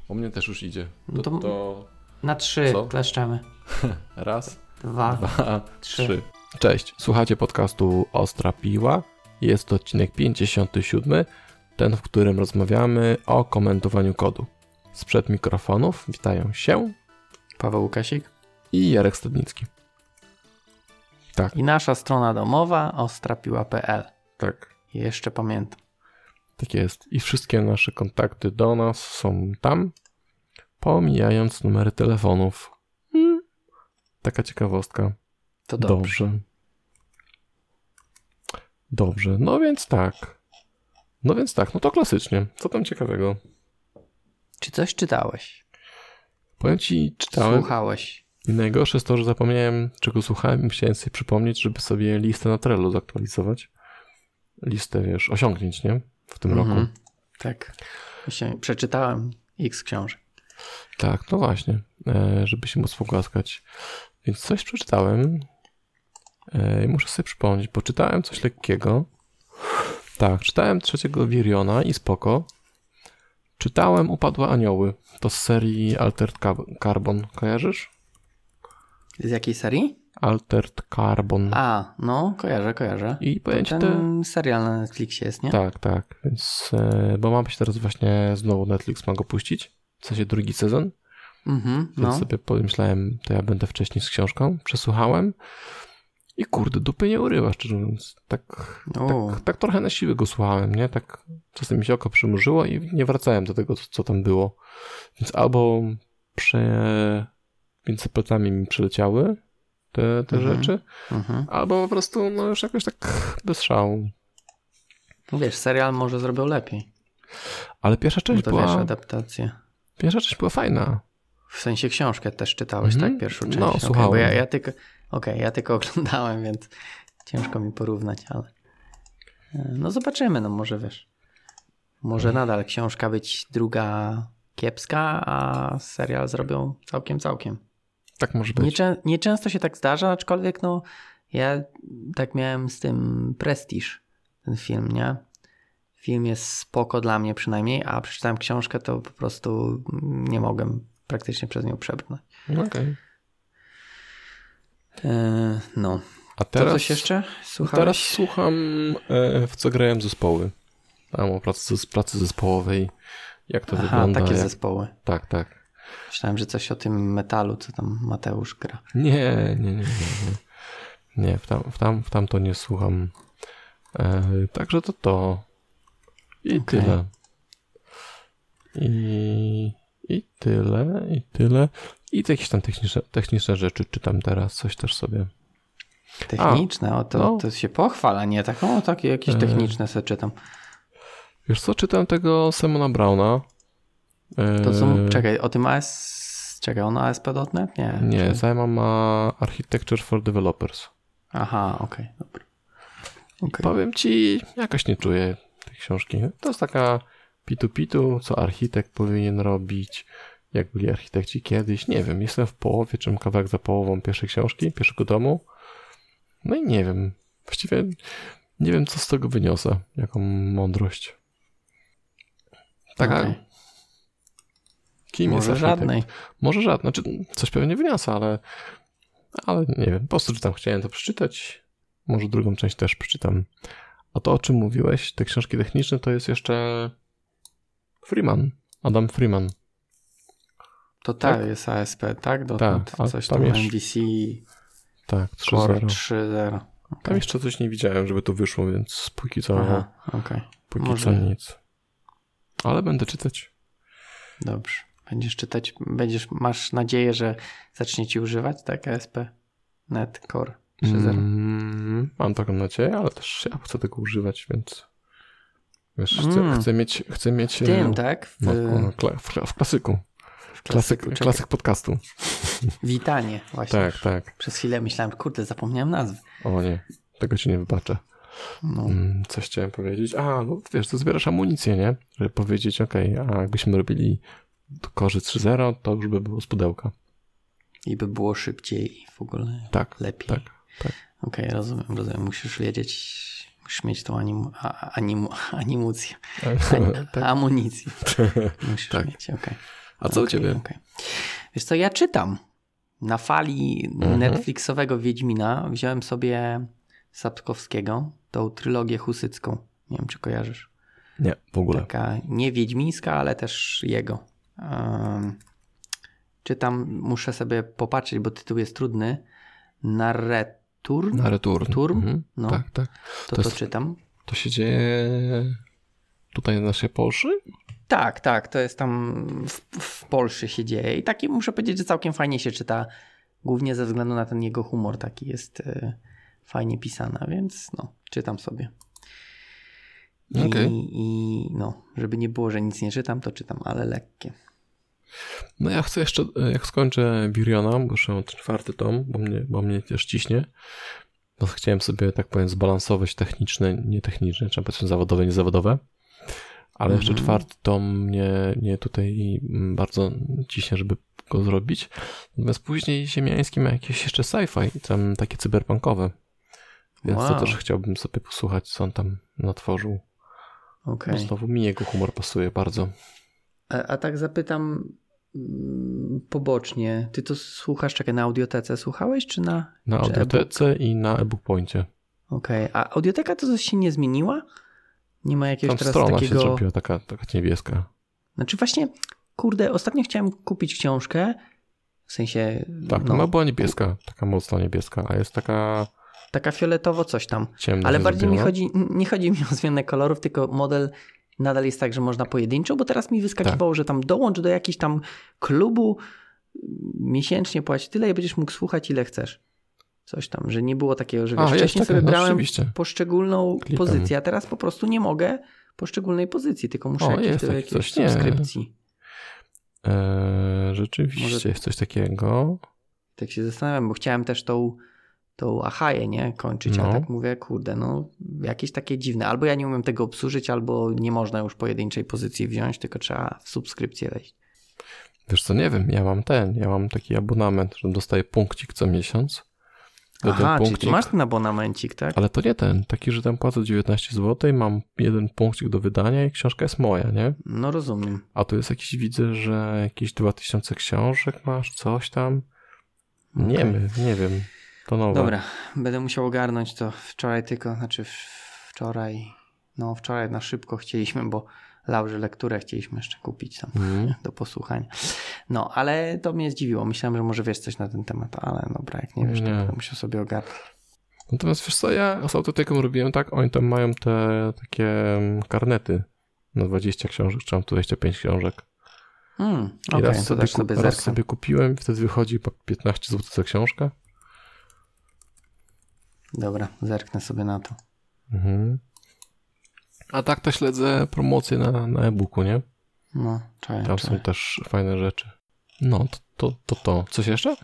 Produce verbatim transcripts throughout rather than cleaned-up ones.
U mnie też już idzie. To, No to to... Na trzy Co? kleszczemy. Raz, Dwa, dwa, trzy. trzy. Cześć, słuchacie podcastu Ostra Piła. Jest to odcinek pięćdziesiąty siódmy, ten, w którym rozmawiamy o komentowaniu kodu. Sprzed mikrofonów witają się Paweł Łukasik. i Jarek Stadnicki. Tak, I nasza strona domowa ostrapiła kropka p l. tak, Jeszcze pamiętam. tak jest. I wszystkie nasze kontakty do nas są tam, pomijając numery telefonów. Hmm. Taka ciekawostka. To dobrze. Dobrze. Dobrze, no więc tak. No więc tak, no to klasycznie. Co tam ciekawego? Czy coś czytałeś? Powiem ci, czytałem. Słuchałeś? I najgorsze jest to, że zapomniałem, czego słuchałem i chciałem sobie przypomnieć, żeby sobie listę na Trello zaktualizować. Listę, wiesz, osiągnięć, nie? W tym Mhm. roku. Tak. Właśnie przeczytałem x książek. Tak, no właśnie, e, żeby się móc pogłaskać. Więc coś przeczytałem e, i muszę sobie przypomnieć, bo czytałem coś lekkiego. Tak, czytałem trzeciego Wiriona i spoko. Czytałem Upadłe Anioły. To z serii Altered Carbon. Kojarzysz? Z jakiej serii? Altered Carbon. A, no, kojarzę, kojarzę. I powiem ci ten te... serial na Netflixie jest, nie? Tak, tak. Więc, e, bo ma być teraz właśnie znowu Netflix ma go puścić. W sensie drugi sezon. Mhm, Więc no. sobie pomyślałem, to ja będę wcześniej z książką. Przesłuchałem. I kurde, dupy nie urywa, szczerze mówiąc. Tak, tak, tak trochę na siłę go słuchałem, nie? Tak czasem mi się oko przymrużyło i nie wracałem do tego, co, co tam było. Więc albo prze... między plecami mi przeleciały te, te Mhm. rzeczy, Mhm. albo po prostu no już jakoś tak bez szału. No wiesz, serial może zrobił lepiej. Ale pierwsza część Bo to była... wiesz, adaptację. Pierwsza część była fajna. W sensie książkę też czytałeś, Mhm. tak? Pierwszą część. No, okay, słuchałem. Bo ja, ja tylko, okej, okay, ja tylko oglądałem, więc ciężko mi porównać, ale no zobaczymy, no może wiesz. Może Mhm. nadal książka być druga kiepska, a serial zrobią całkiem, całkiem. Tak może być. Nieczę, nieczęsto się tak zdarza, aczkolwiek no ja tak miałem z tym Prestige, ten film, nie? Film jest spoko dla mnie przynajmniej, a przeczytałem książkę, to po prostu nie mogłem praktycznie przez nią przebrnąć. Okej. Okay. Eee, no. A teraz, to coś jeszcze słuchałeś? Teraz słucham, e, w co grają zespoły. Tam o pracy, pracy zespołowej. Jak to Aha, wygląda. takie jak... zespoły. Tak, tak. Myślałem, że coś o tym metalu, co tam Mateusz gra. Nie, nie, nie, nie. Nie, nie w, tam, w, tam, w tam to nie słucham. E, także to to. I Okay. tyle. I, I tyle, i tyle. I to jakieś tam techniczne, techniczne rzeczy czytam teraz, coś też sobie. Techniczne? A, o to, no. to się pochwala, nie? Tak, o, takie jakieś techniczne sobie czytam. Wiesz co, czytam tego Simona Browna. E, To są, czekaj, o tym A S... Czekaj, on A S P kropka net? Nie. Nie, Czy... Simon ma Architecture for Developers. Aha, okej, okay, dobra. Okay. Powiem ci, jakoś nie czuję tej książki. To jest taka pitu-pitu, co architekt powinien robić, jak byli architekci kiedyś. Nie wiem, jestem w połowie, czym kawałek za połową pierwszej książki, pierwszego tomu. No i nie wiem, właściwie nie wiem, co z tego wyniosę, jaką mądrość. Taka... Okay. Kim Może jest architekt? żadnej. Może żadnej. Znaczy, coś pewnie wyniosę, ale, ale nie wiem, po prostu czytam, chciałem to przeczytać. Może drugą część też przeczytam. A to, o czym mówiłeś, te książki techniczne, to jest jeszcze Freeman, Adam Freeman. To tak, tak? jest A S P, tak? Do, tak, do, coś tam tam jeszcze... M V C Tak, trzy Core zero. trzy zero. Okay. Tam jeszcze coś nie widziałem, żeby to wyszło, więc póki co, Aha, okay. póki Może... co nic. Ale będę czytać. Dobrze. Będziesz czytać, będziesz, masz nadzieję, że zacznie ci używać, tak? A S P Net Core trzy zero. Mm, mam taką nadzieję, ale też ja chcę tego używać, więc wiesz, chcę, Mm. chcę mieć... Chcę mieć w tym, tak? W, no, w, w, w klasyku. w Klasyk, klasyku. klasyk podcastu. Witanie, właśnie. Tak, tak. Przez chwilę myślałem, kurde, zapomniałem nazwy. O nie, tego ci nie wybaczę. No. Coś chciałem powiedzieć. A, no wiesz, to zbierasz amunicję, nie? Żeby powiedzieć, okej, okay, a jakbyśmy robili Core trzy zero, to już by było z pudełka. I by było szybciej i w ogóle tak, lepiej. Tak, tak. Okej, okay, rozumiem, rozumiem. Musisz wiedzieć, musisz mieć tą anim, a, animu, animucję. tak. Amunicję. Musisz tak. mieć, okej. Okay. A co okay, u ciebie? Okay. Wiesz co, ja czytam. Na fali mhm. Netflixowego Wiedźmina wziąłem sobie Sapkowskiego, tą trylogię husycką. Nie wiem, czy kojarzysz. Nie, w ogóle. Taka nie wiedźmińska, ale też jego. Um, czytam, muszę sobie popatrzeć, bo tytuł jest trudny. Narreturn? Narreturn. Turm? Mhm. No. Tak, tak. To to, to jest, czytam. To się dzieje tutaj na naszej Polsce? Tak, tak. To jest tam w, w Polsce się dzieje. I taki muszę powiedzieć, że całkiem fajnie się czyta. Głównie ze względu na ten jego humor. Taki jest y, fajnie pisana, więc no, czytam sobie. I, okay. I no, żeby nie było, że nic nie czytam, to czytam, ale lekkie. No ja chcę jeszcze, jak skończę Biriona, bo już mam czwarty tom, bo mnie, bo mnie też ciśnie, no chciałem sobie, tak powiem, zbalansować techniczne, nietechniczne, czy powiedzmy zawodowe, niezawodowe, ale mm-hmm. jeszcze czwarty tom mnie, mnie tutaj bardzo ciśnie, żeby go zrobić. Natomiast później Ziemiański ma jakieś jeszcze sci-fi, tam takie cyberpunkowe, więc wow. to też chciałbym sobie posłuchać, co on tam natworzył. Okay. Bo znowu mi jego humor pasuje bardzo. A, a tak zapytam pobocznie, ty to słuchasz, czekaj, na Audiotece słuchałeś, czy na Na czy Audiotece e-book? I na e-book poincie. Okej, okay. A Audioteka to coś się nie zmieniła? Nie ma jakiegoś tam teraz strona takiego... się zrobiła taka, taka niebieska. Znaczy właśnie, kurde, ostatnio chciałem kupić książkę, w sensie... Tak, no, ona była niebieska, taka mocno niebieska, a jest taka... Taka fioletowo coś tam. Ciemna ale bardziej mi zrobiona. chodzi, nie chodzi mi o zmianę kolorów, tylko model nadal jest tak, że można pojedynczo, bo teraz mi wyskakiwało, tak. że tam dołącz do jakiejś tam klubu, miesięcznie płać tyle i będziesz mógł słuchać ile chcesz. Coś tam, że nie było takiego, że wiesz, a, wcześniej sobie taka, brałem no, poszczególną Klipem. pozycję, a teraz po prostu nie mogę poszczególnej pozycji, tylko muszę o, jakieś jest do taki jakiejś coś, subskrypcji. Eee, rzeczywiście Może... jest coś takiego. Tak się zastanawiam, bo chciałem też tą tą Achaję, nie? Kończyć, no. a tak mówię, kurde, no jakieś takie dziwne. Albo ja nie umiem tego obsłużyć, albo nie można już pojedynczej pozycji wziąć, tylko trzeba w subskrypcję wejść. Wiesz co, nie wiem, ja mam ten, ja mam taki abonament, że dostaję punkcik co miesiąc. Aha, punkcik, czyli ty masz ten abonamencik, tak? Ale to nie ten, taki, że tam płacę dziewiętnaście złotych, mam jeden punkcik do wydania i książka jest moja, nie? No rozumiem. A tu jest jakiś, widzę, że jakieś dwa tysiące książek masz, coś tam. Nie okay. wiem, nie wiem. To nowe. Dobra, będę musiał ogarnąć to wczoraj tylko, znaczy wczoraj, no wczoraj na szybko chcieliśmy, bo Laurze lekturę chcieliśmy jeszcze kupić tam mm. do posłuchania. No, ale to mnie zdziwiło. Myślałem, że może wiesz coś na ten temat, ale dobra, jak nie wiesz, nie. to będę musiał sobie ogarnąć. Natomiast wiesz co, ja z Autoteką robiłem tak, oni tam mają te takie karnety na dwadzieścia książek, czy tam dwadzieścia pięć książek. Mm, Okej, okay, to też sobie Raz sobie kupiłem i wtedy wychodzi po piętnaście złotych za książkę. Dobra, zerknę sobie na to. Mhm. A tak to śledzę promocje na, na e-booku, nie? No, czaję, Tam czaję. są też fajne rzeczy. No, to to, to to. Coś jeszcze?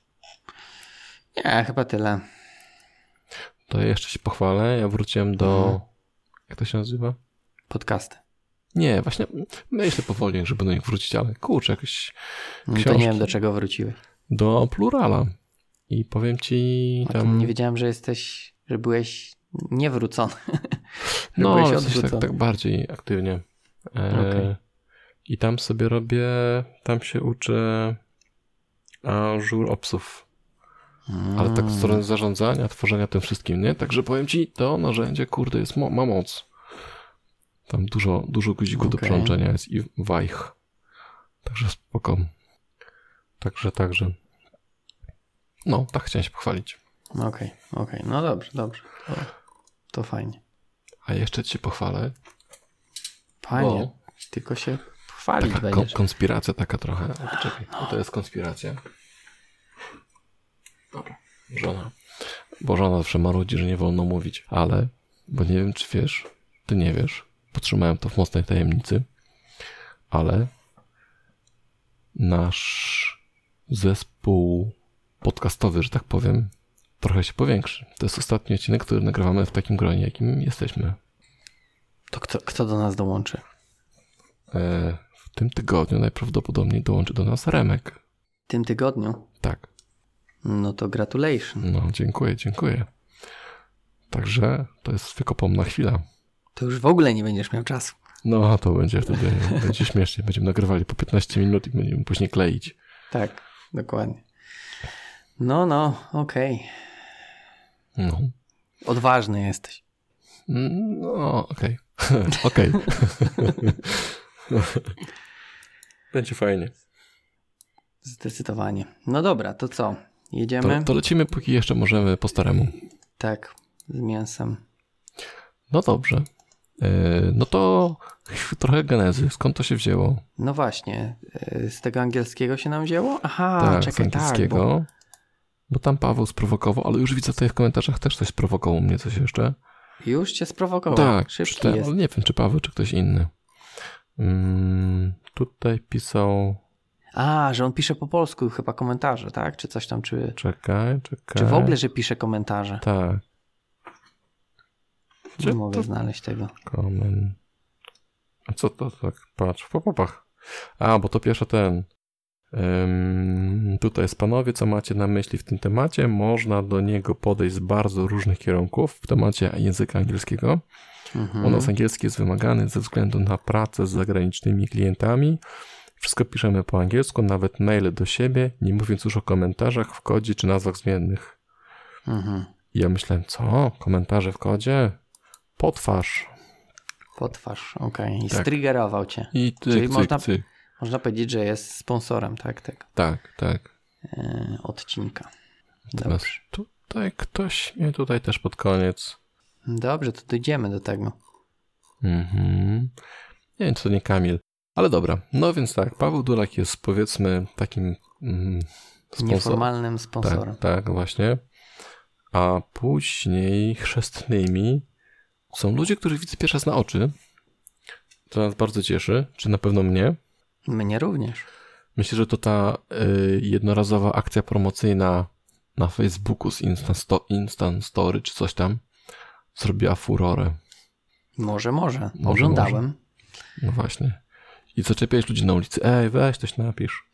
Nie, chyba tyle. To ja jeszcze się pochwalę. Ja wróciłem do... Mhm. Jak to się nazywa? Podcasty. Nie, właśnie myślę powoli, żeby do nich wrócić, ale kurczę, jakieś książki. To nie wiem, do czego wróciłeś. Do Plurala. I powiem ci tam... Nie wiedziałem, że jesteś, że byłeś niewrócony. że no, byłeś coś tak, tak bardziej aktywnie. E, okay. I tam sobie robię, tam się uczę Azure Opsów. Hmm. Ale tak w stronę zarządzania, tworzenia tym wszystkim, nie? Także powiem ci, to narzędzie, kurde, jest mo- ma moc. Tam dużo, dużo guzików okay. do przełączenia jest i wajch. Także spoko. Także, także. No, tak chciałem się pochwalić. Okej, okay, okej. Okay. No dobrze, dobrze. To, to fajnie. A jeszcze cię pochwalę. Fajnie. Bo tylko się pochwalić taka będziesz. Kon- konspiracja taka trochę. O, czekaj, no to jest konspiracja. Dobra, żona. Bo żona zawsze marudzi, że nie wolno mówić. Ale, bo nie wiem, czy wiesz, ty nie wiesz. Potrzymałem to w mocnej tajemnicy. Ale nasz zespół podcastowy, że tak powiem, trochę się powiększy. To jest ostatni odcinek, który nagrywamy w takim gronie, jakim jesteśmy. To kto, kto do nas dołączy? E, w tym tygodniu najprawdopodobniej dołączy do nas Remek. W tym tygodniu? Tak. No to gratulation. No, dziękuję, dziękuję. Także to jest wykopomna chwila. To już w ogóle nie będziesz miał czasu. No, to będzie wtedy, będzie śmiesznie. Będziemy nagrywali po piętnaście minut i będziemy później kleić. Tak, dokładnie. No, no, okej. Okay. No. Odważny jesteś. No, okej. Okay. Okej. Będzie fajnie. Zdecydowanie. No dobra, to co? Jedziemy? To, to lecimy, póki jeszcze możemy po staremu. Tak, z mięsem. No dobrze. Yy, no to trochę genezy. Skąd to się wzięło? No właśnie. Yy, z tego angielskiego się nam wzięło? Aha, tak, czekaj, z angielskiego. tak. Bo... bo tam Paweł sprowokował, ale już widzę tutaj w komentarzach też coś sprowokował mnie, coś jeszcze. Już cię sprowokował. Tak, szybki czytałem, jest. ale nie wiem, czy Paweł, czy ktoś inny. Hmm, tutaj pisał... A, że on pisze po polsku chyba komentarze, tak? Czy coś tam, czy... Czekaj, czekaj. Czy w ogóle, że pisze komentarze? Tak. Nie Gdzie mogę to... znaleźć tego. Komen... A co to tak? Patrz, w pop-upach. A, bo to pierwsze ten... Um, tutaj jest panowie, co macie na myśli w tym temacie? Można do niego podejść z bardzo różnych kierunków w temacie języka angielskiego. Mhm. U nas angielski jest wymagany ze względu na pracę z zagranicznymi klientami. Wszystko piszemy po angielsku, nawet maile do siebie, nie mówiąc już o komentarzach w kodzie czy nazwach zmiennych. Mhm. I ja myślałem, co? Komentarze w kodzie? Potwarz. Potwarz, okej. Okay. I Tak. striggerował cię. I cyk, Czyli cyk, można, cyk. można powiedzieć, że jest sponsorem, tak? Tego Tak, tak. yy, odcinka. Teraz Dobrze. tutaj ktoś mnie tutaj też pod koniec. Dobrze, to dojdziemy do tego. Mhm. Nie wiem, czy to nie Kamil. Ale dobra, no więc tak, Paweł Dulak jest powiedzmy takim mm, sponsorem. Nieformalnym sponsorem. Tak, tak, właśnie. A później chrzestnymi są ludzie, których widzę pierwszy raz na oczy. To nas bardzo cieszy, czy na pewno mnie. Mnie również. Myślę, że to ta y, jednorazowa akcja promocyjna na Facebooku z Instant, Sto- Instant Story czy coś tam zrobiła furorę. Może, może. Może, Oglądałem. może. No właśnie. I zaczepiałeś ludzi na ulicy. Ej, weź, coś napisz.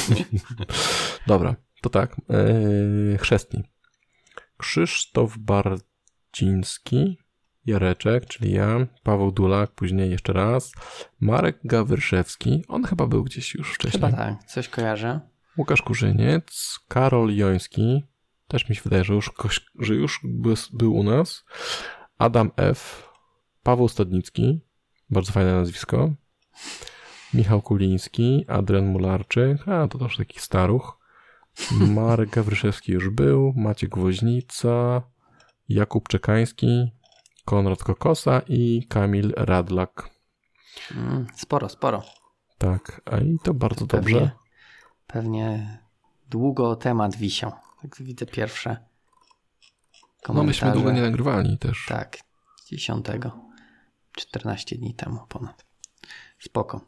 Dobra, to tak. Yy, chrzestni. Krzysztof Bardziński, Jareczek, czyli ja, Paweł Dulak, później jeszcze raz, Marek Gawryszewski, on chyba był gdzieś już wcześniej. Chyba tak, coś kojarzę. Łukasz Kurzyniec, Karol Joński, też mi się wydaje, że już, że już był, był u nas, Adam F., Paweł Stadnicki, bardzo fajne nazwisko, Michał Kuliński, Adrian Mularczyk, a to też taki staruch, Marek Gawryszewski już był, Maciek Woźnica, Jakub Czekański, Konrad Kokosa i Kamil Radlak. Mm, sporo, sporo. Tak, a i to bardzo to dobrze. Pewnie, pewnie długo temat wisiał. Tak widzę pierwsze komentarze. No myśmy długo nie nagrywali też. Tak, dziesiątego. czternaście dni temu ponad. Spoko.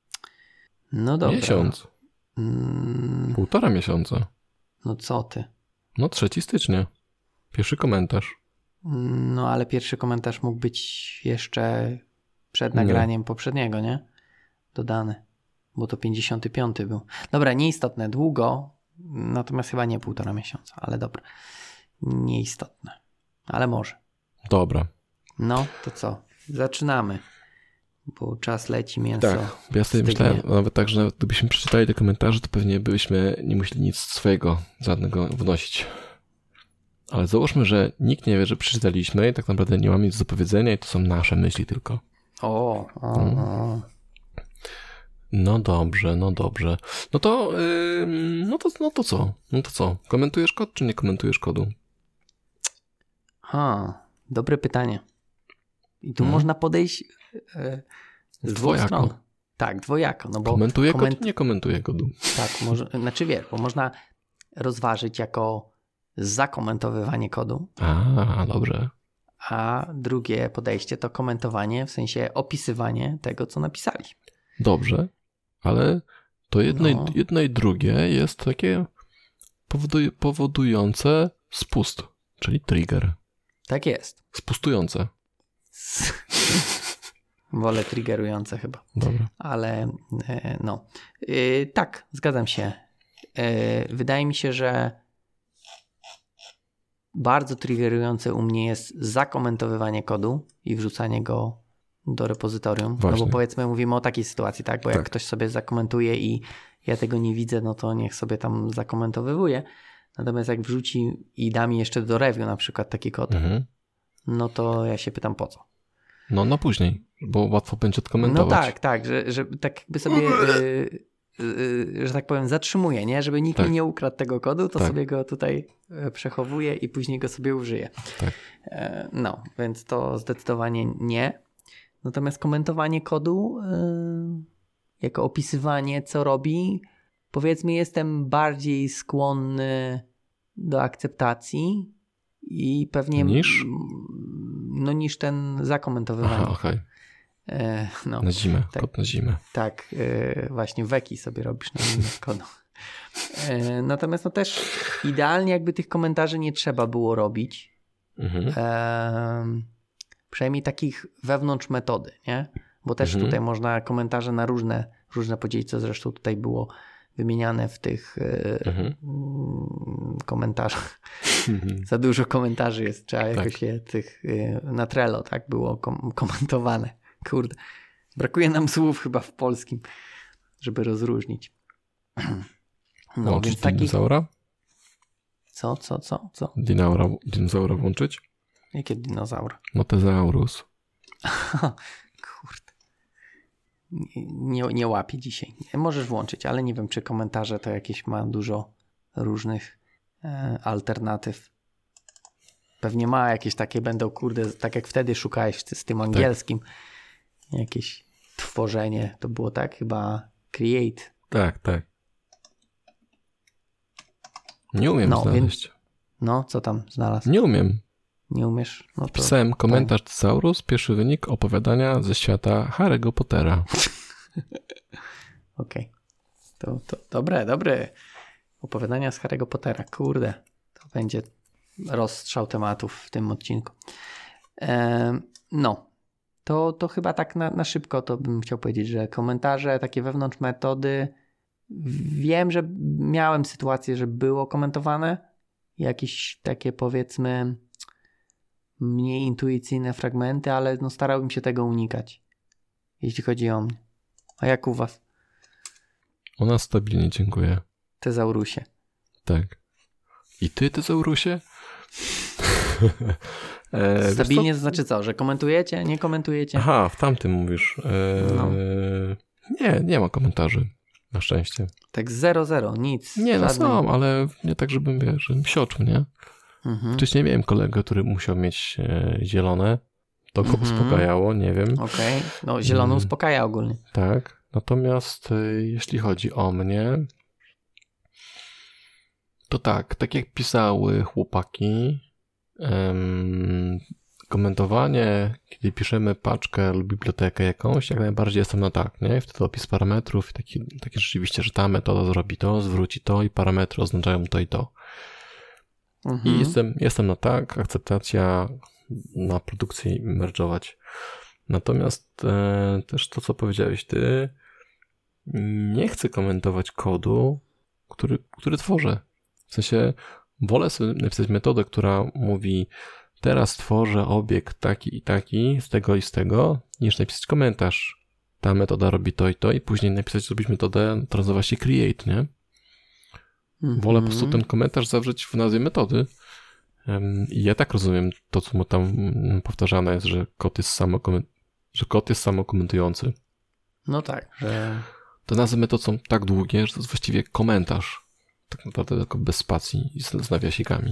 No dobra. Miesiąc. Mm, Półtora miesiąca. no co ty? No trzeciego stycznia. Pierwszy komentarz. No ale pierwszy komentarz mógł być jeszcze przed Nie. nagraniem poprzedniego, nie? Dodany. Bo to pięćdziesiąty piąty był. Dobra, nieistotne. Długo. Natomiast chyba nie półtora miesiąca. Ale dobra. Nieistotne. Ale może. Dobra. No, to co? Zaczynamy. Bo czas leci, mięso. Tak, bo ja sobie stygnie. myślałem nawet tak, że nawet gdybyśmy przeczytali te komentarze, to pewnie byśmy nie musieli nic swojego żadnego wnosić. Ale załóżmy, że nikt nie wie, że przeczytaliśmy i tak naprawdę nie mamy nic do powiedzenia i to są nasze myśli tylko. O, o, o. No dobrze, no dobrze. No to, yy, no to, no to co? No to co? Komentujesz kod, czy nie komentujesz kodu? Ha, dobre pytanie. I tu Hmm. można podejść e, z dwóch Dwojako. stron. Tak, dwojako. No bo Komentuję koment- kod, nie komentuję kodu. Tak, może, znaczy wiesz, bo można rozważyć jako zakomentowywanie kodu, A, dobrze. a drugie podejście to komentowanie, w sensie opisywanie tego, co napisali. Dobrze, ale to jedno, No. i, jedno i drugie jest takie powoduj, powodujące spust, czyli trigger. Tak jest. Spustujące. Wolę triggerujące chyba, Dobra. ale e, no. E, tak, zgadzam się. E, wydaje mi się, że bardzo triggerujące u mnie jest zakomentowywanie kodu i wrzucanie go do repozytorium. Właśnie. No bo powiedzmy mówimy o takiej sytuacji, tak? Bo jak Tak. ktoś sobie zakomentuje i ja tego nie widzę, no to niech sobie tam zakomentowywuje. Natomiast jak wrzuci i da mi jeszcze do review na przykład taki kod, Mhm. no to ja się pytam po co. No, no później, bo łatwo będzie No odkomentować. tak, tak, że, że tak jakby sobie, yy, yy, że tak powiem, zatrzymuje, nie? Żeby nikt Tak. mi nie ukradł tego kodu, to Tak. sobie go tutaj yy, przechowuję i później go sobie użyję. Tak. Yy, no, więc to zdecydowanie nie. Natomiast komentowanie kodu, yy, jako opisywanie, co robi, powiedzmy, jestem bardziej skłonny do akceptacji i pewnie Niż? no niż ten zakomentowywanie. Aha, okej. E, no, Na zimę, tak. kod na zimę. tak, e, właśnie weki sobie robisz na innym kodu. E, natomiast no też idealnie jakby tych komentarzy nie trzeba było robić. Mhm. E, przynajmniej takich wewnątrz metody, nie? Bo też Mhm. tutaj można komentarze na różne, różne podzielić, co zresztą tutaj było wymieniane w tych e, Mhm. mm, komentarzach. Mhm. Za dużo komentarzy jest, trzeba Tak. jakoś je tych y, na Trello, tak było kom- komentowane. Kurde, brakuje nam słów chyba w polskim, żeby rozróżnić. No, Włączyć więc takich... dinozaura? Co, co, co, co? Dinozaura, dinozaura włączyć? Jakie dinozaur? No tezaurus. Kurde. Nie, nie łapię dzisiaj. Możesz włączyć, ale nie wiem, czy komentarze to jakieś ma dużo różnych e, alternatyw. Pewnie ma jakieś takie będą, kurde, tak jak wtedy szukałeś z, z tym angielskim. Jakieś tworzenie. To było tak chyba create. Tak, tak. Nie umiem No, znaleźć. No, co tam znalazł? Nie umiem. Nie umiesz? No to... Pisałem komentarz tezaurus, pierwszy wynik opowiadania ze świata Harry'ego Pottera. Okej. Okay. To, to dobre, dobre. Opowiadania z Harry'ego Pottera. Kurde. To będzie rozstrzał tematów w tym odcinku. Ehm, no. To, to chyba tak na, na szybko to bym chciał powiedzieć, że komentarze takie wewnątrz metody, wiem, że miałem sytuację, że było komentowane jakieś takie powiedzmy mniej intuicyjne fragmenty, ale no starałbym się tego unikać, jeśli chodzi o mnie. A jak u was? U nas stabilnie, dziękuję. Tezaurusie. Tak. I ty, tezaurusie? e, Stabilnie to znaczy co? Że komentujecie? Nie komentujecie? Aha, w tamtym mówisz. E, No. Nie, nie ma komentarzy. Na szczęście. Tak zero zero, nic. Nie, no żadnej... są, ale nie tak, żebym, wiesz, żebym sioczył, nie? Mhm. Wcześniej miałem kolegę, który musiał mieć e, zielone. To go Mhm. uspokajało, nie wiem. Okej. Okay. No zielony Mm. uspokaja ogólnie. Tak. Natomiast e, jeśli chodzi o mnie, to tak, tak jak pisały chłopaki, em, komentowanie, kiedy piszemy paczkę lub bibliotekę jakąś, jak najbardziej jestem na tak, nie? Wtedy opis parametrów i taki, taki rzeczywiście, że ta metoda zrobi to, zwróci to i parametry oznaczają to i to. Mhm. I jestem, jestem na tak, akceptacja na produkcję i merge'ować. Natomiast e, też to, co powiedziałeś ty, nie chcę komentować kodu, który, który tworzę. W sensie wolę sobie napisać metodę, która mówi teraz tworzę obiekt taki i taki z tego i z tego, niż napisać komentarz. Ta metoda robi to i to i później napisać, zrobić metodę, która nazywa się create, nie? Mhm. Wolę po prostu ten komentarz zawrzeć w nazwie metody. Um, I ja tak rozumiem to, co mu tam powtarzane jest, że kod jest samo, że kod jest samokomentujący. No tak, że... Te nazwy metod są tak długie, że to jest właściwie komentarz. Tak naprawdę tylko bez spacji i z, z nawiasikami.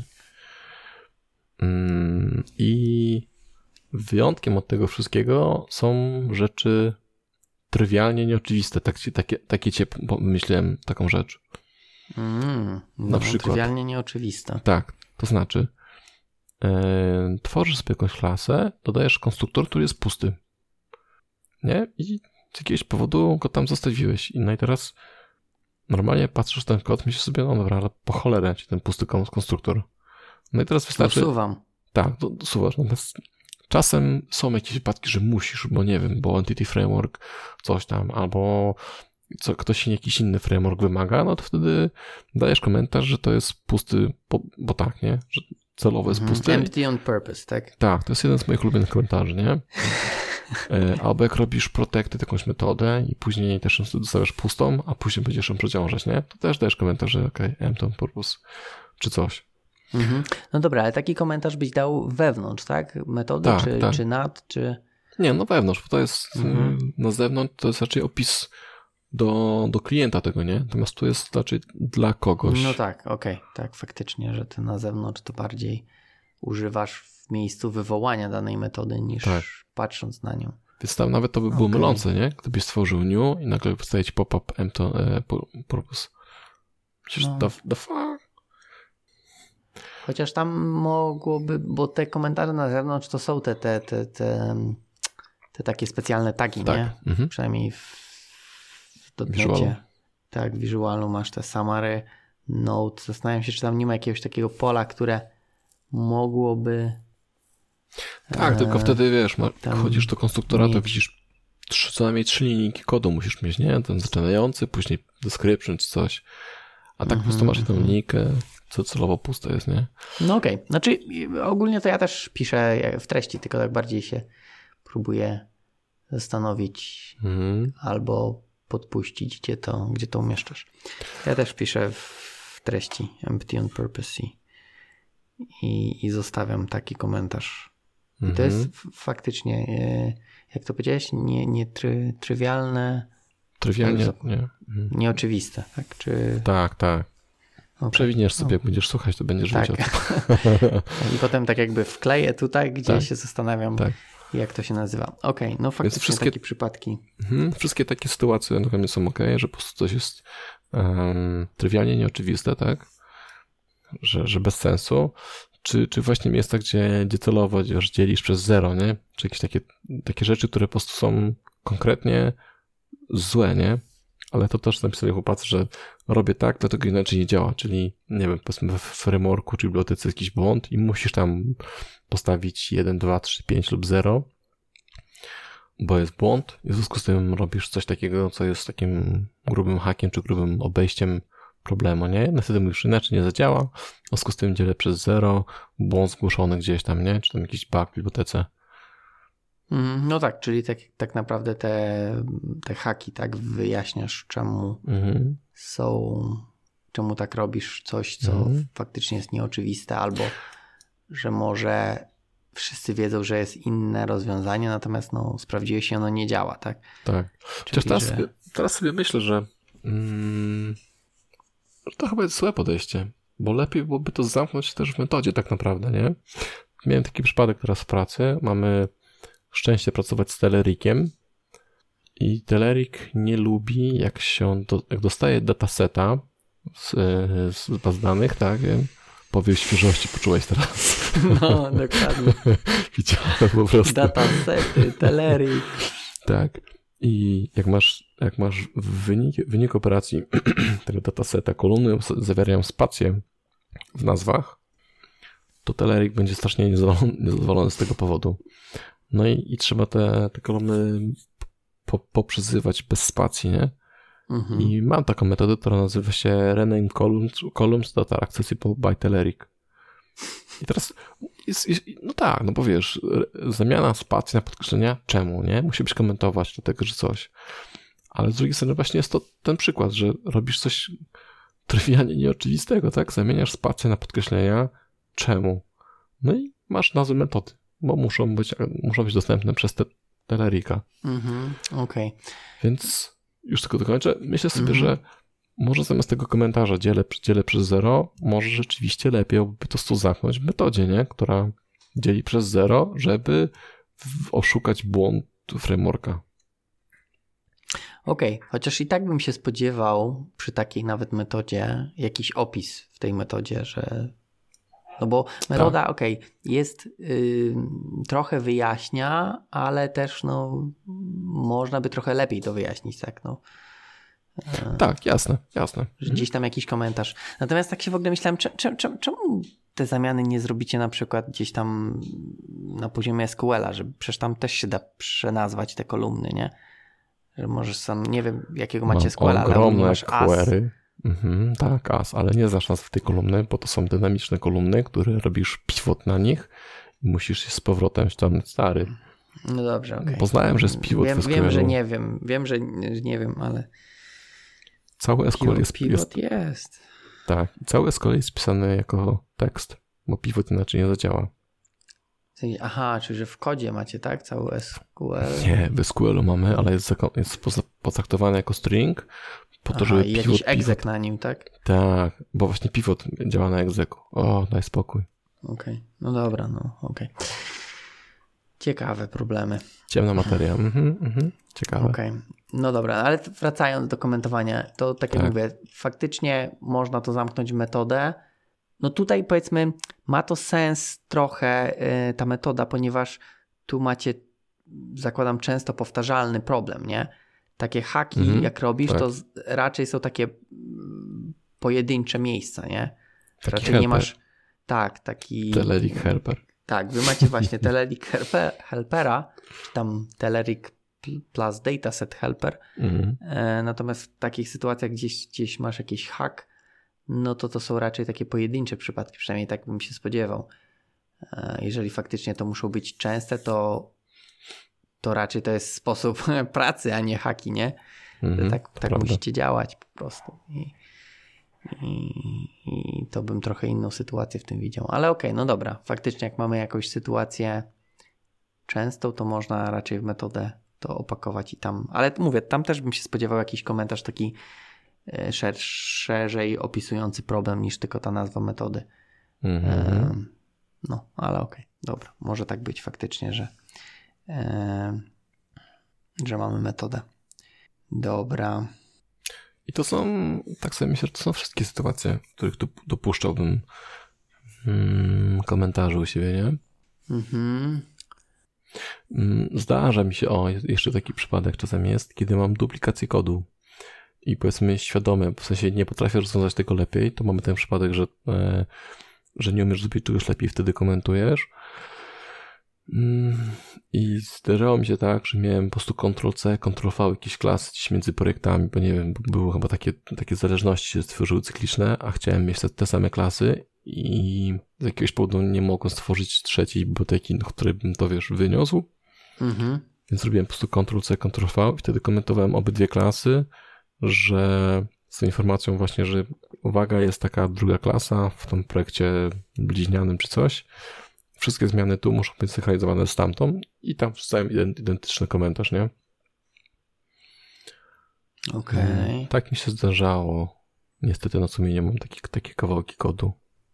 Um, I wyjątkiem od tego wszystkiego są rzeczy trywialnie nieoczywiste. Tak, takie, takie cię pomyślałem taką rzecz. Mm, no, Na przykład. Trywialnie nieoczywiste. Tak, to znaczy yy, tworzysz sobie jakąś klasę, dodajesz konstruktor, który jest pusty. Nie? I z jakiegoś powodu go tam zostawiłeś. I no i teraz normalnie patrzysz w ten kod, myślisz sobie, no dobra, ale po cholerę ci ten pusty konstruktor. No i teraz wystarczy... Usuwam. Tak, to usuwasz. Natomiast czasem są jakieś wypadki, że musisz, bo nie wiem, bo Entity Framework coś tam, albo co, ktoś jakiś inny framework wymaga, no to wtedy dajesz komentarz, że to jest pusty, bo, bo tak, nie? Że celowo jest Mhm. pusty. Empty on purpose, tak? Tak, to jest jeden z moich ulubionych komentarzy, nie? Albo jak robisz protected jakąś metodę i później też dostawiasz pustą, a później będziesz ją przedziążać, nie? To też dajesz komentarz, że ok, empty on purpose, czy coś. Mhm. No dobra, ale taki komentarz byś dał wewnątrz, tak? Metody, tak, czy, tak. czy nad, czy... Nie, no wewnątrz, bo to jest mhm. na zewnątrz, to jest raczej opis do, do klienta tego, nie? Natomiast tu jest raczej dla kogoś. No tak, okej, okay. tak, faktycznie, że ty na zewnątrz to bardziej używasz w miejscu wywołania danej metody niż tak. patrząc na nią. Więc tam nawet to by było okay. mylące, nie? Gdybyś stworzył new i nagle wystaje ci pop-up empty e, purpose. Przecież no. the, the fuck? Chociaż tam mogłoby, bo te komentarze na zewnątrz to są te, te, te, te, te takie specjalne tagi, tak. nie? Mhm. Przynajmniej w, w dotnecie. Tak, w Visualu masz te summary, note. Zastanawiam się, czy tam nie ma jakiegoś takiego pola, które mogłoby... Tak, e, tylko wtedy wiesz, ma, chodzisz do konstruktora, mieć. To widzisz trzy, co najmniej trzy linijki kodu musisz mieć, nie? Ten zaczynający, później description czy coś. A tak mm-hmm. po prostu masz jedną linijkę, co celowo puste jest, nie? No okej. Okay. Znaczy ogólnie to ja też piszę w treści, tylko tak bardziej się próbuję zastanowić mm-hmm. albo podpuścić, gdzie to, gdzie to umieszczasz. Ja też piszę w treści empty on purpose i, i zostawiam taki komentarz. I mm-hmm. to jest faktycznie, jak to powiedziałeś, nie, nie try, trywialne, Trywialnie, tak, nie. Nieoczywiste, tak? Czy... Tak, tak. Okay. Przewiniesz sobie, jak będziesz słuchać, to będziesz tak. wiedział. I potem tak jakby wkleję tutaj, gdzie tak. się zastanawiam, tak. jak to się nazywa. Okej, okay, no faktycznie wszystkie, takie przypadki. Mhm, wszystkie takie sytuacje dla mnie są ok, że po prostu coś jest um, trywialnie nieoczywiste, tak? Że, że bez sensu. Czy, czy właśnie miejsca, gdzie, gdzie celowo już dzielisz przez zero, nie? Czy jakieś takie, takie rzeczy, które po prostu są konkretnie złe, nie? Ale to też napisali chłopacy, że robię tak, dlatego inaczej nie działa. Czyli, nie wiem, powiedzmy w frameworku czy bibliotece jakiś błąd i musisz tam postawić jeden, dwa, trzy, pięć lub zero, bo jest błąd. I w związku z tym robisz coś takiego, co jest takim grubym hakiem czy grubym obejściem problemu, nie? No wtedy mówisz, inaczej nie zadziała. W związku z tym dzielę przez zero, błąd zgłoszony gdzieś tam, nie? Czy tam jakiś bug w bibliotece. No tak, czyli tak, tak naprawdę te, te haki tak wyjaśniasz, czemu mhm. są, czemu tak robisz coś, co mhm. faktycznie jest nieoczywiste, albo że może wszyscy wiedzą, że jest inne rozwiązanie, natomiast no, sprawdziłeś się, ono nie działa, tak? Tak. Chociaż teraz, że... teraz sobie myślę, że, mm, że to chyba jest złe podejście, bo lepiej byłoby to zamknąć też w metodzie tak naprawdę, nie? Miałem taki przypadek teraz w pracy, mamy szczęście pracować z Telericiem i Telerik nie lubi, jak się do, jak dostaje dataseta z, z baz danych, tak? Powiew świeżości poczułeś teraz. No, dokładnie. Widziałem po prostu. Datasety, Telerik. Tak. I jak masz, jak masz wynik, wynik operacji tego dataseta, kolumny zawierają spacje w nazwach, to Telerik będzie strasznie niezadowolony, niezadowolony z tego powodu. No i, i trzeba te, te kolumny po, poprzezywać bez spacji, nie? Mhm. I mam taką metodę, która nazywa się Rename Columns, columns that are accessible by Telerik. I teraz jest, jest, no tak, no bo wiesz, zamiana spacji na podkreślenia, czemu, nie? Musi być komentować do tego, że coś. Ale z drugiej strony właśnie jest to ten przykład, że robisz coś trywialnie nieoczywistego, tak? Zamieniasz spację na podkreślenia, czemu? No i masz nazwę metody, bo muszą być, muszą być dostępne przez te Telerika. Mhm, okej. Okay. Więc już tylko dokończę. Myślę sobie, mhm. że może zamiast tego komentarza dzielę, dzielę przez zero, może rzeczywiście lepiej by to stu zamknąć w metodzie, nie? Która dzieli przez zero, żeby w, oszukać błąd frameworka. Okej, okay. Chociaż i tak bym się spodziewał przy takiej nawet metodzie jakiś opis w tej metodzie, że no bo metoda, tak. okej, okay, jest yy, trochę wyjaśnia, ale też no można by trochę lepiej to wyjaśnić, tak, no. Yy, tak, jasne, jasne. Że gdzieś tam jakiś komentarz. Natomiast tak się w ogóle myślałem, czemu, czemu, czemu te zamiany nie zrobicie na przykład gdzieś tam na poziomie S Q L-a, że przecież tam też się da przenazwać te kolumny, nie? Że możesz sam, nie wiem jakiego macie S Q L-a, ale masz as. Query. Mhm, tak, as, ale nie znasz nazw tej kolumny, bo to są dynamiczne kolumny, które robisz pivot na nich i musisz się z powrotem ściągnąć stary. No dobrze, okej. Okay. Poznałem, że jest pivot wiem, w S Q L-u. Wiem, że nie wiem. Wiem, że nie wiem, ale... Cały S Q L pivot, jest... Pivot jest, jest. Tak. Cały S Q L jest pisany jako tekst, bo pivot inaczej nie zadziała. Aha, czyli że w kodzie macie, tak? Cały S Q L. Nie, w S Q L-u mamy, ale jest, jest potraktowany jako string, po to, Aha, żeby i pivot... jakiś exec pivot, na nim, tak? Tak, bo właśnie pivot działa na execu. O, daj spokój. Okej, okay. No dobra, no okej. Okay. Ciekawe problemy. Ciemna materia, mhm, mhm. Ciekawe. Okej, okay. No dobra, ale wracając do komentowania, to tak jak tak. mówię, faktycznie można to zamknąć w metodę. No tutaj powiedzmy ma to sens trochę yy, ta metoda, ponieważ tu macie, zakładam, często powtarzalny problem, nie? Takie haki mhm, jak robisz, tak. to z, raczej są takie pojedyncze miejsca, nie? Taki raczej helper. nie masz, tak, taki... Telerik helper. Tak, wy macie właśnie Telerik helpera, czy tam Telerik plus dataset helper, Mhm. e, natomiast w takich sytuacjach gdzieś, gdzieś masz jakiś hack, no to to są raczej takie pojedyncze przypadki, przynajmniej tak bym się spodziewał. E, jeżeli faktycznie to muszą być częste, to, to raczej to jest sposób pracy, a nie haki, nie? Mhm, tak tak prawda. musicie działać po prostu. I, i, I to bym trochę inną sytuację w tym widział. Ale okej, okay, no dobra. Faktycznie jak mamy jakąś sytuację częstą, to można raczej w metodę to opakować i tam. Ale mówię, tam też bym się spodziewał jakiś komentarz taki szer- szerzej opisujący problem niż tylko ta nazwa metody. Mhm. Um, no, ale okej, okay, dobra. Może tak być faktycznie, że um, że mamy metodę. Dobra. I to są, tak sobie myślę, że to są wszystkie sytuacje, w których tu dopuszczałbym mm, komentarze u siebie, nie? Mhm. Zdarza mi się, o, jeszcze taki przypadek czasem jest, kiedy mam duplikację kodu i powiedzmy świadomy, w sensie nie potrafię rozwiązać tego lepiej, to mamy ten przypadek, że, e, że nie umiesz zrobić czegoś lepiej, wtedy komentujesz. I zdarzało mi się tak, że miałem po prostu kontrol C, kontrol V jakieś klasy gdzieś między projektami, bo nie wiem, były chyba takie, takie zależności się stworzyły cykliczne, a chciałem mieć te, te same klasy i z jakiegoś powodu nie mogłem stworzyć trzeciej biblioteki, do której bym to, wiesz, wyniósł. Mhm. Więc robiłem po prostu kontrol C, kontrol V i wtedy komentowałem obydwie klasy, że z tą informacją właśnie, że uwaga, jest taka druga klasa w tym projekcie bliźnianym czy coś. Wszystkie zmiany tu muszą być synchronizowane z tamtą i tam wstałem identyczny komentarz, nie? Okej. Okay. Tak mi się zdarzało. Niestety na sumieniu mam takie, takie kawałki kodu.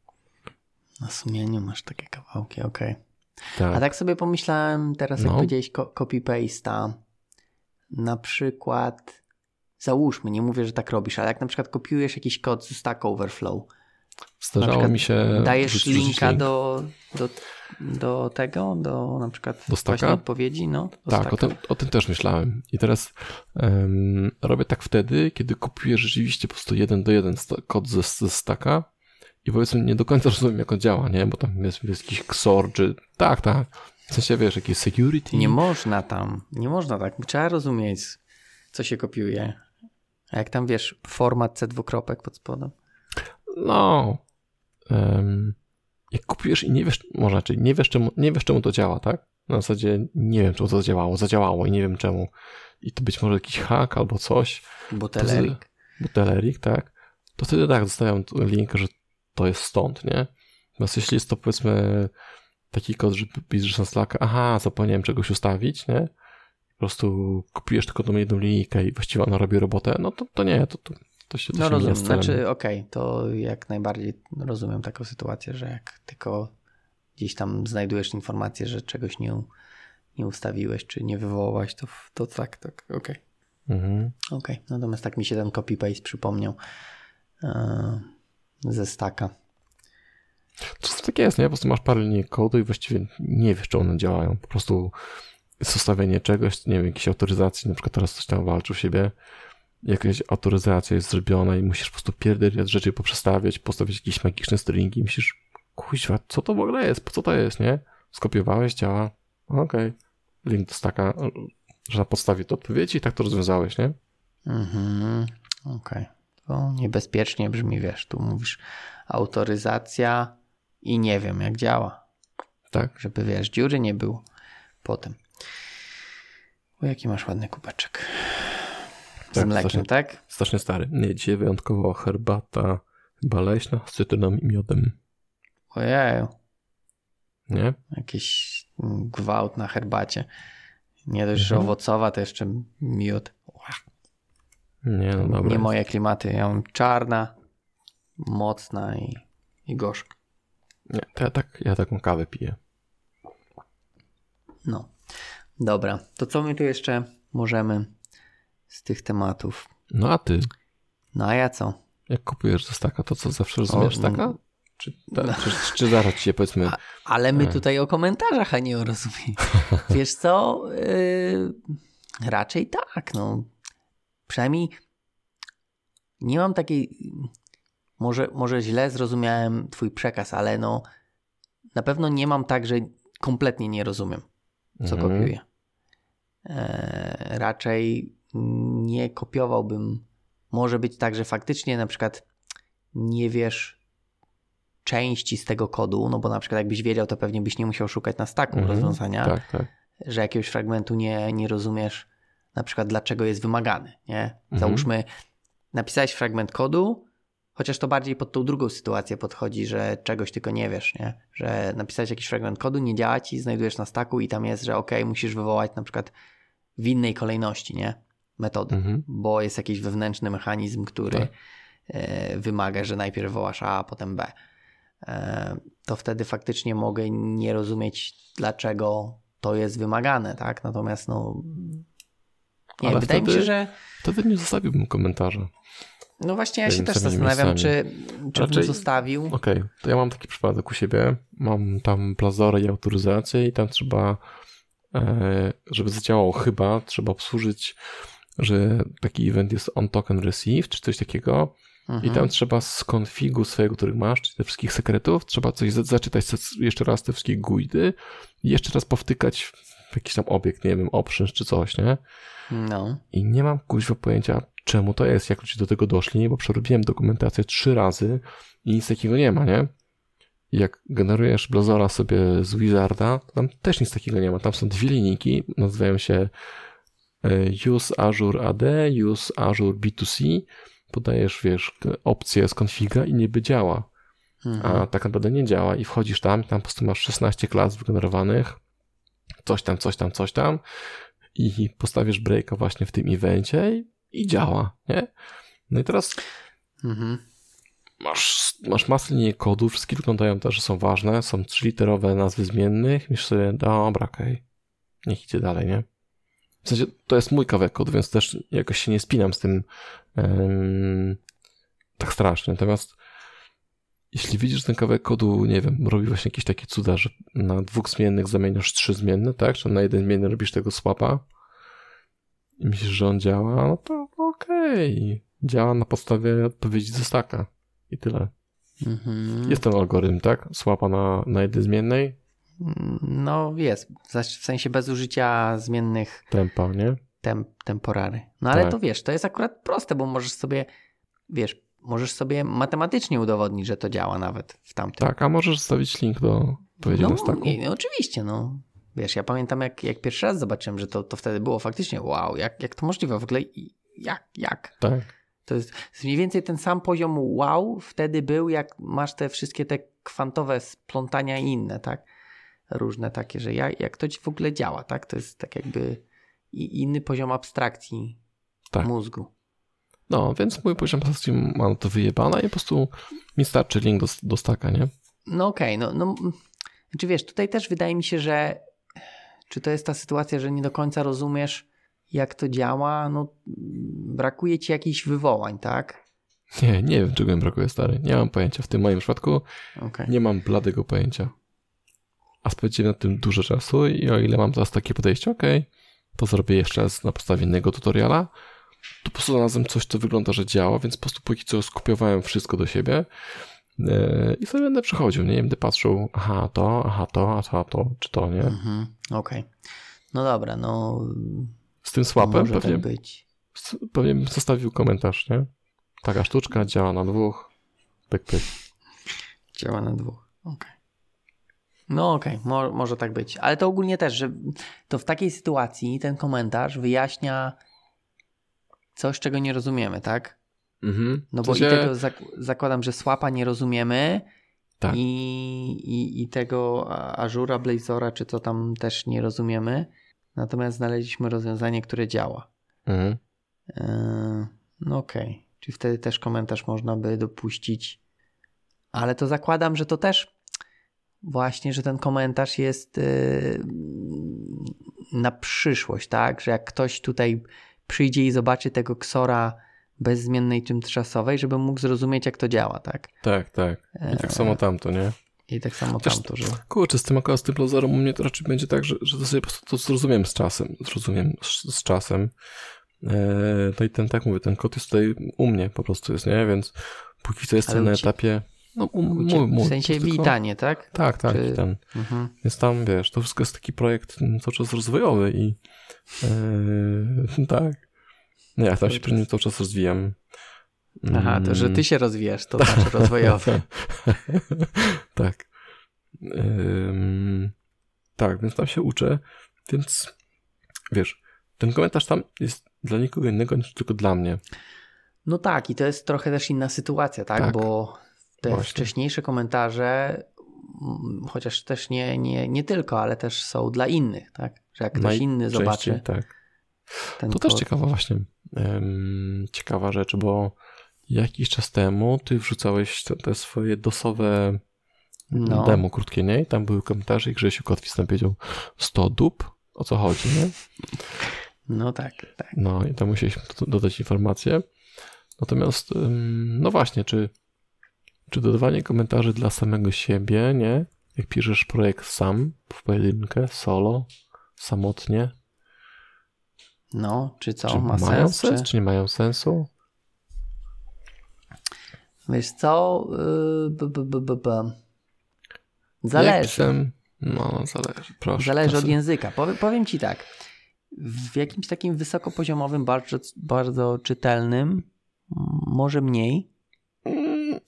Na sumieniu masz takie kawałki, okej. Okay. Tak. A tak sobie pomyślałem teraz, jak no. powiedziałeś copy-paste'a, na przykład, załóżmy, nie mówię, że tak robisz, ale jak na przykład kopiujesz jakiś kod z Stack Overflow, zdarzało mi się dajesz rzucić linka link. do, do, do tego, do na przykład do właśnie odpowiedzi, no. Tak, o tym, o tym też myślałem. I teraz um, robię tak wtedy, kiedy kopiuję rzeczywiście po prostu jeden do jeden kod ze, ze stacka i powiedzmy nie do końca rozumiem, jak on działa, nie? Bo tam jest, jest jakiś X O R, czy tak, tak. W sensie, wiesz, jakieś security. Nie można tam, nie można tak. Trzeba rozumieć, co się kopiuje. A jak tam, wiesz, format C dwukropek pod spodem. No. Um, jak kupujesz i nie wiesz, może raczej nie wiesz czemu, nie wiesz czemu to działa, tak? Na zasadzie nie wiem czemu to zadziałało, zadziałało i nie wiem czemu. I to być może jakiś hack albo coś. Botelerik. Botelerik, tak. To wtedy tak, dostaję link, że to jest stąd, nie? Natomiast jeśli jest to powiedzmy taki kod, że piszesz na Slacka, aha, zapomniałem czegoś ustawić, nie? Po prostu kopiujesz tylko tą jedną linijkę i właściwie ona robi robotę, no to, to nie, to, to, to się to No się rozumiem, nie znaczy okej, okay, to jak najbardziej rozumiem taką sytuację, że jak tylko gdzieś tam znajdujesz informację, że czegoś nie, nie ustawiłeś, czy nie wywołałeś, to, to tak, tak, okej. Okay. Mhm. Okej, okay. Natomiast tak mi się ten copy-paste przypomniał yy, ze Stacka. To tak jest, nie? Po prostu masz parę linii kodu i właściwie nie wiesz, czy one działają. Po prostu jest ustawienie czegoś, nie wiem, jakiejś autoryzacji, na przykład teraz coś tam walczy u siebie, jakaś autoryzacja jest zrobiona i musisz po prostu pierdolić rzeczy poprzestawiać, postawić jakieś magiczne stringi i myślisz, kuźwa, co to w ogóle jest? Po co to jest, nie? Skopiowałeś, działa, okej. Okay. Link do Stacka, że na podstawie to odpowiedzi i tak to rozwiązałeś, nie? Mhm, okej. Okay. To niebezpiecznie brzmi, wiesz, tu mówisz autoryzacja i nie wiem, jak działa. Tak. Żeby, wiesz, dziury nie było potem. O, jaki masz ładny kubeczek. Z Tak, mlekiem, strasznie, tak? Strasznie stary. Nie, dzisiaj wyjątkowo herbata chyba leśna z cytryną i miodem. Ojej, Nie? jakiś gwałt na herbacie. Nie dość, że Mhm. owocowa, to jeszcze miód. Nie, no dobra. Nie jest. moje klimaty. Ja mam czarna, mocna i, i gorzka. Nie, to ja, tak, ja taką kawę piję. No. Dobra, to co my tu jeszcze możemy z tych tematów? No a ty, No a ja co? jak kupujesz ze staka, to co, zawsze rozumiesz O, taka? Czy, ta, no. czy, czy, czy zaraz ci się powiedzmy... A, ale my E. tutaj o komentarzach, a nie o rozumieniu. Wiesz co? Yy, raczej tak, no. Przynajmniej nie mam takiej... Może, może źle zrozumiałem twój przekaz, ale no na pewno nie mam tak, że kompletnie nie rozumiem, co Mhm. kopiuję. E, raczej nie kopiowałbym. Może być tak, że faktycznie na przykład nie wiesz części z tego kodu, no bo na przykład jakbyś wiedział, to pewnie byś nie musiał szukać na stacku Mhm. rozwiązania, Tak, tak. że jakiegoś fragmentu nie, nie rozumiesz, na przykład dlaczego jest wymagany, nie? Mhm. Załóżmy, napisałeś fragment kodu, chociaż to bardziej pod tą drugą sytuację podchodzi, że czegoś tylko nie wiesz, nie? Że napisałeś jakiś fragment kodu, nie działa ci, znajdujesz na stacku i tam jest, że ok, musisz wywołać na przykład w innej kolejności, nie? Metody, Mhm. bo jest jakiś wewnętrzny mechanizm, który Tak. e, wymaga, że najpierw wołasz A, a potem B. E, to wtedy faktycznie mogę nie rozumieć, dlaczego to jest wymagane, tak? Natomiast no... Nie, Ale wydaje wtedy, mi się, że... Wtedy nie zostawiłbym komentarza. No właśnie ja się Tymi też samymi zastanawiam, czy, miejscami. czy bym Raczej- zostawił. Okej, okay. To ja mam taki przypadek u siebie. Mam tam plazorę i autoryzację i tam trzeba, e, żeby zadziałało chyba, trzeba obsłużyć, że taki event jest on token receive, czy coś takiego. Mhm. I tam trzeba z konfigu swojego, który masz, czyli te wszystkich sekretów, trzeba coś za- zaczytać jeszcze raz te wszystkie guidy i jeszcze raz powtykać w jakiś tam obiekt, nie wiem, option czy coś, nie? No. I nie mam kuźwa pojęcia, czemu to jest, jak ludzie do tego doszli, bo przerobiłem dokumentację trzy razy i nic takiego nie ma, nie? I jak generujesz Blazora sobie z Wizarda, to tam też nic takiego nie ma. Tam są dwie linijki, nazywają się e, Use Azure A D, Use Azure B dwa C, podajesz, wiesz, opcję z konfiga i niby działa. Mhm. A tak naprawdę nie działa i wchodzisz tam, tam po prostu masz szesnaście klas wygenerowanych, coś tam, coś tam, coś tam i postawisz breaka właśnie w tym evencie i, i działa, nie? No i teraz Mhm. masz, masz masę linii kodu, wszystkie wyglądają tak, że są ważne, są trzyliterowe nazwy zmiennych, myślisz sobie, dobra, okej, okay, niech idzie dalej, nie? W sensie, to jest mój kawałek kodu, więc też jakoś się nie spinam z tym um, tak strasznie, natomiast jeśli widzisz, że ten kawałek kodu, nie wiem, robi właśnie jakieś takie cuda, że na dwóch zmiennych zamieniasz trzy zmienne, tak? Czy na jeden zmienny robisz tego swapa i myślisz, że on działa, no to okej. Okay. Działa na podstawie odpowiedzi ze stacka i tyle. Mhm. Jest ten algorytm, tak? Swapa na, na jednej zmiennej. No jest, zaś w sensie bez użycia zmiennych Tempa, nie? temp, temporary. No ale Tak. to wiesz, to jest akurat proste, bo możesz sobie, wiesz, możesz sobie matematycznie udowodnić, że to działa nawet w tamtym. Tak, a możesz zostawić link do odpowiedzi No, na stacku. nie, no oczywiście, no. Wiesz, ja pamiętam jak, jak pierwszy raz zobaczyłem, że to, to wtedy było faktycznie wow, jak, jak to możliwe w ogóle, i jak, jak? Tak. To jest mniej więcej ten sam poziom wow wtedy był, jak masz te wszystkie te kwantowe splątania i inne, tak? Różne takie, że jak, jak to ci w ogóle działa, tak? To jest tak jakby i- inny poziom abstrakcji Tak. mózgu. No, więc mój poziom abstrakcji ma to wyjebane i po prostu mi starczy link do, do stacka, nie? No okej, okay, no, no czy wiesz, tutaj też wydaje mi się, że czy to jest ta sytuacja, że nie do końca rozumiesz, jak to działa, no brakuje ci jakichś wywołań, tak? Nie, nie wiem, czego mi brakuje, stary. Nie mam pojęcia. W tym moim przypadku Okay. nie mam bladego pojęcia. A spędziłem nad tym dużo czasu i o ile mam teraz takie podejście, okej, okay, to zrobię jeszcze raz na podstawie innego tutoriala, to po prostu znalazłem coś, co wygląda, że działa, więc po prostu póki co skupiowałem wszystko do siebie yy, i sobie będę przechodził, nie będę patrzył, aha to, aha to, aha to, czy to, nie? Mhm, okej. Okay. No dobra, no z tym swapem może pewnie, tak być. pewnie bym zostawił komentarz, nie? Taka sztuczka działa na dwóch, pyk, pyk. Działa na dwóch, okej. Okay. No okej, okay, Mo- może tak być. Ale to ogólnie też, że to w takiej sytuacji ten komentarz wyjaśnia coś, czego nie rozumiemy, tak? Mhm. No bo się... i tego zak- zakładam, że Swapa nie rozumiemy tak. i, i, i tego Azura, Blazora, czy co tam też nie rozumiemy. Natomiast znaleźliśmy rozwiązanie, które działa. Mhm. Yy, no okej. Okay. Czyli wtedy też komentarz można by dopuścić. Ale to zakładam, że to też właśnie, że ten komentarz jest yy, na przyszłość, tak? Że jak ktoś tutaj przyjdzie i zobaczy tego ksora bez zmiennej tymczasowej, żeby mógł zrozumieć, jak to działa, tak? Tak, tak. I tak samo tamto, nie? I tak samo Chociaż, tamto, że... Kurczę, z tym akurat z tym Blazorem u mnie to raczej będzie tak, że, że to sobie po prostu to zrozumiem z czasem. Zrozumiem z, z czasem. Eee, no i ten, tak mówię, ten kod jest tutaj u mnie po prostu jest, nie? Więc póki co jestem na etapie... No, um, Cię, mój, mój, w sensie tylko... witanie, tak? Tak, tak. Czy... Ten. Mhm. Więc tam, wiesz, to wszystko jest taki projekt cały czas rozwojowy i eee, tak. No ja tam się przy nim cały czas rozwijam. Aha, to że ty się rozwijasz, to znaczy rozwojowy. tak. Ym, tak, więc tam się uczę, więc wiesz, ten komentarz tam jest dla nikogo innego niż tylko dla mnie. No tak, i to jest trochę też inna sytuacja, tak? tak. Bo te Właśnie. wcześniejsze komentarze, chociaż też nie, nie, nie tylko, ale też są dla innych, tak? Że jak ktoś inny zobaczy. Tak. Ten to kod... też ciekawa właśnie, um, ciekawa rzecz, bo jakiś czas temu ty wrzucałeś te, te swoje dosowe no. demo krótkie, nie? I tam były komentarze i Grzesiu Kotwis napisał sto dup, o co chodzi, nie? No tak, tak. No i tam musieliśmy dodać informacje. Natomiast, no właśnie, czy, czy dodawanie komentarzy dla samego siebie, nie? Jak piszesz projekt sam, w pojedynkę, solo, samotnie. No, czy co? Czy Ma mają sens? sens, czy... czy nie mają sensu? Wiesz co? B, b, b, b, b. Zależy. Pisem... No, zależy, proszę. Zależy od języka. Powiem, powiem ci tak. W jakimś takim wysokopoziomowym, bardzo, bardzo czytelnym, może mniej. Mm,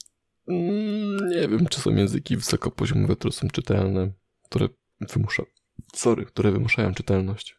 mm, nie wiem, czy są języki wysokopoziomowe, które są czytelne, które wymuszają, sorry, które wymuszają czytelność.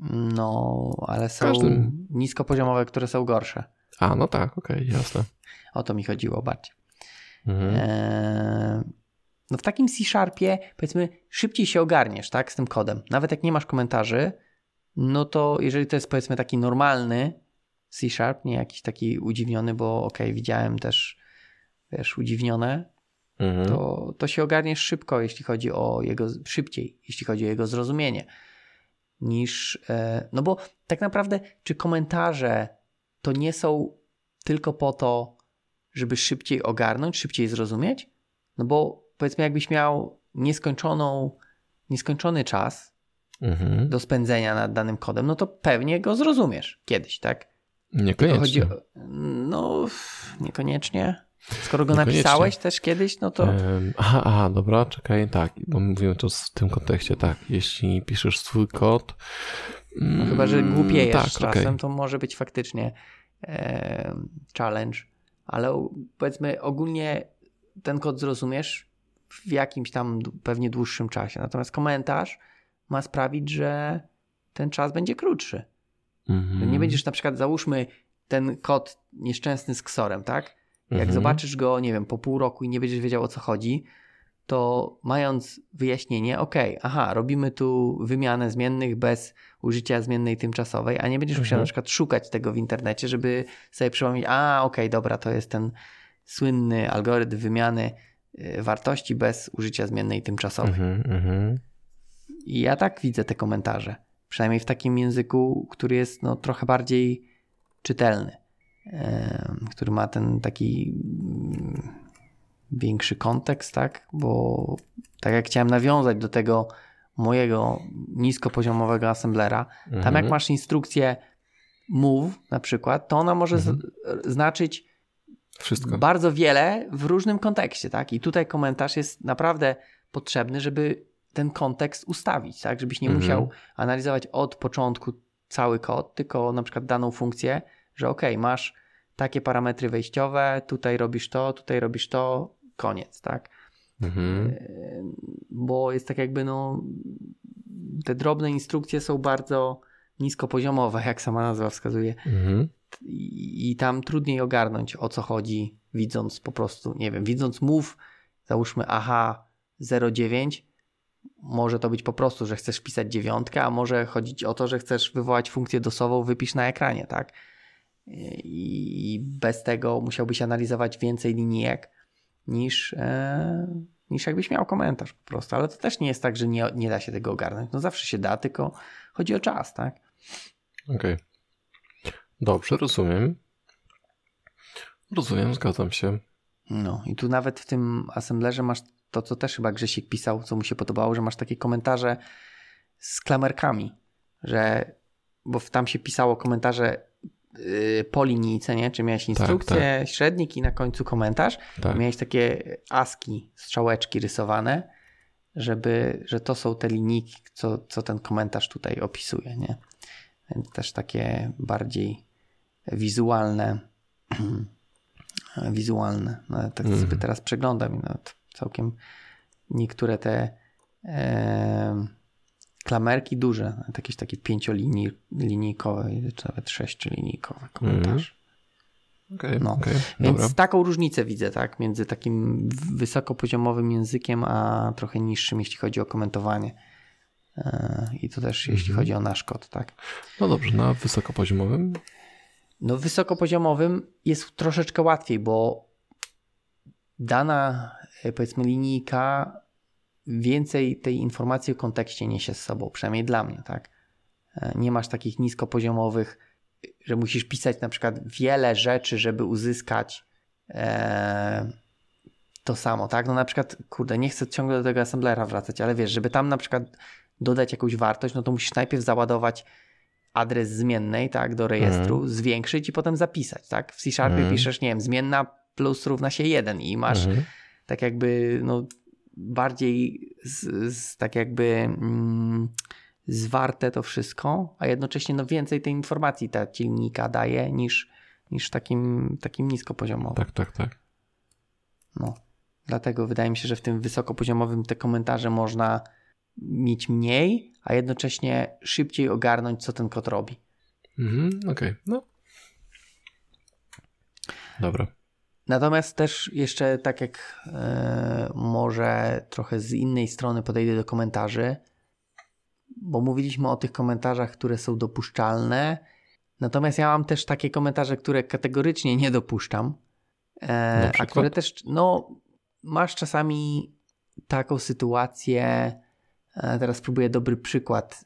No, ale są Każdym... niskopoziomowe, które są gorsze. A, no tak, okej, okay, jasne. O to mi chodziło bardziej. Mhm. Eee, no w takim C-Sharpie, powiedzmy, szybciej się ogarniesz, tak, z tym kodem. Nawet jak nie masz komentarzy, no to jeżeli to jest, powiedzmy, taki normalny C-Sharp, nie jakiś taki udziwniony, bo okej, okay, widziałem też, wiesz, udziwnione, mhm. to, to się ogarniesz szybko, jeśli chodzi o jego, szybciej, jeśli chodzi o jego zrozumienie, niż, e, no bo tak naprawdę, czy komentarze to nie są tylko po to, żeby szybciej ogarnąć, szybciej zrozumieć? No bo powiedzmy, jakbyś miał nieskończoną, nieskończony czas mhm. do spędzenia nad danym kodem, no to pewnie go zrozumiesz kiedyś, tak? Niekoniecznie. Chodzi o, no, niekoniecznie. Skoro go napisałeś też kiedyś, no to... Um, aha, aha, dobra, czekaj, tak, bo mówimy to w tym kontekście, tak, jeśli piszesz swój kod... No, mm, chyba, że głupiejesz tak, z czasem, okay. to może być faktycznie e, challenge, ale powiedzmy ogólnie ten kod zrozumiesz w jakimś tam pewnie dłuższym czasie, natomiast komentarz ma sprawić, że ten czas będzie krótszy. Mm-hmm. Nie będziesz na przykład, załóżmy ten kod nieszczęsny z ksorem, tak? Jak mm-hmm. zobaczysz go, nie wiem, po pół roku i nie będziesz wiedział, o co chodzi, to mając wyjaśnienie, okej, okay, aha, robimy tu wymianę zmiennych bez użycia zmiennej tymczasowej, a nie będziesz mm-hmm. musiał na przykład szukać tego w internecie, żeby sobie przypomnieć, a okej, okay, dobra, to jest ten słynny algorytm wymiany y, wartości bez użycia zmiennej tymczasowej. Mm-hmm. I ja tak widzę te komentarze. Przynajmniej w takim języku, który jest no, trochę bardziej czytelny. Yy, który ma ten taki yy, większy kontekst, tak? Bo tak jak chciałem nawiązać do tego mojego niskopoziomowego assemblera, mhm. tam jak masz instrukcję move na przykład, to ona może mhm. z- znaczyć wszystko. Bardzo wiele w różnym kontekście, tak? I tutaj komentarz jest naprawdę potrzebny, żeby ten kontekst ustawić, tak? Żebyś nie mhm. musiał analizować od początku cały kod, tylko na przykład daną funkcję, że okej, okay, masz takie parametry wejściowe, tutaj robisz to, tutaj robisz to, koniec, tak? Mhm. Bo jest tak jakby no te drobne instrukcje są bardzo niskopoziomowe, jak sama nazwa wskazuje. Mhm. I, I tam trudniej ogarnąć, o co chodzi, widząc po prostu, nie wiem, widząc move, załóżmy aha zero dziewięć, może to być po prostu, że chcesz wpisać dziewiątkę, a może chodzić o to, że chcesz wywołać funkcję dosową, wypisz na ekranie, tak? I bez tego musiałbyś analizować więcej linijek niż, e, niż jakbyś miał komentarz po prostu. Ale to też nie jest tak, że nie, nie da się tego ogarnąć. No zawsze się da, tylko chodzi o czas, tak? Okej. Okay. Dobrze, rozumiem. Rozumiem, zgadzam się. No i tu nawet w tym assemblerze masz to, co też chyba Grzesiek pisał, co mu się podobało, że masz takie komentarze z klamerkami, że, bo tam się pisało komentarze yy, po linijce, nie? Czy miałeś instrukcję, tak, tak. średnik i na końcu komentarz. Tak. Miałeś takie aski, strzałeczki rysowane, żeby, że to są te linijki, co, co ten komentarz tutaj opisuje, nie? Więc też takie bardziej wizualne wizualne. No, tak mm. sobie teraz przeglądam i no, całkiem niektóre te e, klamerki duże, nawet jakieś takie pięciolinijkowe, czy nawet sześciolinijkowe komentarze. Mm. Okay, no. okay, Więc dobra. taką różnicę widzę, tak, między takim wysokopoziomowym językiem, a trochę niższym, jeśli chodzi o komentowanie. E, I to też mm. jeśli chodzi o nasz kod, tak. No dobrze, na wysokopoziomowym? No w wysokopoziomowym jest troszeczkę łatwiej, bo dana, powiedzmy, linijka więcej tej informacji o kontekście niesie z sobą, przynajmniej dla mnie, tak? Nie masz takich niskopoziomowych, że musisz pisać na przykład wiele rzeczy, żeby uzyskać e, to samo, tak? No na przykład, kurde, nie chcę ciągle do tego assemblera wracać, ale wiesz, żeby tam na przykład dodać jakąś wartość, no to musisz najpierw załadować adres zmiennej, tak, do rejestru, mm. zwiększyć i potem zapisać, tak? W C-Sharpie mm. piszesz, nie wiem, zmienna plus równa się jeden i masz mm. tak jakby, no, bardziej z, z, tak jakby mm, zwarte to wszystko, a jednocześnie no więcej tej informacji ta silnika daje niż, niż takim, takim niskopoziomowym. Tak, tak, tak. No, dlatego wydaje mi się, że w tym wysokopoziomowym te komentarze można mieć mniej, a jednocześnie szybciej ogarnąć, co ten kod robi. Mhm, okej, okay. No. Dobra. Natomiast też jeszcze tak jak yy, może trochę z innej strony podejdę do komentarzy, bo mówiliśmy o tych komentarzach, które są dopuszczalne, natomiast ja mam też takie komentarze, które kategorycznie nie dopuszczam, yy, a które też, no, masz czasami taką sytuację. Teraz próbuję dobry przykład.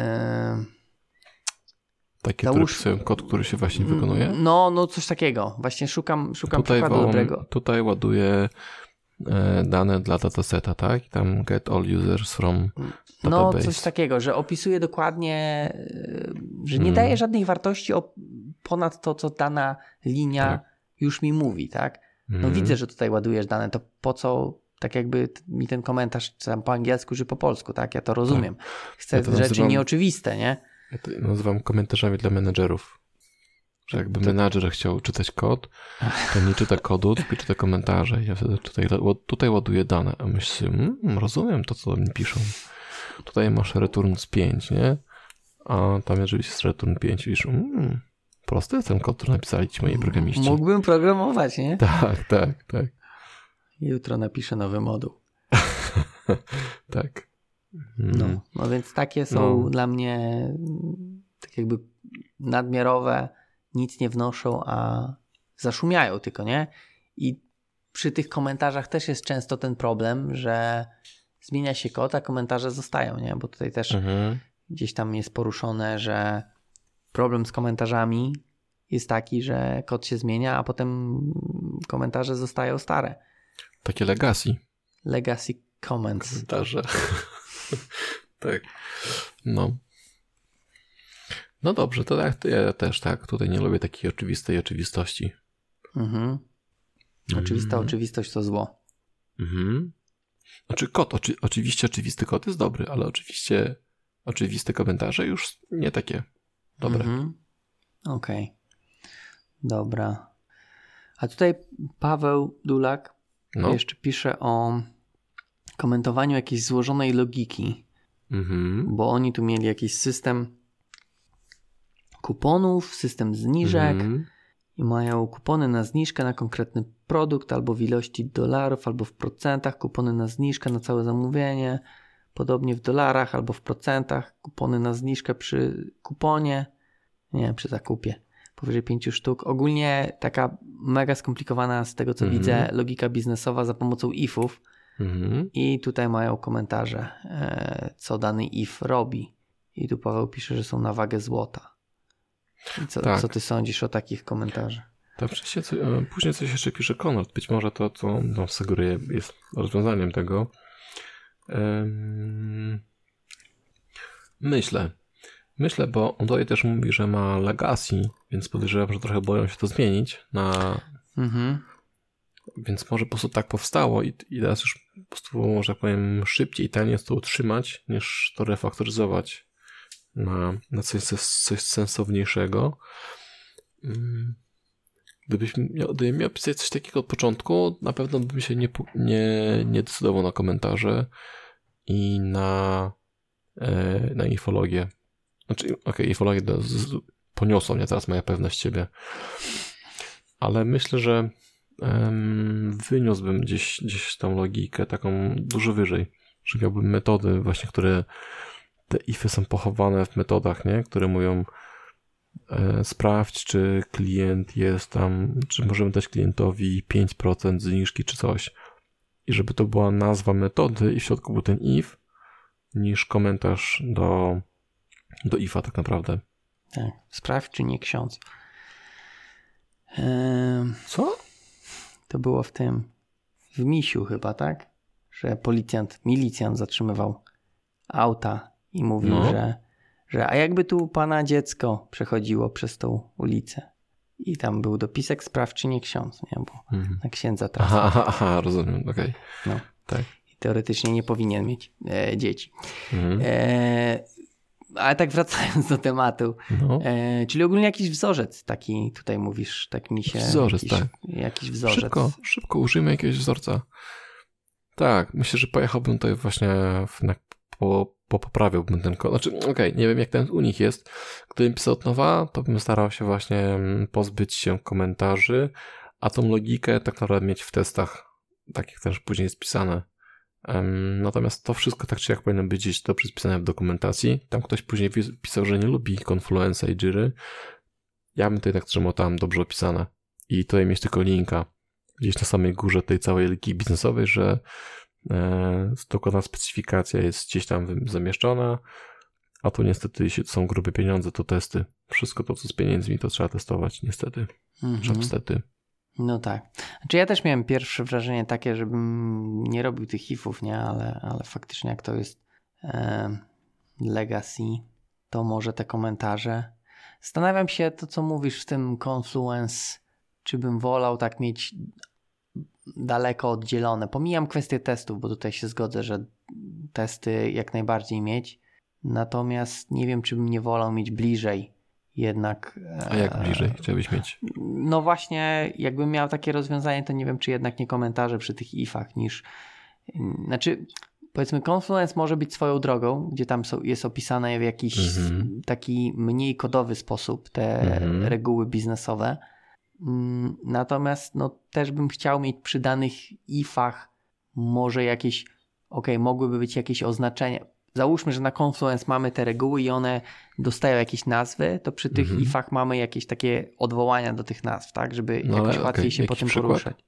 Taki, Załóż... który kod, który się właśnie wykonuje? No, no coś takiego. Właśnie szukam, szukam tutaj przykładu wam, dobrego. Tutaj ładuję dane dla dataseta, tak? I tam get all users from database. No, coś takiego, że opisuje dokładnie, że nie hmm. daje żadnej wartości ponad to, co dana linia tak. już mi mówi, tak? No hmm. widzę, że tutaj ładujesz dane, to po co tak jakby mi ten komentarz czy tam po angielsku, czy po polsku, tak? Ja to rozumiem. Tak. Chcę ja to rzeczy nazywam, nieoczywiste, nie? Ja to nazywam komentarzami dla menedżerów. Że jakby to... menadżer chciał czytać kod, to nie czyta kodu, tylko czyta komentarze. Ja wtedy tutaj, tutaj ładuję dane, a myślę, hmm, rozumiem to, co mi piszą. Tutaj masz return z pięć, nie? A tam jeżeli jest return pięć, widzisz, hmm, prosty jest ten kod, który napisali ci moi programiści. Mógłbym programować, nie? Tak, tak, tak. Jutro napiszę nowy moduł. tak. No, no więc takie są no. dla mnie tak jakby nadmiarowe, nic nie wnoszą, a zaszumiają tylko, nie? I przy tych komentarzach też jest często ten problem, że zmienia się kod, a komentarze zostają, nie? Bo tutaj też mhm. gdzieś tam jest poruszone, że problem z komentarzami jest taki, że kod się zmienia, a potem komentarze zostają stare. Takie legacy. Legacy comments. Komentarze. tak. No. No dobrze, to tak, to ja też tak. Tutaj nie lubię takiej oczywistej oczywistości. Mhm. Oczywista mm. oczywistość to zło. Mhm. Znaczy kod, oczy, oczywiście oczywisty kod jest dobry, ale oczywiście oczywiste komentarze już nie takie dobre. Mhm. Okej. Okay. Dobra. A tutaj Paweł Dulak no. jeszcze pisze o komentowaniu jakiejś złożonej logiki, Mhm. bo oni tu mieli jakiś system kuponów, system zniżek Mhm. i mają kupony na zniżkę na konkretny produkt albo w ilości dolarów, albo w procentach, kupony na zniżkę na całe zamówienie, podobnie w dolarach albo w procentach, kupony na zniżkę przy kuponie, nie, przy zakupie, powyżej pięciu sztuk. Ogólnie taka mega skomplikowana z tego co Mhm. widzę logika biznesowa za pomocą ifów Mhm. i tutaj mają komentarze, e, co dany if robi. I tu Paweł pisze, że są na wagę złota. I co, Tak. co ty sądzisz o takich komentarzach? Tam wcześniej, co, e, później coś jeszcze pisze Konrad. Być może to, co no, sugeruje, jest rozwiązaniem tego. Ym... Myślę. Myślę, bo on tutaj też mówi, że ma legacy, więc podejrzewam, że trochę boją się to zmienić na... Mhm. Więc może po prostu tak powstało i, i teraz już po prostu, że tak powiem, szybciej i taniej jest to utrzymać, niż to refaktoryzować na, na coś, coś sensowniejszego. Ym... Gdybyś miał, gdybym miał pisać coś takiego od początku, na pewno bym się nie, nie, nie decydował na komentarze i na, e, na infologię. Znaczy, okej, okay, infologię do, z, poniosło mnie teraz moja pewność siebie. Ale myślę, że em, wyniósłbym gdzieś, gdzieś tą logikę taką dużo wyżej. Że miałbym metody właśnie, które te ify są pochowane w metodach, nie? Które mówią sprawdź, czy klient jest tam, czy możemy dać klientowi pięć procent zniżki, czy coś. I żeby to była nazwa metody i w środku był ten if, niż komentarz do, do ifa tak naprawdę. Tak, sprawdź, czy nie ksiądz. Ehm, Co? to było w tym, w Misiu chyba, tak? Że policjant, milicjant zatrzymywał auta i mówił, No. że że a jakby tu pana dziecko przechodziło przez tą ulicę i tam był dopisek sprawdź, czy nie ksiądz, nie? Bo Mhm. na księdza trafia. Aha, aha, aha, rozumiem, okej. Okay. No. Tak. I teoretycznie nie powinien mieć e, dzieci. Mhm. E, ale tak wracając do tematu, No. e, czyli ogólnie jakiś wzorzec taki tutaj mówisz, tak mi się... Wzorzec, jakiś, tak. Jakiś wzorzec. Szybko, szybko użyjmy jakiegoś wzorca. Tak, myślę, że pojechałbym tutaj właśnie w, na, po, po poprawiłbym ten kod. Znaczy, okej, okay, nie wiem jak ten u nich jest. Gdybym pisał od nowa, to bym starał się właśnie pozbyć się komentarzy, a tą logikę tak naprawdę mieć w testach, tak jak też później jest pisane. Um, natomiast to wszystko tak czy jak powinno być gdzieś dobrze spisane w dokumentacji. Tam ktoś później pisał, że nie lubi Confluence'a i Jiry. Ja bym tutaj tak trzymał tam dobrze opisane. I tutaj mieć tylko linka gdzieś na samej górze tej całej logiki biznesowej, że e, dokładna specyfikacja jest gdzieś tam zamieszczona, a tu niestety jeśli to są grube pieniądze, to testy. Wszystko to, co z pieniędzmi, to trzeba testować, niestety. Mhm. Czy niestety. No tak. Znaczy ja też miałem pierwsze wrażenie takie, żebym nie robił tych hifów, nie? Ale, ale faktycznie jak to jest e, legacy, to może te komentarze. Zastanawiam się to, co mówisz w tym Confluence, czy bym wolał tak mieć daleko oddzielone. Pomijam kwestię testów, bo tutaj się zgodzę, że testy jak najbardziej mieć. Natomiast nie wiem, czy bym nie wolał mieć bliżej jednak. A jak bliżej chciałbyś mieć? No właśnie, jakbym miał takie rozwiązanie, to nie wiem, czy jednak nie komentarze przy tych ifach niż... Znaczy, powiedzmy Confluence może być swoją drogą, gdzie tam są, jest opisane w jakiś mm-hmm. taki mniej kodowy sposób te mm-hmm. reguły biznesowe. Natomiast no, też bym chciał mieć przy danych ifach może jakieś, okej, okay, mogłyby być jakieś oznaczenia. Załóżmy, że na Confluence mamy te reguły i one dostają jakieś nazwy, to przy tych mm-hmm. ifach mamy jakieś takie odwołania do tych nazw, tak, żeby no, jakoś łatwiej okay. się po tym poruszać.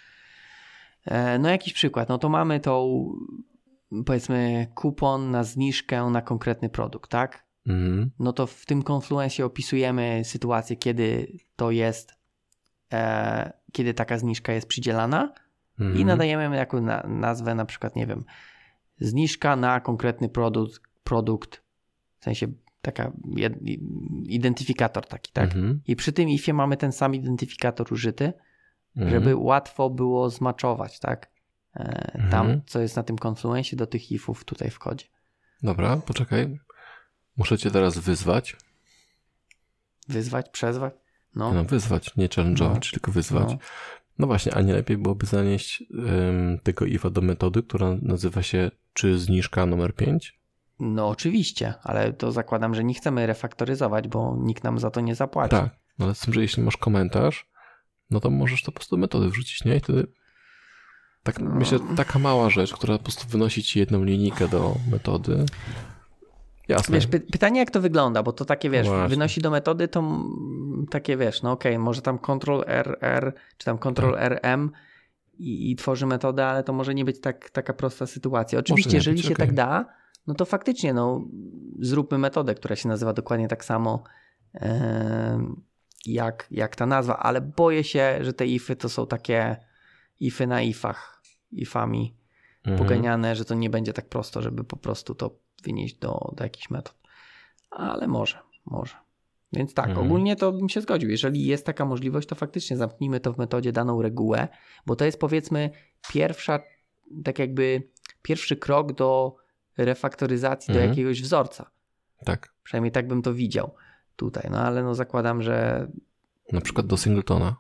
No jakiś przykład, no to mamy tą, powiedzmy, kupon na zniżkę na konkretny produkt, tak? Mm-hmm. No to w tym Confluence opisujemy sytuację, kiedy to jest, e, kiedy taka zniżka jest przydzielana mm-hmm. i nadajemy jako na, nazwę na przykład, nie wiem, zniżka na konkretny produkt, produkt w sensie taka jed, identyfikator taki, tak? Mm-hmm. I przy tym ifie mamy ten sam identyfikator użyty, mm-hmm. żeby łatwo było zmaczować, tak? E, mm-hmm. Tam, co jest na tym Confluence do tych ifów tutaj w kodzie. Dobra, poczekaj. Muszę cię teraz wyzwać. Wyzwać? Przezwać? No, no wyzwać, nie challenge'ować, no. tylko wyzwać. No. No właśnie, a nie lepiej byłoby zanieść ym, tego ifa do metody, która nazywa się czy zniżka numer pięć? No oczywiście, ale to zakładam, że nie chcemy refaktoryzować, bo nikt nam za to nie zapłaci. Tak, no ale z tym, że jeśli masz komentarz, no to możesz to po prostu do metody wrzucić, nie? I wtedy tak, no. myślę, taka mała rzecz, która po prostu wynosi ci jedną linijkę do metody. Jasne. Wiesz, py- pytanie jak to wygląda, bo to takie, wiesz, Właśnie. wynosi do metody, to m, takie, wiesz, no okej, okay, może tam Ctrl R R, czy tam Ctrl R M i, i tworzy metodę, ale to może nie być tak, taka prosta sytuacja. Oczywiście, jeżeli być, się okay. tak da, no to faktycznie, no zróbmy metodę, która się nazywa dokładnie tak samo e, jak, jak ta nazwa, ale boję się, że te ify to są takie ify na ifach, ifami mhm. poganiane, że to nie będzie tak prosto, żeby po prostu to wynieść do, do jakichś metod. Ale może, może. Więc tak, mhm. ogólnie to bym się zgodził. Jeżeli jest taka możliwość, to faktycznie zamknijmy to w metodzie daną regułę, bo to jest powiedzmy pierwsza, tak jakby pierwszy krok do refaktoryzacji mhm. do jakiegoś wzorca. Tak. Przynajmniej tak bym to widział tutaj. No ale no zakładam, że... Na przykład do singletona.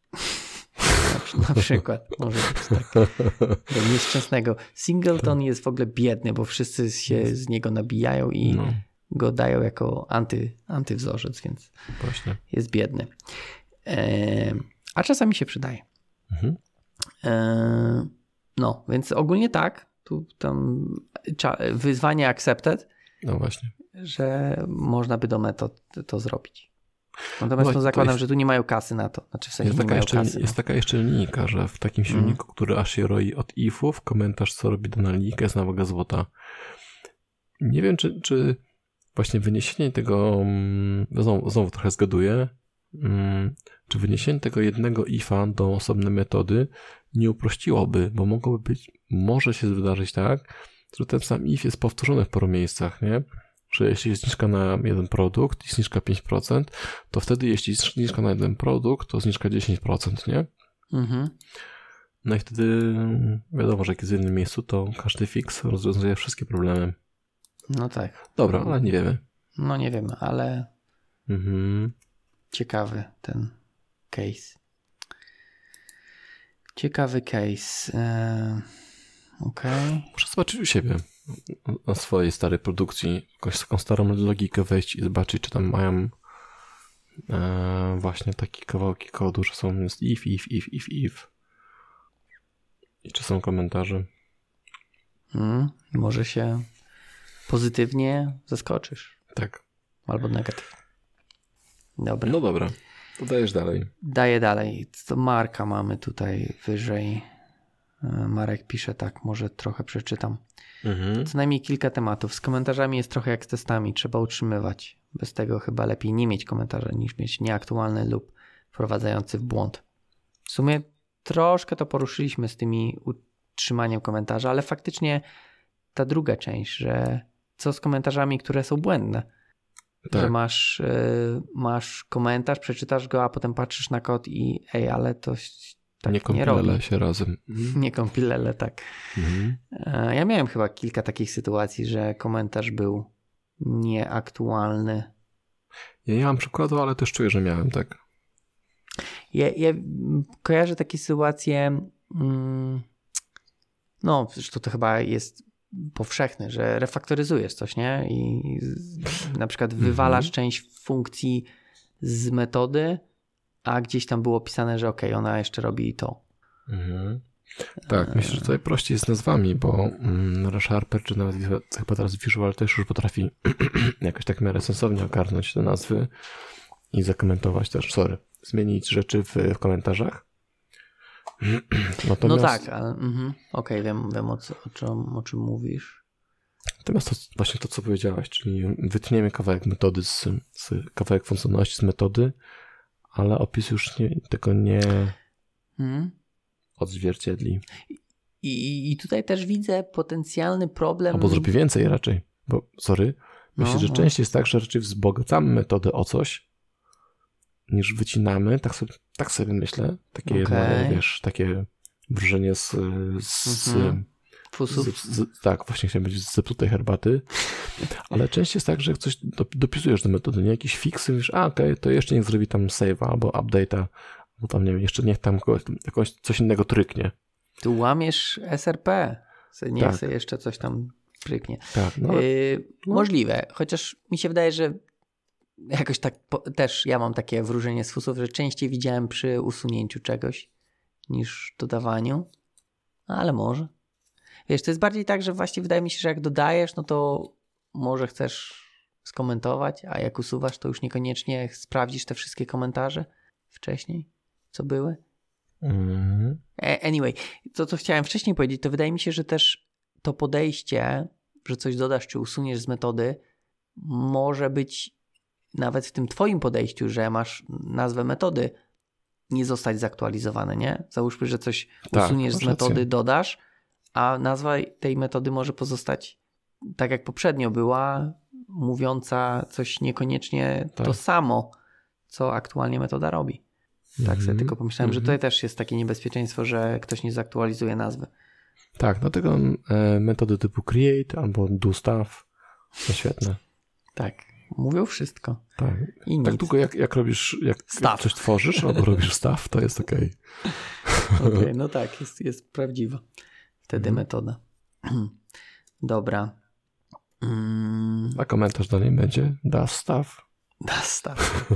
Na przykład, może być tak. Do nieszczęsnego. Singleton jest w ogóle biedny, bo wszyscy się z niego nabijają i no. go dają jako anty, antywzorzec, więc Właśnie. jest biedny. E, a czasami się przydaje. Mhm. E, no, więc ogólnie tak. Tu tam wyzwanie accepted. No właśnie. Że można by do metod to zrobić. Natomiast no, zakładam, jest, że tu nie mają kasy na to. Znaczy w sensie jest, nie taka mają jeszcze, kasy, jest no. taka jeszcze linijka, że w takim silniku, mm. który aż się roi od ifów, komentarz, co robi dana linijka, jest na wagę złota. Nie wiem, czy, czy właśnie wyniesienie tego, znowu, znowu trochę zgaduję, czy wyniesienie tego jednego ifa do osobnej metody nie uprościłoby, bo mogłoby być, może się wydarzyć tak, że ten sam if jest powtórzony w paru miejscach, nie? Że jeśli jest zniżka na jeden produkt i zniżka pięć procent, to wtedy jeśli jest zniżka na jeden produkt, to zniżka dziesięć procent, nie? Mhm. No i wtedy wiadomo, że jak jest w jednym miejscu, to każdy fix rozwiązuje wszystkie problemy. No tak. Dobra, ale nie wiemy. No nie wiemy, ale mhm. ciekawy ten case. Ciekawy case. Eee, Okej. Okay. Muszę zobaczyć u siebie na swojej starej produkcji jakąś taką starą logikę wejść i zobaczyć, czy tam mają e, właśnie takie kawałki kodu, że są jest if, if, if, if, if i czy są komentarze. Hmm, może się pozytywnie zaskoczysz. Tak. Albo negatywnie. Dobra. No dobra, to dajesz dalej. Daję dalej. To Marka mamy tutaj wyżej. Marek pisze tak, może trochę przeczytam. Mhm. Co najmniej kilka tematów. Z komentarzami jest trochę jak z testami. Trzeba utrzymywać. Bez tego chyba lepiej nie mieć komentarza niż mieć nieaktualny lub wprowadzający w błąd. W sumie troszkę to poruszyliśmy z tymi utrzymaniem komentarza, ale faktycznie ta druga część, że co z komentarzami, które są błędne? Tak. Że masz, yy, masz komentarz, przeczytasz go, a potem patrzysz na kod i ej, ale to tak nie kompilele nie się razem. Nie kompilele, tak. Mhm. Ja miałem chyba kilka takich sytuacji, że komentarz był nieaktualny. Ja nie mam przykładu, ale też czuję, że miałem, tak. Ja, ja kojarzę takie sytuacje, mm, no zresztą to chyba jest powszechne, że refaktoryzujesz coś, nie? I na przykład wywalasz mhm. część funkcji z metody, a gdzieś tam było pisane, że okej, okay, ona jeszcze robi to. Mhm. Tak, myślę, że tutaj prościej jest z nazwami, bo mm, ReSharper, czy nawet chyba teraz Visual też już potrafi jakoś tak w miarę sensownie ogarnąć te nazwy i zakomentować też, sorry, zmienić rzeczy w, w komentarzach. Natomiast, no tak, ale mhm, okej, okay, wiem, wiem o, co, o, czym, o czym mówisz. Natomiast to właśnie to, co powiedziałaś, czyli wytniemy kawałek metody, z, z kawałek funkcjonalności z metody, ale opis już nie, tego nie hmm. odzwierciedli. I, I tutaj też widzę potencjalny problem. Albo zrobi więcej raczej, bo sorry, myślę, no, że no. częściej jest tak, że raczej wzbogacamy metodę o coś, niż wycinamy, tak sobie, tak sobie myślę, takie okay. małe, wiesz, takie wrażenie z, z, mhm. Fusów. Z, z, tak, właśnie chciałem powiedzieć z zepsutej herbaty, ale częściej jest tak, że jak coś dopisujesz do metody, nie? Jakiś fix, mówisz, a okej, okay, to jeszcze niech zrobi tam save'a albo update'a, Bo tam, nie wiem, jeszcze niech tam kogoś, jakoś coś innego tryknie. Tu łamiesz S R P. Niech Tak. sobie jeszcze coś tam tryknie. Tak, no, Yy, no. Możliwe, chociaż mi się wydaje, że jakoś tak po, też ja mam takie wróżenie z fusów, że częściej widziałem przy usunięciu czegoś niż dodawaniu, ale może. Wiesz, to jest bardziej tak, że właśnie wydaje mi się, że jak dodajesz, no to może chcesz skomentować, a jak usuwasz, to już niekoniecznie sprawdzisz te wszystkie komentarze wcześniej, co były. Mm. Anyway, to co chciałem wcześniej powiedzieć, to wydaje mi się, że też to podejście, że coś dodasz czy usuniesz z metody, może być nawet w tym twoim podejściu, że masz nazwę metody, nie zostać zaktualizowane, nie? Załóżmy, że coś Tak, usuniesz z masz metody, rację. dodasz, a nazwa tej metody może pozostać tak jak poprzednio była, mówiąca coś niekoniecznie Tak. to samo, co aktualnie metoda robi. Tak sobie Mhm. tylko pomyślałem, że Mhm. to też jest takie niebezpieczeństwo, że ktoś nie zaktualizuje nazwy. Tak, dlatego e, metody typu create albo do stuff są świetne. Tak, mówią wszystko. Tak, I tak nic. długo jak, jak robisz, jak Stuff. coś tworzysz albo robisz stuff, to jest okej. Okej, no tak, jest, jest prawdziwa wtedy Mhm. metoda. Dobra. Mm, A komentarz do niej będzie does stuff. Nastaw.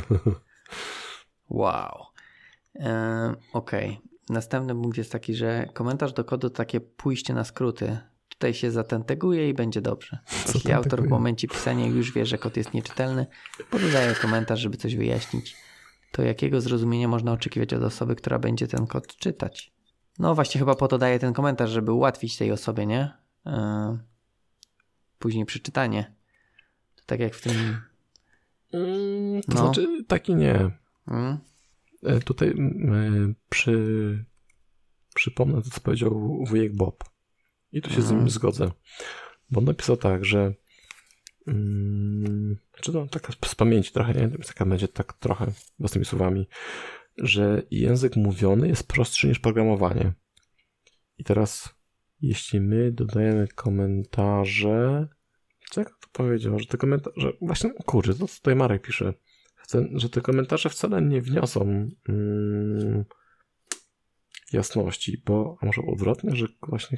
Wow. E, Okej. Następny punkt jest taki, że komentarz do kodu to takie pójście na skróty. Tutaj się zatenteguje i będzie dobrze. Jeśli autor w tenteguje? momencie pisania już wie, że kod jest nieczytelny, podaje komentarz, żeby coś wyjaśnić. To jakiego zrozumienia można oczekiwać od osoby, która będzie ten kod czytać? No właśnie chyba po to daje ten komentarz, żeby ułatwić tej osobie, nie? E, później przeczytanie. To tak jak w tym... Mm, to No. znaczy taki nie. Mm? E, Tutaj mm, przy, przypomnę to, co powiedział wujek Bob. I tu się z nim Mhm. zgodzę. Bo on napisał tak, że mm, czy to taka z pamięci trochę, nie? Taka będzie tak trochę własnymi słowami, że język mówiony jest prostszy niż programowanie. I teraz jeśli my dodajemy komentarze, co jak to powiedział, że te komentarze, właśnie, kurczę, to tutaj Marek pisze, że te komentarze wcale nie wniosą mm, jasności, bo, a może odwrotnie, że właśnie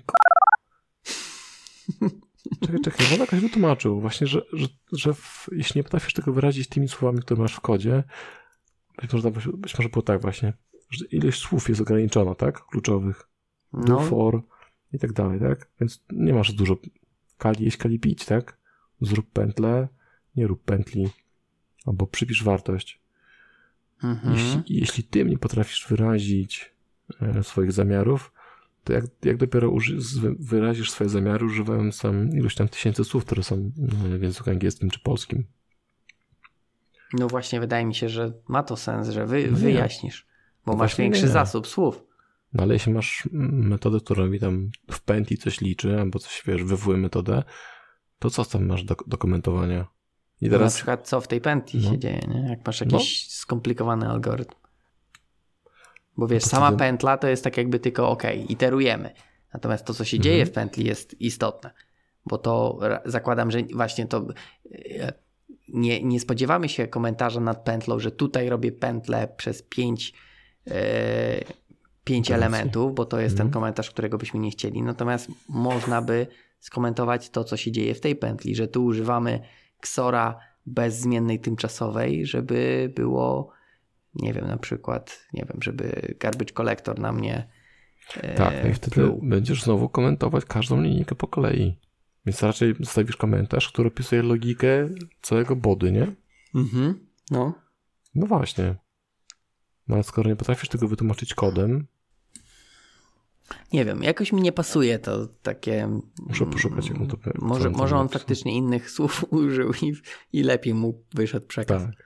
czekaj, czekaj, bo jakoś wytłumaczył właśnie, że, że, że w, jeśli nie potrafisz tego wyrazić tymi słowami, które masz w kodzie, być może, być może było tak właśnie, że ilość słów jest ograniczona, tak? Kluczowych. Do, No, for i tak dalej, tak? Więc nie masz dużo kali, jeść, kali, pić, tak? Zrób pętlę, nie rób pętli, albo przypisz wartość. mhm. Jeśli, jeśli ty nie potrafisz wyrazić e, swoich zamiarów, to jak, jak dopiero uży, z- wyrazisz swoje zamiary, używając tam iluś tam tysięcy słów, które są e, w języku angielskim czy polskim. No właśnie, wydaje mi się, że ma to sens, że wy, No nie. wyjaśnisz, bo No masz właśnie większy nie. zasób słów. No ale jeśli masz mm, metodę, która robi tam w pętli coś liczy, albo coś, wiesz, wywołuje metodę, to co tam masz do, do komentowania? I Teraz... teraz Na przykład co w tej pętli No. się dzieje, nie? Jak masz jakiś skomplikowany algorytm. Bo wiesz, to sama wtedy- pętla to jest tak jakby tylko ok, iterujemy. Natomiast to, co się Mhm. dzieje w pętli jest istotne. Bo to ra- zakładam, że właśnie to e, nie, nie spodziewamy się komentarza nad pętlą, że tutaj robię pętlę przez pięć, e, pięć Operacji. elementów, bo to jest Mhm. ten komentarz, którego byśmy nie chcieli. Natomiast można by skomentować to, co się dzieje w tej pętli, że tu używamy ksora bez zmiennej tymczasowej, żeby było, nie wiem, na przykład, nie wiem, żeby garbage collector na mnie e, tak, no i wtedy pluł. będziesz znowu komentować każdą linijkę po kolei. Więc raczej zostawisz komentarz, który opisuje logikę całego body, nie? Mhm. No. No właśnie. No ale skoro nie potrafisz tego wytłumaczyć kodem, Nie wiem, jakoś mi nie pasuje to takie... muszę poszukać, jak on to Może, co on może tam on napisał. faktycznie innych słów użył i, i lepiej mu wyszedł przekaz. Tak.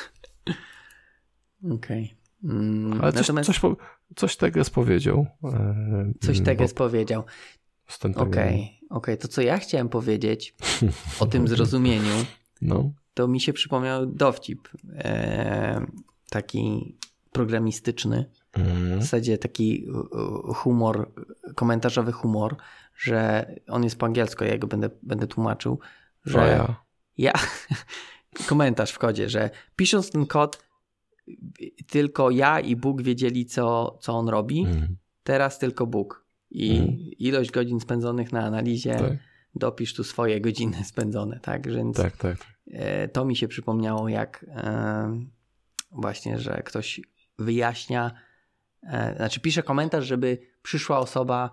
Okej. Mm, Ale coś, natomiast coś, po, coś Teges powiedział. E, coś Bob Teges powiedział. z Tentagonu. Okej, okej, to co ja chciałem powiedzieć o tym zrozumieniu, No. to mi się przypomniał dowcip e, taki programistyczny, Mm. w zasadzie taki e, humor, komentarzowy humor, że on jest po angielsku, ja go będę, będę tłumaczył, że O ja. ja, komentarz w kodzie, że pisząc ten kod tylko ja i Bóg wiedzieli, co, co on robi. Mm. Teraz tylko Bóg. I Mm. ilość godzin spędzonych na analizie, Tak. dopisz tu swoje godziny spędzone, tak? Więc Tak, tak. e, to mi się przypomniało, jak e, właśnie, że ktoś wyjaśnia, e, znaczy pisze komentarz, żeby przyszła osoba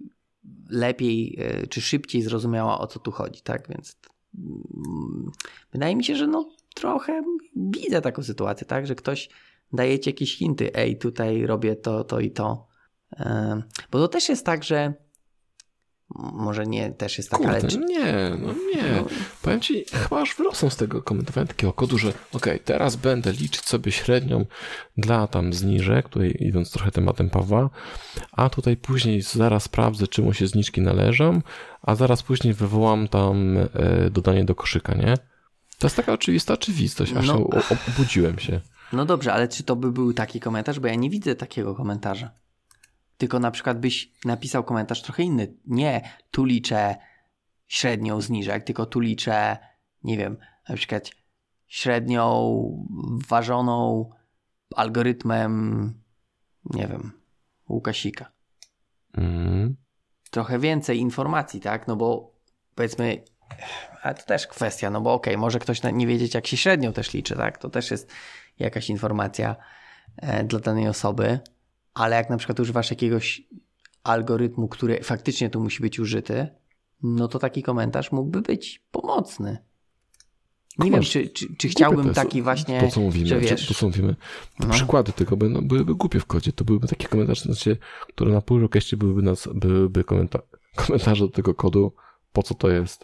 lepiej e, czy szybciej zrozumiała, o co tu chodzi, tak? Więc mm, wydaje mi się, że no trochę widzę taką sytuację, tak? Że ktoś daje ci jakieś hinty, ej, tutaj robię to, to i to. E, bo to też jest tak, że może nie też jest tak, Kurde, ale... Czy... nie, no nie. No. Powiem ci, chyba już wyrosłem z tego komentowania takiego kodu, że okej, okay, teraz będę liczyć sobie średnią dla tam zniżek, tutaj idąc trochę tematem Pawła, a tutaj później zaraz sprawdzę, czy mu się zniżki należą, a zaraz później wywołam tam e, dodanie do koszyka, nie? To jest taka oczywista oczywistość, aż No. się o, obudziłem się. No dobrze, ale czy to by był taki komentarz? Bo ja nie widzę takiego komentarza. Tylko na przykład byś napisał komentarz trochę inny. Nie, tu liczę średnią zniżek, tylko tu liczę, nie wiem, na przykład średnią ważoną algorytmem, nie wiem, Łukasika. Mm. Trochę więcej informacji, tak? No bo powiedzmy, ale to też kwestia, no bo okej, okay, może ktoś nie wiedzieć, jak się średnią też liczy, tak? To też jest jakaś informacja e, dla danej osoby. Ale jak na przykład używasz jakiegoś algorytmu, który faktycznie tu musi być użyty, no to taki komentarz mógłby być pomocny. Nie Masz, wiem, czy, czy, czy chciałbym jest, taki właśnie, to, co mówimy, że wiesz... To, co mówimy, te no. przykłady tego będą, byłyby głupie w kodzie. To byłyby takie komentarze, znaczy, które na pull requestie byłyby, nas, byłyby komenta- komentarze do tego kodu, po co to jest.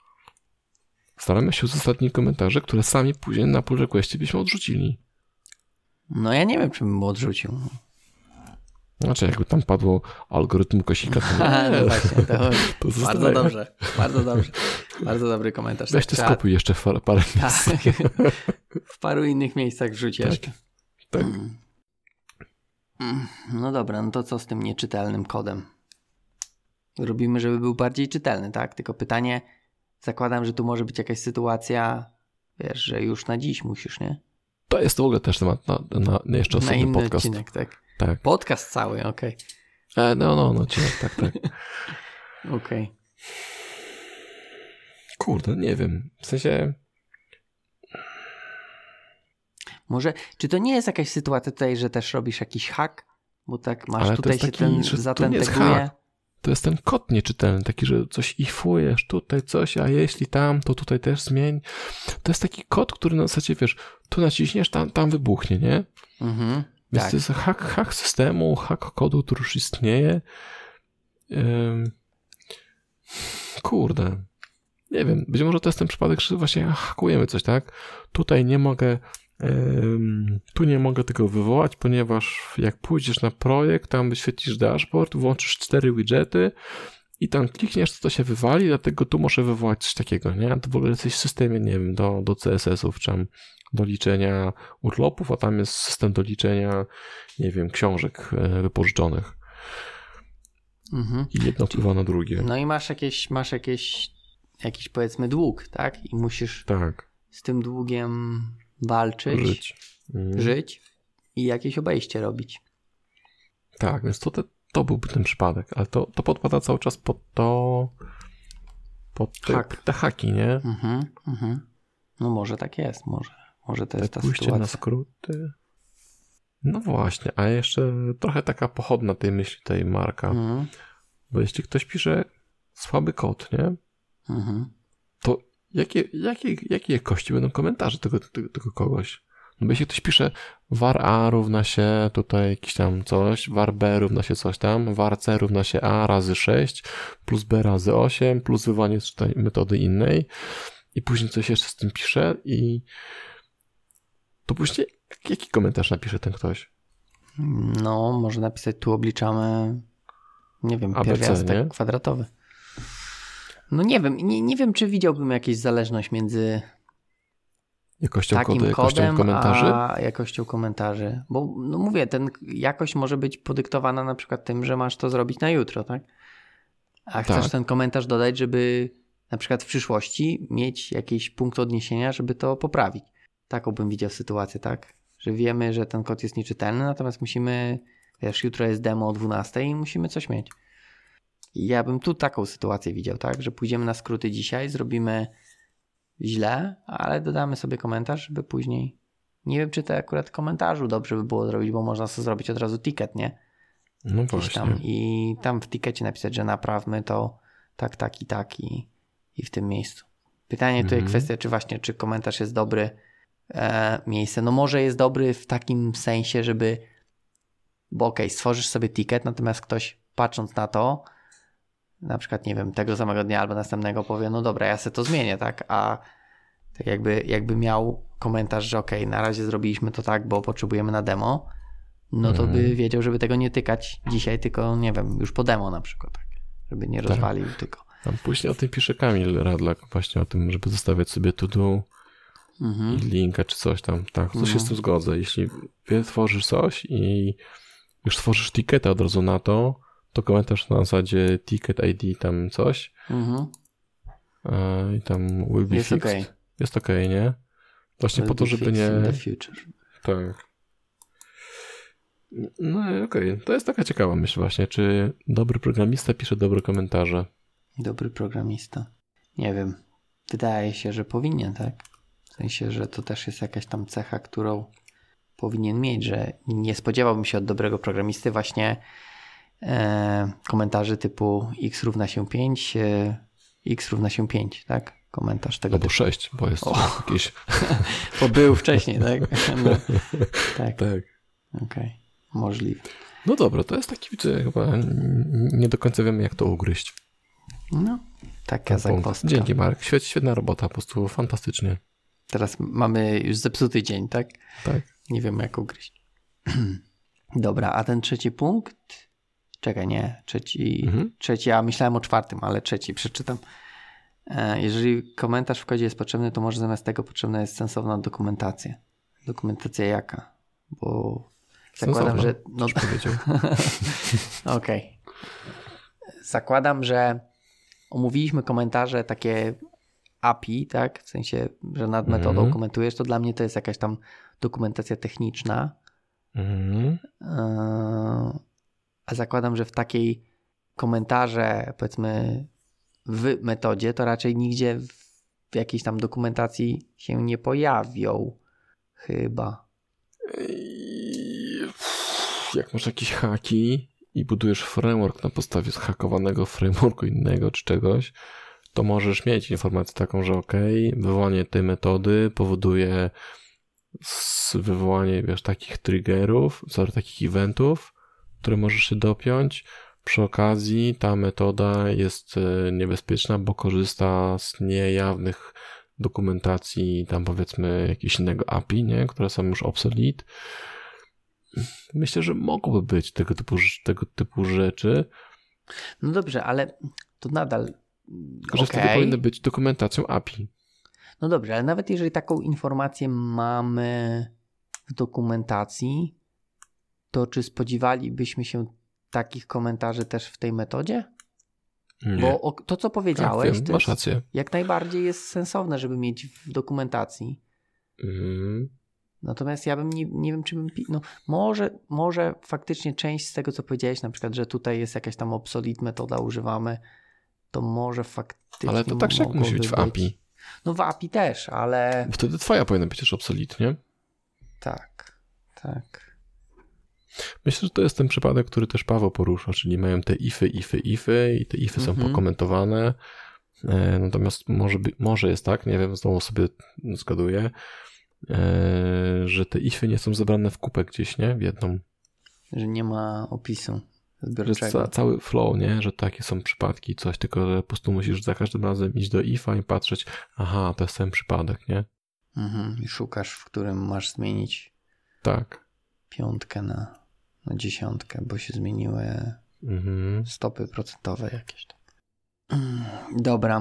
Staramy się uzasadnić komentarze, które sami później na pull requestie byśmy odrzucili. No ja nie wiem, czy bym odrzucił. Znaczy, jakby tam padło algorytm kosika, to A, nie. no właśnie, to, To bardzo zostaje. dobrze, bardzo dobrze. Bardzo dobry komentarz. Weź tak, to trzeba- skopuj jeszcze w par- parę tak, w paru innych miejscach wrzuć Tak, jeszcze. tak. Mm. Mm, No dobra, no to co z tym nieczytelnym kodem? Robimy, żeby był bardziej czytelny, tak? Tylko pytanie, zakładam, że tu może być jakaś sytuacja, wiesz, że już na dziś musisz, nie? To jest w ogóle też temat na, na, na jeszcze Na osobny inny podcast. odcinek, tak? Tak. Podcast cały, okej. E, no, no, no, odcinek, tak, tak. Okej. Kurde, nie wiem. W sensie... Może, czy to nie jest jakaś sytuacja tutaj, że też robisz jakiś hack? Bo tak masz Ale to tutaj jest się taki, ten że to nie jest zatenteguje. hack. To jest ten kod nieczytelny, taki, że coś ifujesz, tutaj coś, a jeśli tam, to tutaj też zmień. To jest taki kod, który na zasadzie, wiesz, tu naciśniesz, tam, tam wybuchnie, nie? Mhm. Więc Tak. to jest hack, hack systemu, hack kodu, który już istnieje. Ym... Kurde. Nie wiem, być może to jest ten przypadek, że właśnie hakujemy coś, tak? Tutaj nie mogę ym, tu nie mogę tego wywołać, ponieważ jak pójdziesz na projekt, tam wyświetlisz dashboard, włączysz cztery widgety i tam klikniesz, to to się wywali, dlatego tu muszę wywołać coś takiego, nie? A to w ogóle jesteś w systemie, nie wiem, do, do C S S-ów, czy tam do liczenia urlopów, a tam jest system do liczenia, nie wiem, książek e, wypożyczonych. Mhm. I jedno wpływa na drugie. No i masz jakieś, masz jakieś, jakiś powiedzmy dług, tak? I musisz Tak. z tym długiem walczyć, Żyć. Mm. żyć i jakieś obejście robić. Tak, więc to, te, to byłby ten przypadek, ale to, to podpada cały czas pod to, pod te, Hak. te haki, nie? Mhm, mhm. No może tak jest, może, może to jest Te ta pójście sytuacja. na skróty. No właśnie, a jeszcze trochę taka pochodna tej myśli, tej Marka. Mhm, Bo jeśli ktoś pisze słaby kod, nie? mhm. To jakie, jakie, jakie jakości będą komentarze tego, tego, tego kogoś? No bo jeśli ktoś pisze var a równa się tutaj jakiś tam coś, var b równa się coś tam, var c równa się a razy sześć, plus b razy osiem, plus wywołanie z tutaj metody innej i później coś jeszcze z tym pisze i to później jaki komentarz napisze ten ktoś? No, może napisać, tu obliczamy, nie wiem, A B C, pierwiastek nie? kwadratowy. No nie wiem, nie, nie wiem, czy widziałbym jakąś zależność między Jakością takim kodu, jakością kodem, komentarzy? a jakością komentarzy. Bo no mówię, ten jakość może być podyktowana na przykład tym, że masz to zrobić na jutro, tak? A chcesz Tak. ten komentarz dodać, żeby na przykład w przyszłości mieć jakiś punkt odniesienia, żeby to poprawić. Taką bym widział sytuację, tak? że wiemy, że ten kod jest nieczytelny, natomiast musimy, wiesz, jutro jest demo o dwunastej i musimy coś mieć. I ja bym tu taką sytuację widział, tak, że pójdziemy na skróty dzisiaj, zrobimy źle, ale dodamy sobie komentarz, żeby później, nie wiem, czy to akurat komentarzu dobrze by było zrobić, bo można sobie zrobić od razu ticket, nie? No Gdzieś właśnie. tam i tam w tickecie napisać, że naprawmy to tak, tak i tak i, i w tym miejscu. Pytanie tutaj Mhm. kwestia, czy właśnie, czy komentarz jest dobry e, miejsce. No może jest dobry w takim sensie, żeby, bo okej, okay, stworzysz sobie ticket, natomiast ktoś patrząc na to, na przykład, nie wiem, tego samego dnia albo następnego powie, no dobra, ja sobie to zmienię, tak, a tak jakby, jakby miał komentarz, że okej, okay, na razie zrobiliśmy to tak, bo potrzebujemy na demo, no to by wiedział, żeby tego nie tykać dzisiaj, tylko nie wiem, już po demo na przykład, tak, żeby nie rozwalił tak. tylko. Tam później o tym pisze Kamil Radlak, właśnie o tym, żeby zostawiać sobie to-do mhm. i linka czy coś tam. Tak, coś mhm. się z tym zgodzę. Jeśli tworzysz coś i już tworzysz ticketa od razu na to, to komentarz na zasadzie ticket I D tam coś mhm. i tam will be jest fixed. Okay. Jest okej, okay, nie? Właśnie will po to, żeby nie... in the future. Tak. No okej, okay. To jest taka ciekawa myśl właśnie, czy dobry programista pisze dobre komentarze? Dobry programista. Nie wiem. Wydaje się, że powinien, tak? W sensie, że to też jest jakaś tam cecha, którą powinien mieć, że nie spodziewałbym się od dobrego programisty właśnie e, komentarzy typu x równa się pięć, e, x równa się pięć, tak? Komentarz tego Albo typu. sześć, bo jest o. jakieś... bo był wcześniej, tak? No, tak. tak. Okej, okay. Możliwe. No dobra, to jest taki, że chyba nie do końca wiemy, jak to ugryźć. No, taka zagwozdka. Dzięki, Marek. Świet, świetna robota, po prostu fantastycznie. Teraz mamy już zepsuty dzień, tak? Tak. Nie wiemy, jak ugryźć. Dobra, a ten trzeci punkt? Czekaj, nie. Trzeci, mhm. trzeci, a myślałem o czwartym, ale trzeci przeczytam. Jeżeli komentarz w kodzie jest potrzebny, to może zamiast tego potrzebna jest sensowna dokumentacja. Dokumentacja jaka? Bo zakładam, że... No, Okej. Okay. Zakładam, że omówiliśmy komentarze takie A P I, tak? W sensie, że nad metodą mm. komentujesz, to dla mnie to jest jakaś tam dokumentacja techniczna. Mm. A zakładam, że w takiej komentarze, powiedzmy, w metodzie, to raczej nigdzie w jakiejś tam dokumentacji się nie pojawią. Chyba. Jak masz jakieś haki i budujesz framework na podstawie zhakowanego frameworku innego czy czegoś, to możesz mieć informację taką, że ok, wywołanie tej metody powoduje wywołanie, wiesz, takich triggerów, sorry, takich eventów, które możesz się dopiąć. Przy okazji ta metoda jest niebezpieczna, bo korzysta z niejawnych dokumentacji, tam powiedzmy jakiegoś innego A P I, nie? Które są już obsolete. Myślę, że mogłoby być tego typu, tego typu rzeczy. No dobrze, ale to nadal... Że okay. wtedy powinny być dokumentacją A P I. No dobrze, ale nawet jeżeli taką informację mamy w dokumentacji, to czy spodziewalibyśmy się takich komentarzy też w tej metodzie? Nie. Bo to, co powiedziałeś, tak, to masz rację. Jak najbardziej jest sensowne, żeby mieć w dokumentacji. Mm. Natomiast ja bym nie, nie wiem, czy bym... No, może, może faktycznie część z tego, co powiedziałeś, na przykład, że tutaj jest jakaś tam obsolete metoda, używamy, to może faktycznie... Ale to tak jak musi być w A P I. No w A P I też, ale... Wtedy twoja powinna być też obsolete, nie? Tak, tak. Myślę, że to jest ten przypadek, który też Paweł porusza, czyli mają te ify, ify, ify i te ify są mhm. pokomentowane. E, natomiast może, by, może jest tak, nie wiem, znowu sobie zgaduję, e, że te ify nie są zebrane w kupę gdzieś, nie? W jedną. Że nie ma opisu zbiorczego. Że ca, cały flow, nie? Że takie są przypadki, coś, tylko że po prostu musisz za każdym razem iść do ifa i patrzeć, aha, to jest ten przypadek, nie? Mhm. I szukasz, w którym masz zmienić tak. piątkę na, na dziesiątkę, bo się zmieniły mhm. stopy procentowe jakieś tam. Dobra.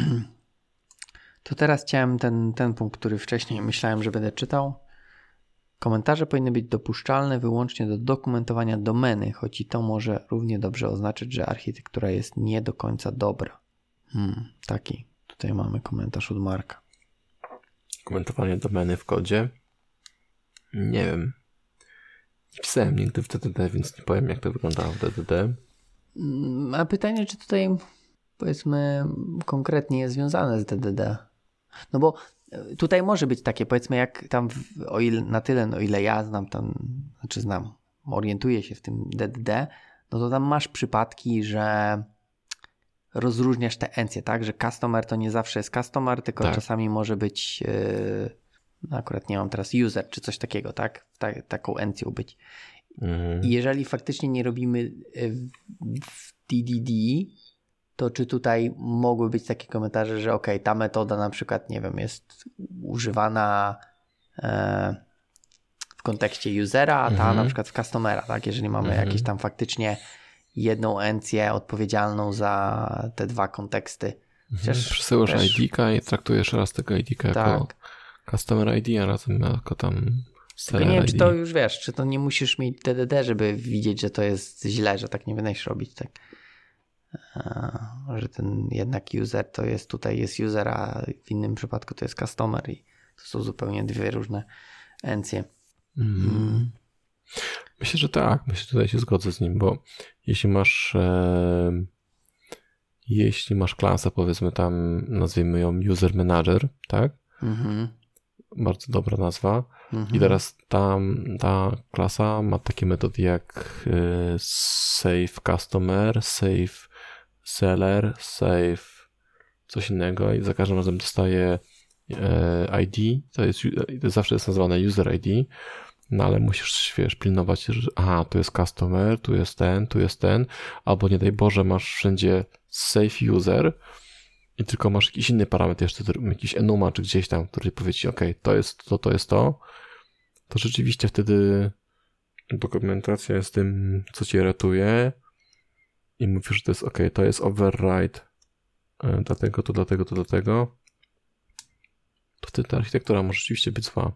To teraz chciałem ten, ten punkt, który wcześniej myślałem, że będę czytał. Komentarze powinny być dopuszczalne wyłącznie do dokumentowania domeny, choć i to może równie dobrze oznaczać, że architektura jest nie do końca dobra. Hmm, taki. Tutaj mamy komentarz od Marka. Komentowanie domeny w kodzie. Nie wiem. Nie pisałem nigdy w D D D, więc nie powiem, jak to wyglądało w D D D. A pytanie, czy tutaj powiedzmy konkretnie jest związane z D D D? No bo tutaj może być takie, powiedzmy, jak tam, w, o ile, na tyle, no ile ja znam tam, znaczy znam, orientuję się w tym D D D, no to tam masz przypadki, że rozróżniasz te encje, tak? Że customer to nie zawsze jest customer, tylko tak. Czasami może być, yy, no akurat nie mam teraz user, czy coś takiego, tak? Ta, taką encją być. Mhm. I jeżeli faktycznie nie robimy w D D D, to czy tutaj mogły być takie komentarze, że ok, ta metoda na przykład, nie wiem, jest używana e, w kontekście usera, a ta mhm. na przykład w customera, tak? Jeżeli mamy mhm. jakieś tam faktycznie jedną encję odpowiedzialną za te dwa konteksty. Chociaż przesyłasz też... I D-ka i traktujesz raz tego I D-ka tak. jako customer I D, a razem jako tam seller nie wiem, I D. Czy to już wiesz, czy to nie musisz mieć D D D, żeby widzieć, że to jest źle, że tak nie będziesz robić, tak? Że ten jednak user to jest tutaj jest user, a w innym przypadku to jest customer i to są zupełnie dwie różne encje. Mm. Mm. Myślę, że tak. Myślę, że tutaj się zgodzę z nim, bo jeśli masz e, jeśli masz klasę, powiedzmy tam, nazwijmy ją user manager, tak? Mm-hmm. Bardzo dobra nazwa. Mm-hmm. I teraz tam ta klasa ma takie metody jak e, save customer, save seller, save coś innego i za każdym razem dostaje e, I D, to jest to zawsze jest nazywane user I D, no ale musisz, wiesz, pilnować, że aha, tu jest customer, tu jest ten, tu jest ten, albo nie daj Boże masz wszędzie save user i tylko masz jakiś inny parametr jeszcze, jakiś enuma czy gdzieś tam, który powie ci, ok, to jest to, to jest to, to rzeczywiście wtedy dokumentacja jest tym, co cię ratuje i mówisz, że to jest ok, to jest override dlatego, to dlatego, to dlatego, to wtedy ta architektura może rzeczywiście być zła.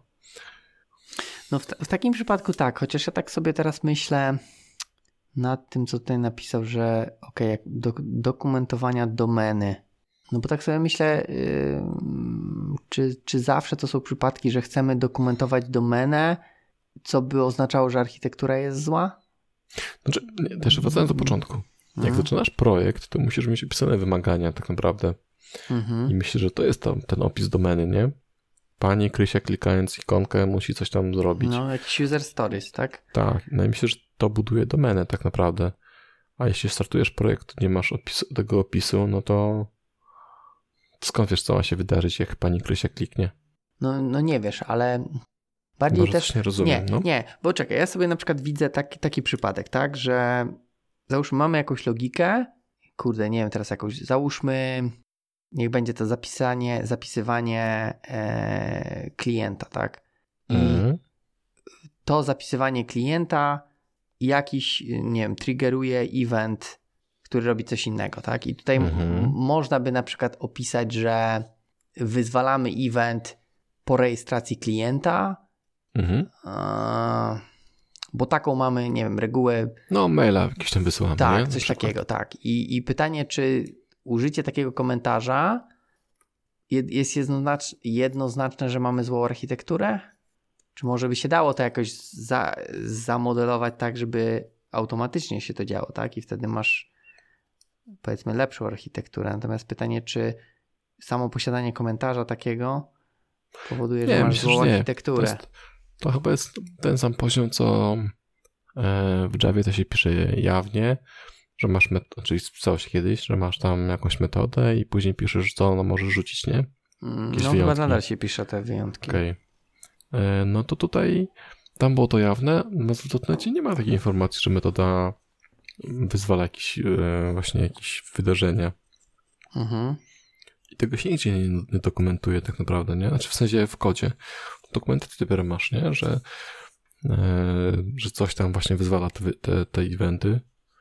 No w, t- w takim przypadku tak, chociaż ja tak sobie teraz myślę nad tym, co tutaj napisał, że ok, jak do, dokumentowania domeny. No bo tak sobie myślę, yy, czy, czy zawsze to są przypadki, że chcemy dokumentować domenę, co by oznaczało, że architektura jest zła? Znaczy, nie, też wracając do początku. Jak mhm. zaczynasz projekt, to musisz mieć opisane wymagania tak naprawdę. Mhm. I myślę, że to jest tam ten opis domeny, nie? Pani Krysia klikając ikonkę musi coś tam zrobić. No, jakiś user stories, tak? Tak, no i myślę, że to buduje domenę tak naprawdę. A jeśli startujesz projekt, nie masz opisu, tego opisu, no to skąd wiesz, co ma się wydarzyć, jak pani Krysia kliknie? No, no nie wiesz, ale bardziej Może też... nie rozumiem, nie, no. nie, bo czekaj, ja sobie na przykład widzę taki, taki przypadek, tak, że załóżmy mamy jakąś logikę, kurde, nie wiem teraz jakąś, załóżmy... Niech będzie to zapisanie, zapisywanie e, klienta, tak? I mm. to zapisywanie klienta jakiś, nie wiem, triggeruje event, który robi coś innego, tak? I tutaj mm-hmm. m- można by na przykład opisać, że wyzwalamy event po rejestracji klienta, mm-hmm. e, bo taką mamy, nie wiem, regułę. No, maila jakiś tam wysyłamy. Tak, nie? coś takiego, tak. I, I pytanie, czy użycie takiego komentarza jest jednoznaczne, jednoznaczne, że mamy złą architekturę? Czy może by się dało to jakoś za, zamodelować tak, żeby automatycznie się to działo, tak? I wtedy masz, powiedzmy, lepszą architekturę. Natomiast pytanie, czy samo posiadanie komentarza takiego powoduje, że nie, masz myślę, złą że architekturę? To, jest, to chyba jest ten sam poziom, co w Javie to się pisze jawnie, że masz, met- czyli spisało się kiedyś, że masz tam jakąś metodę i później piszesz, co ona może rzucić, nie? Jakieś no wyjątki. Chyba nadal się pisze te wyjątki. Okej. Okay. No to tutaj, tam było to jawne, na dotnecie nie ma takiej informacji, że metoda wyzwala jakieś właśnie jakieś wydarzenia. Mhm. I tego się nigdzie nie, nie dokumentuje tak naprawdę, nie? Znaczy w sensie w kodzie. Dokumentację dopiero masz, nie? Że, że coś tam właśnie wyzwala te, te, te eventy.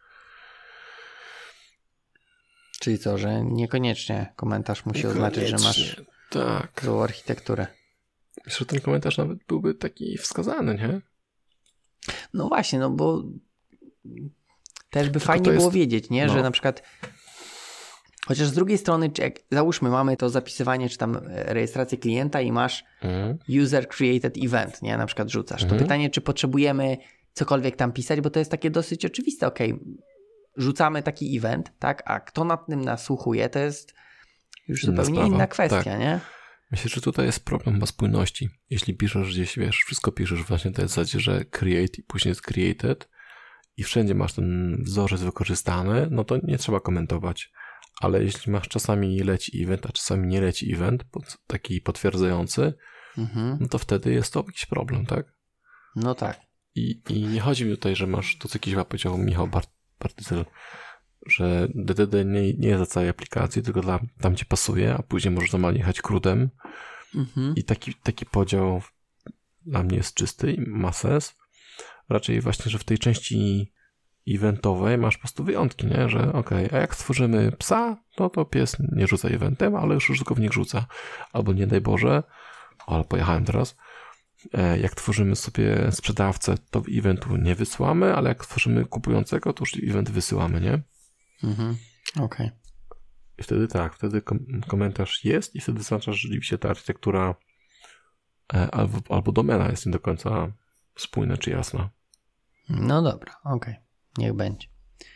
Czyli co, że niekoniecznie komentarz musi niekoniecznie, oznaczyć, że masz tak. złą architekturę. Myślę, że ten komentarz nawet byłby taki wskazany, nie? No właśnie, no bo też by Tylko fajnie było jest... wiedzieć, nie? No. Że na przykład Chociaż z drugiej strony, czy jak, załóżmy, mamy to zapisywanie, czy tam rejestrację klienta i masz Mhm. user created event, nie? Na przykład rzucasz. Mhm. To pytanie, czy potrzebujemy cokolwiek tam pisać, bo to jest takie dosyć oczywiste. Okej, okay, rzucamy taki event, tak? A kto nad tym nasłuchuje, to jest już Inna zupełnie sprawa. inna kwestia, Tak. nie? Myślę, że tutaj jest problem o spójności. Jeśli piszesz gdzieś, wiesz, wszystko piszesz właśnie w tej zasadzie, że create i później jest created i wszędzie masz ten wzorzec wykorzystany, no to nie trzeba komentować. Ale jeśli masz czasami leci event, a czasami nie leci event, taki potwierdzający, Mhm. no to wtedy jest to jakiś problem, tak? No tak. I, i nie chodzi mi tutaj, że masz, to co jakiś powiedział Michał Bart, Bartycel, że D D D nie, nie jest za całej aplikacji, tylko dla, tam ci pasuje, a później możesz normalnie jechać crudem. Mhm. I taki, taki podział dla mnie jest czysty i ma sens. Raczej właśnie, że w tej części eventowej masz po prostu wyjątki, nie? Że okej, okay, a jak stworzymy psa, to to pies nie rzuca eventem, ale już użytkownik rzuca. Albo nie daj Boże, ale pojechałem teraz, jak tworzymy sobie sprzedawcę, to eventu nie wysyłamy, ale jak tworzymy kupującego, to już event wysyłamy, nie? Mhm. Okej. Okay. I wtedy tak, wtedy kom- komentarz jest i wtedy znaczy, że rzeczywiście ta architektura e, albo, albo domena jest nie do końca spójna czy jasna. No dobra, okej. Okay. Niech będzie.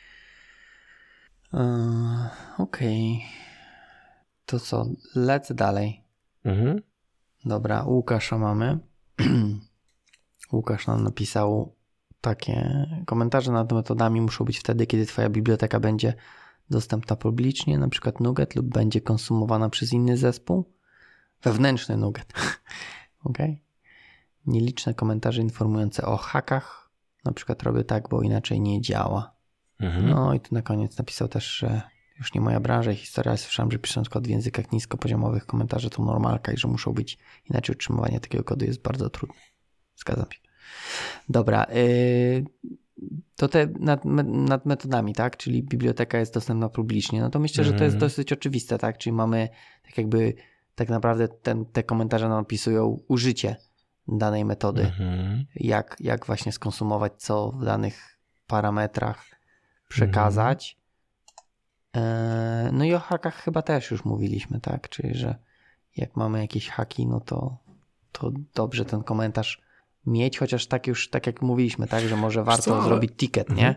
Yy, okej. Okay. To co? Lecę dalej. Mhm. Dobra, Łukasza mamy. Łukasz nam napisał takie komentarze nad metodami muszą być wtedy, kiedy twoja biblioteka będzie dostępna publicznie, na przykład NuGet, lub będzie konsumowana przez inny zespół. Wewnętrzny NuGet. Okej. Okay. Nieliczne komentarze informujące o hackach. Na przykład robię tak, bo inaczej nie działa. Mhm. No i tu na koniec napisał też, że już nie moja branża i historia. Słyszałem, że pisząc kod w językach niskopoziomowych komentarze to normalka i że muszą być inaczej, utrzymywanie takiego kodu jest bardzo trudne. Zgadzam się. Dobra. Yy, to te nad, nad metodami, tak? Czyli biblioteka jest dostępna publicznie. No to myślę, mhm. że to jest dosyć oczywiste, tak? Czyli mamy tak jakby tak naprawdę ten, te komentarze nam opisują użycie danej metody. Mhm. Jak, jak właśnie skonsumować, co w danych parametrach przekazać. Mhm. No i o hakach chyba też już mówiliśmy, tak? Czyli, że jak mamy jakieś haki, no to, to dobrze ten komentarz mieć, chociaż tak już, tak jak mówiliśmy, tak? Że może warto co, ale... zrobić ticket, nie?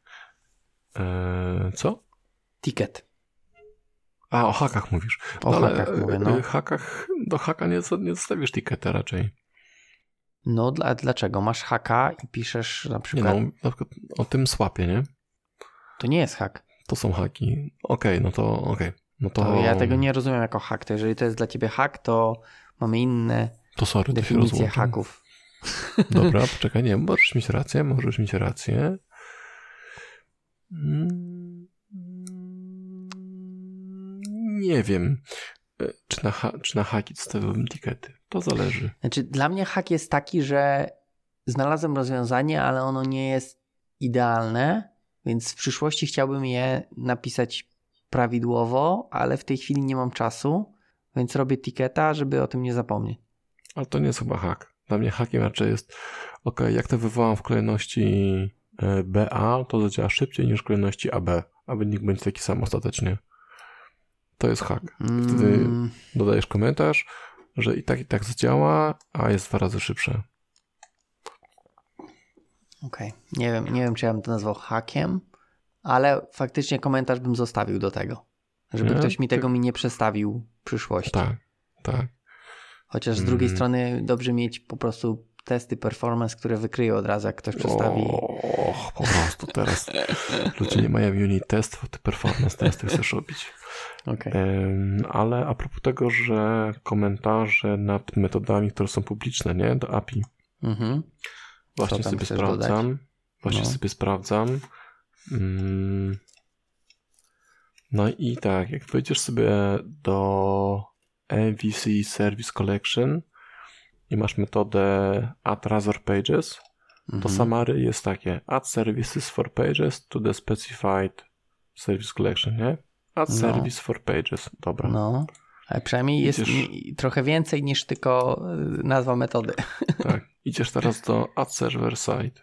Eee, co? Ticket. A, o hakach mówisz. O no, hakach ale, mówię, no. Hakach, do haka nie, nie zostawisz ticketa raczej. No, dla, dlaczego? Masz haka i piszesz na przykład... Nie no, na przykład o tym swapie, nie? To nie jest hak. To są haki. Okej, okay, no to okej. Okay. No to... to ja tego nie rozumiem jako hak. To jeżeli to jest dla ciebie hak, to mamy inne to sorry, definicje to haków. Dobra, poczekaj, nie, możesz mieć rację, możesz mieć rację. Nie wiem, czy na, ha- czy na haki zostawiłbym tikety. To zależy. Znaczy, dla mnie hak jest taki, że znalazłem rozwiązanie, ale ono nie jest idealne, więc w przyszłości chciałbym je napisać prawidłowo, ale w tej chwili nie mam czasu, więc robię tiketa, żeby o tym nie zapomnieć. Ale to nie jest chyba hak. Dla mnie hakiem raczej jest, ok, jak to wywołam w kolejności B A, to zadziała szybciej niż w kolejności A B, a wynik będzie taki sam ostatecznie. To jest hak. Wtedy mm. dodajesz komentarz, że i tak, i tak zadziała, a jest dwa razy szybsze. Okej. Okay. Nie wiem, nie wiem, czy ja bym to nazwał hakiem, ale faktycznie komentarz bym zostawił do tego. Żeby nie? ktoś mi tego tak. mi nie przestawił w przyszłości. Tak, tak. Chociaż z drugiej mm. strony dobrze mieć po prostu testy performance, które wykryją od razu, jak ktoś przestawi. Och, po prostu teraz ludzie nie mają unit testów, ty performance testy chcesz robić. Okay. Um, ale a propos tego, że komentarze nad metodami, które są publiczne, nie? Do A P I. Mm-hmm. Właśnie sobie sprawdzam. Dodać? Właśnie no. sobie sprawdzam. Um, no i tak, jak wejdziesz sobie do M V C Service Collection i masz metodę add razor pages, mm-hmm. to summary jest takie add services for pages to the specified service collection, nie? Add no. service for pages, dobra. No, ale przynajmniej jest idziesz... trochę więcej niż tylko nazwa metody. Tak, idziesz teraz do add server side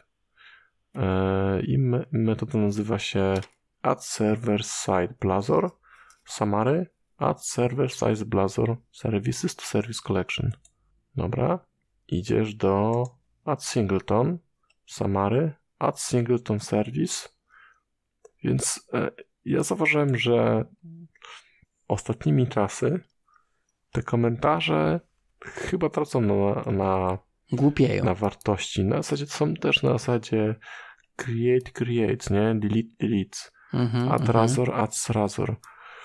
i me- metoda nazywa się add server side blazor summary, add server size Blazor services to service collection. Dobra. Idziesz do add singleton, summary, add singleton service. Więc e, ja zauważyłem, że ostatnimi czasy te komentarze chyba tracą na, na, Głupieją. na wartości. Na zasadzie są też na zasadzie create, create, nie? Delete, delete. Mm-hmm, Add mm-hmm. razor, add razor.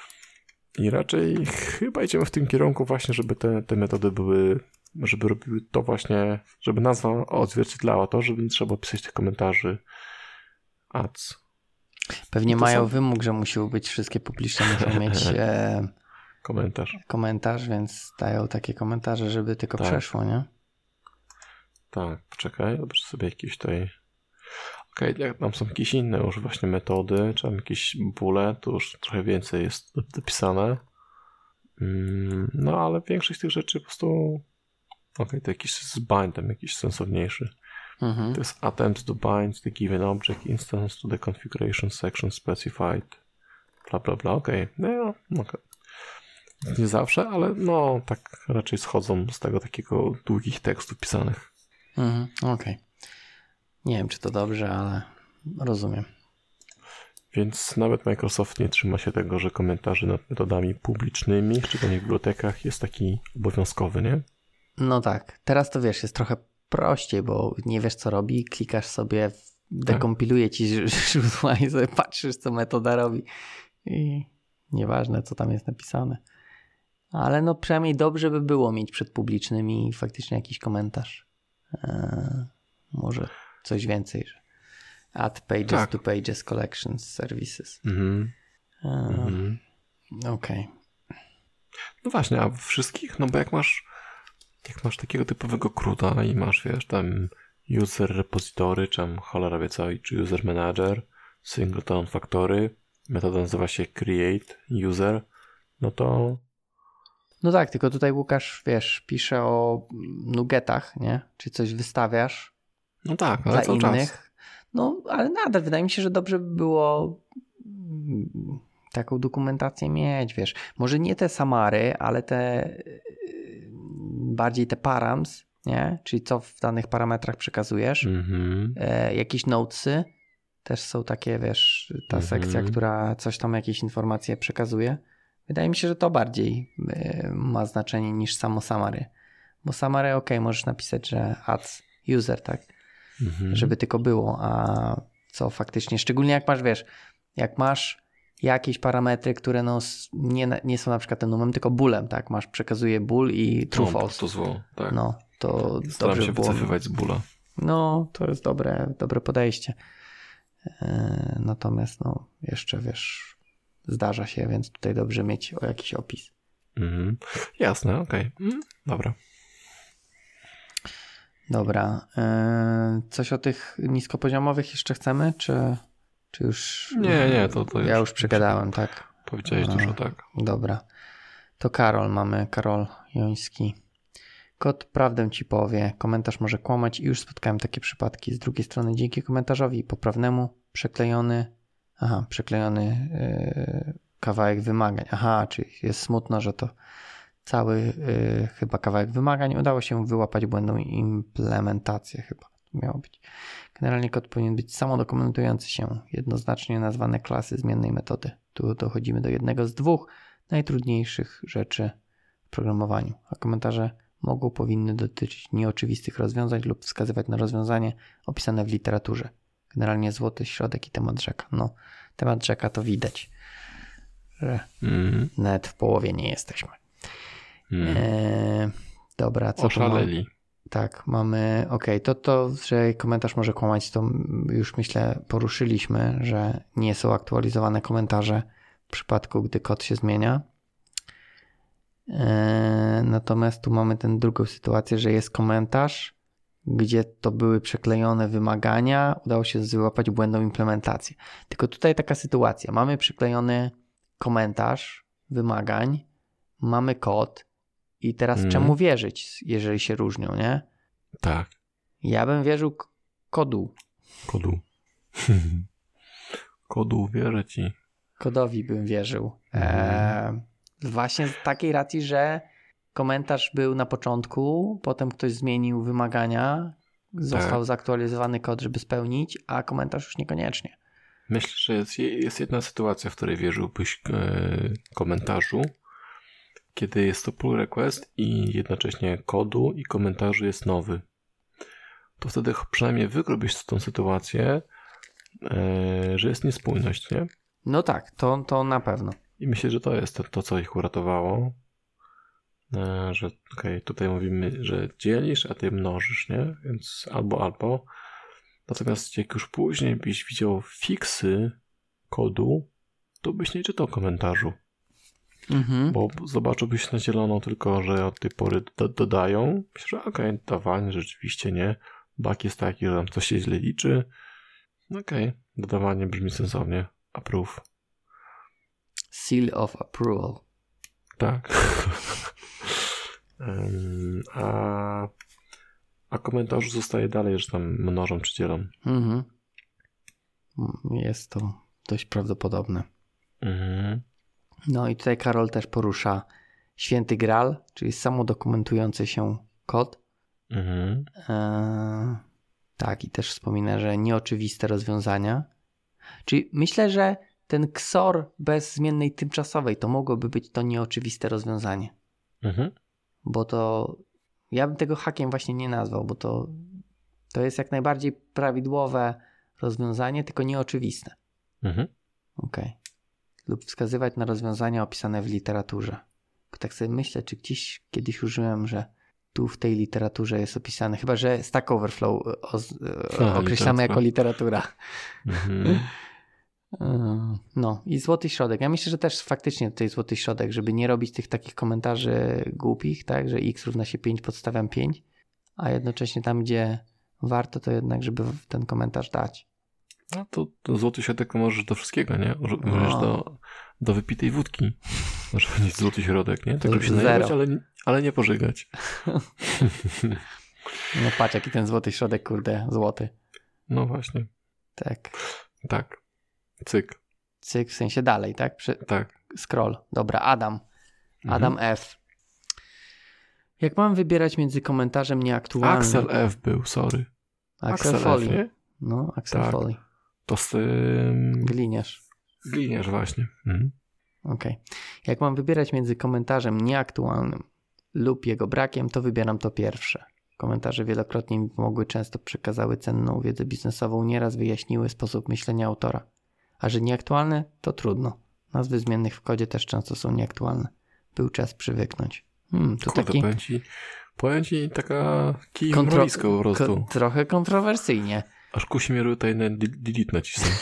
I raczej chyba idziemy w tym kierunku właśnie, żeby te, te metody były, żeby robiły to właśnie, żeby nazwa odzwierciedlała to, żeby nie trzeba pisać tych komentarzy ads. Pewnie to mają są... wymóg, że muszą być wszystkie publiczne, muszą mieć e, komentarz. komentarz, więc dają takie komentarze, żeby tylko tak. przeszło, nie? Tak, poczekaj, dobrze sobie jakieś tutaj... Okej, okay, tam są jakieś inne już właśnie metody, czy tam jakieś bóle, to już trochę więcej jest dopisane. Mm, no ale większość tych rzeczy po prostu... Okej, okay, to jakiś z bindem, jakiś sensowniejszy. Mhm. To jest attempt to bind the given object instance to the configuration section specified. Bla, bla, bla. Okej. Okay. No, okay. Nie zawsze, ale no tak raczej schodzą z tego takiego długich tekstów pisanych. Mhm. Okej. Okay. Nie wiem, czy to dobrze, ale rozumiem. Więc nawet Microsoft nie trzyma się tego, że komentarze nad metodami publicznymi, szczególnie w bibliotekach, jest taki obowiązkowy, nie? No tak. Teraz to wiesz, jest trochę prościej, bo nie wiesz, co robi, klikasz sobie, dekompiluje ci źródła i sobie patrzysz, co metoda robi. I nieważne, co tam jest napisane. Ale no przynajmniej dobrze by było mieć przed publicznymi faktycznie jakiś komentarz. Eee, może coś więcej, że add pages tak. to pages collections services. Mhm. Eee, mhm. Okej. Okay. No właśnie, a w wszystkich, no bo jak masz jak masz takiego typowego CRUD'a i masz, wiesz, tam user repository, czy tam cholera wie co, czy user manager, singleton factory, metoda nazywa się create user, no to... No tak, tylko tutaj Łukasz, wiesz, pisze o nuggetach, nie? Czy coś wystawiasz no tak, ale dla cały innych. Czas. No, ale nadal wydaje mi się, że dobrze by było taką dokumentację mieć, wiesz. Może nie te summary, ale te bardziej te params, nie? Czyli co w danych parametrach przekazujesz. Mm-hmm. E, jakieś notesy też są takie, wiesz, ta mm-hmm. sekcja, która coś tam, jakieś informacje przekazuje. Wydaje mi się, że to bardziej y, ma znaczenie niż samo summary. Bo summary, ok, możesz napisać, że add user, tak? Mm-hmm. Żeby tylko było, a co faktycznie, szczególnie jak masz, wiesz, jak masz jakieś parametry, które no nie, nie są na przykład ten numerem, tylko bólem, tak? Masz, przekazuje ból i true no, false. To zło, tak. No, to Staram dobrze się było. wycofywać z bóla. No, to jest dobre, dobre podejście. Yy, natomiast no, jeszcze wiesz, zdarza się, więc tutaj dobrze mieć o jakiś opis. Mhm. Jasne, okej. Okay. Mm, dobra. Dobra. Yy, coś o tych niskopoziomowych jeszcze chcemy, czy, czy już... Nie, nie, to, to już... Ja już przegadałem, tak? Powiedziałeś A, dużo, tak. Dobra. To Karol mamy, Karol Joński. Kod prawdę ci powie, komentarz może kłamać i już spotkałem takie przypadki. Z drugiej strony dzięki komentarzowi poprawnemu przeklejony, aha, przeklejony yy, kawałek wymagań. Aha, czyli jest smutno, że to cały yy, chyba kawałek wymagań udało się wyłapać błędną implementację chyba. Miało być. Generalnie kod powinien być samodokumentujący się, jednoznacznie nazwane klasy zmiennej metody. Tu dochodzimy do jednego z dwóch najtrudniejszych rzeczy w programowaniu, a komentarze mogą, powinny dotyczyć nieoczywistych rozwiązań lub wskazywać na rozwiązanie opisane w literaturze. Generalnie złoty środek i temat rzeka. No, temat rzeka to widać, że mm. nawet w połowie nie jesteśmy. Mm. E, dobra, co Oszaleli. to Tak, mamy, okej, okay, to to, że komentarz może kłamać, to już myślę poruszyliśmy, że nie są aktualizowane komentarze w przypadku, gdy kod się zmienia. Eee, natomiast tu mamy tę drugą sytuację, że jest komentarz, gdzie to były przeklejone wymagania, udało się wyłapać błędną implementację. Tylko tutaj taka sytuacja, mamy przyklejony komentarz wymagań, mamy kod i teraz mm. czemu wierzyć, jeżeli się różnią, nie? Tak. Ja bym wierzył k- kodu. Kodu. Kodu wierzę ci. kodowi bym wierzył. Mhm. E, właśnie z takiej racji, że komentarz był na początku, potem ktoś zmienił wymagania, został Tak. zaktualizowany kod, żeby spełnić, a komentarz już niekoniecznie. Myślę, że jest, jest jedna sytuacja, w której wierzyłbyś e, komentarzu, kiedy jest to pull request i jednocześnie kodu i komentarzu jest nowy. To wtedy przynajmniej wykryłbyś tą sytuację, e, że jest niespójność, nie? No tak, to, to na pewno. I myślę, że to jest to, to co ich uratowało. E, że okej, okay, tutaj mówimy, że dzielisz, a ty mnożysz, nie? Więc albo, albo. Natomiast jak już później byś widział fiksy kodu, to byś nie czytał komentarzu. Mhm. Bo zobaczyłbyś na zielono tylko, że od tej pory do, dodają. Myślę, że okej, okay, dawanie rzeczywiście nie. Bug jest taki, że tam coś się źle liczy. Okej, okay, dodawanie brzmi sensownie. Approve. Seal of approval. Tak. um, a, a komentarzu zostaje dalej, że tam mnożą czy dzielą. Mhm. Jest to dość prawdopodobne. Mhm. No i tutaj Karol też porusza święty Graal, czyli samodokumentujący się kod. Mhm. Eee, tak, i też wspomina, że nieoczywiste rozwiązania. Czyli myślę, że ten X O R bez zmiennej tymczasowej to mogłoby być to nieoczywiste rozwiązanie. Mhm. Bo to ja bym tego hakiem właśnie nie nazwał, bo to, to jest jak najbardziej prawidłowe rozwiązanie, tylko nieoczywiste. Mhm. Okej. Okay. Lub wskazywać na rozwiązania opisane w literaturze. Tak sobie myślę, czy gdzieś kiedyś użyłem, że tu w tej literaturze jest opisane, chyba że Stack Overflow o, o, określamy jako literatura. Mhm. No i złoty środek. Ja myślę, że też faktycznie tutaj złoty środek, żeby nie robić tych takich komentarzy głupich, tak, że x równa się pięć, podstawiam pięć, a jednocześnie tam, gdzie warto, to jednak, żeby ten komentarz dać. No to, to złoty środek możesz do wszystkiego, nie? Możesz no. do, do wypitej wódki. Może mieć złoty środek, nie? Tak, żeby się najebać, ale, ale nie pożygać. No patrz, jaki ten złoty środek, kurde, złoty. No właśnie. Tak. Tak. Cyk. Cyk, w sensie dalej, tak? Prze- tak. Scroll. Dobra, Adam. Adam mhm. F. Jak mam wybierać między komentarzem nieaktualnym... Axel F był, sorry. Axel, Axel Foley. F, nie? No, Axel tak. Foley. To z tym... Gliniarz. Gliniarz, właśnie. Mhm. Okej. Okay. Jak mam wybierać między komentarzem nieaktualnym lub jego brakiem, to wybieram to pierwsze. Komentarze wielokrotnie mi pomogły, często przekazały cenną wiedzę biznesową, nieraz wyjaśniły sposób myślenia autora. A że nieaktualne, to trudno. Nazwy zmiennych w kodzie też często są nieaktualne. Był czas przywyknąć. Hmm, tu Kurde, taki... powiem ci, powiem ci taka kij Kontro... mrowisko po prostu. Ko- trochę kontrowersyjnie. Aż kusi mnie tutaj na delete nacisnąć.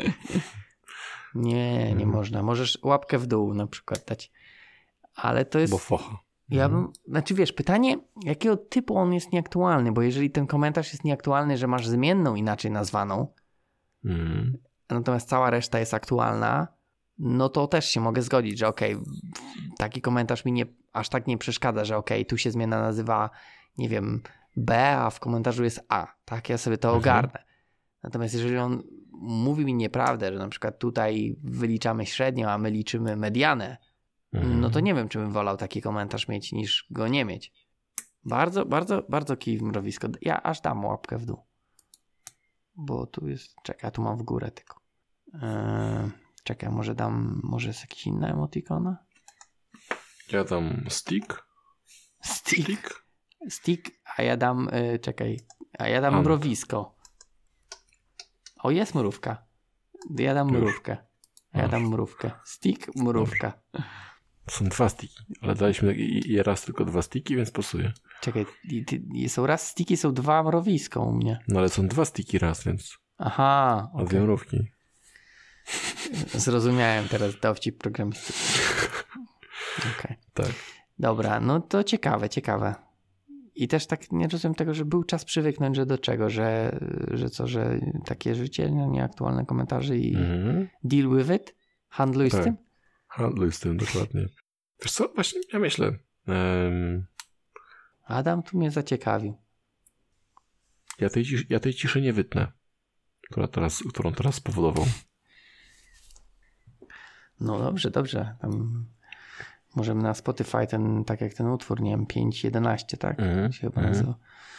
nie, nie hmm. można. Możesz łapkę w dół na przykład dać. Ale to jest... Bo focha. Ja bym, znaczy wiesz, pytanie, jakiego typu on jest nieaktualny, bo jeżeli ten komentarz jest nieaktualny, że masz zmienną inaczej nazwaną, mm. natomiast cała reszta jest aktualna, no to też się mogę zgodzić, że okej, okay, taki komentarz mi nie, aż tak nie przeszkadza, że okej, okay, tu się zmiana nazywa, nie wiem, B, a w komentarzu jest A, tak, ja sobie to mhm. ogarnę. Natomiast jeżeli on mówi mi nieprawdę, że na przykład tutaj wyliczamy średnią, a my liczymy medianę, no to nie wiem, czy bym wolał taki komentarz mieć, niż go nie mieć. Bardzo, bardzo, bardzo kij w mrowisko. Ja aż dam łapkę w dół. Bo tu jest... Czekaj, tu mam w górę tylko. Eee, czekaj, może dam... Może jest jakiś inny emotikona? Ja dam stick. Stick. Stick, stick a ja dam... Yy, czekaj. A ja dam Ant. mrowisko. O, jest mrówka. Ja dam Już. mrówkę. A ja dam mrówkę. Stick, mrówka. Dobrze. Są dwa stiki, ale daliśmy i, i raz tylko dwa stiki, więc pasuje. Czekaj, i, i, są raz stiki, są dwa mrowisko u mnie. No ale są dwa stiki raz, więc... Aha. A dwie mrówki. Zrozumiałem teraz dowcip programisty. Okay. Tak. Dobra, no to ciekawe, ciekawe. I też tak nie rozumiem tego, że był czas przywyknąć, że do czego, że, że co, że takie życie, no, nieaktualne komentarze i mm-hmm. deal with it? Handluj tak. z tym? Handluj z tym, dokładnie. Wiesz co, właśnie ja myślę. Um... Adam tu mnie zaciekawił. Ja tej, ciszy, ja tej ciszy nie wytnę, która teraz, którą teraz spowodował. No dobrze, dobrze. Tam możemy na Spotify ten, tak jak ten utwór, nie wiem, pięć jedenaście, tak? Mm, się chyba mm. nazywa.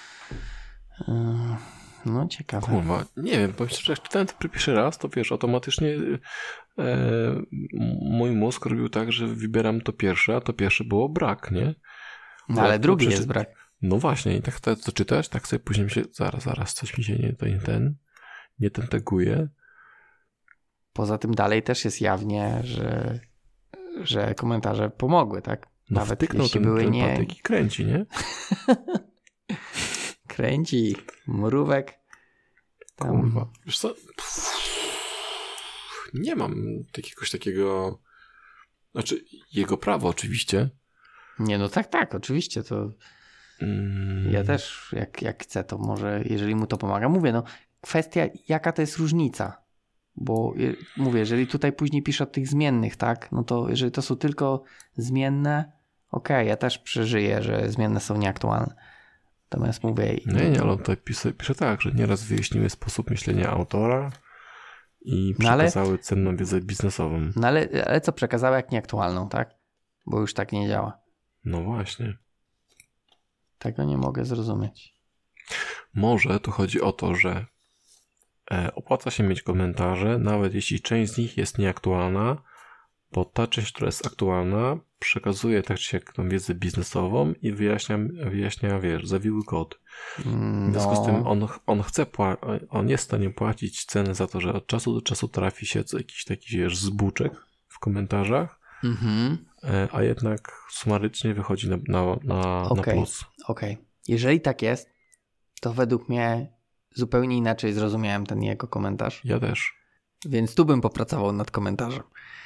No ciekawe. Kurwa, nie wiem, powiem szczerze, jak czytałem to pierwszy raz, to wiesz, automatycznie e, mój mózg robił tak, że wybieram to pierwsze, a to pierwsze było brak, nie? No, Bo ale jak drugi to jest przeczy- brak. No właśnie, i tak to, to czytać, tak sobie później mi się, zaraz, zaraz, coś mi się nie, to nie ten, nie ten teguje. Poza tym dalej też jest jawnie, że, że komentarze pomogły, tak? No Nawet wtyknął jeśli ten, były ten nie... patyk i kręci, nie? Kręci, mrówek. Tam... Kurwa. Wiesz co? Nie mam jakiegoś takiego... Znaczy, jego prawo oczywiście. Nie, no tak, tak, oczywiście, to Mm. ja też jak, jak chcę, to może, jeżeli mu to pomaga. Mówię, no kwestia, jaka to jest różnica, bo je, mówię, jeżeli tutaj później piszę o tych zmiennych, tak, no to jeżeli to są tylko zmienne, okej, okay, ja też przeżyję, że zmienne są nieaktualne. Natomiast mówię... Nie, nie, ale on tutaj pisze, pisze tak, że nieraz wyjaśniły sposób myślenia autora i No ale- przekazały cenną wiedzę biznesową. No ale, ale co przekazała jak nieaktualną, tak? Bo już tak nie działa. No właśnie. Tego nie mogę zrozumieć. Może tu chodzi o to, że e, opłaca się mieć komentarze, nawet jeśli część z nich jest nieaktualna, bo ta część, która jest aktualna, przekazuje tak czy jak tą wiedzę biznesową i wyjaśnia, wyjaśnia wiesz, zawiły kod. W związku z tym on, on chce, pła- on jest w stanie płacić cenę za to, że od czasu do czasu trafi się co jakiś taki wiesz, zbuczek w komentarzach, Mhm. e, a jednak sumarycznie wychodzi na, na, na, Okej. na plus. Okej. Jeżeli tak jest, to według mnie zupełnie inaczej zrozumiałem ten jego komentarz. Ja też. Więc tu bym popracował nad komentarzem.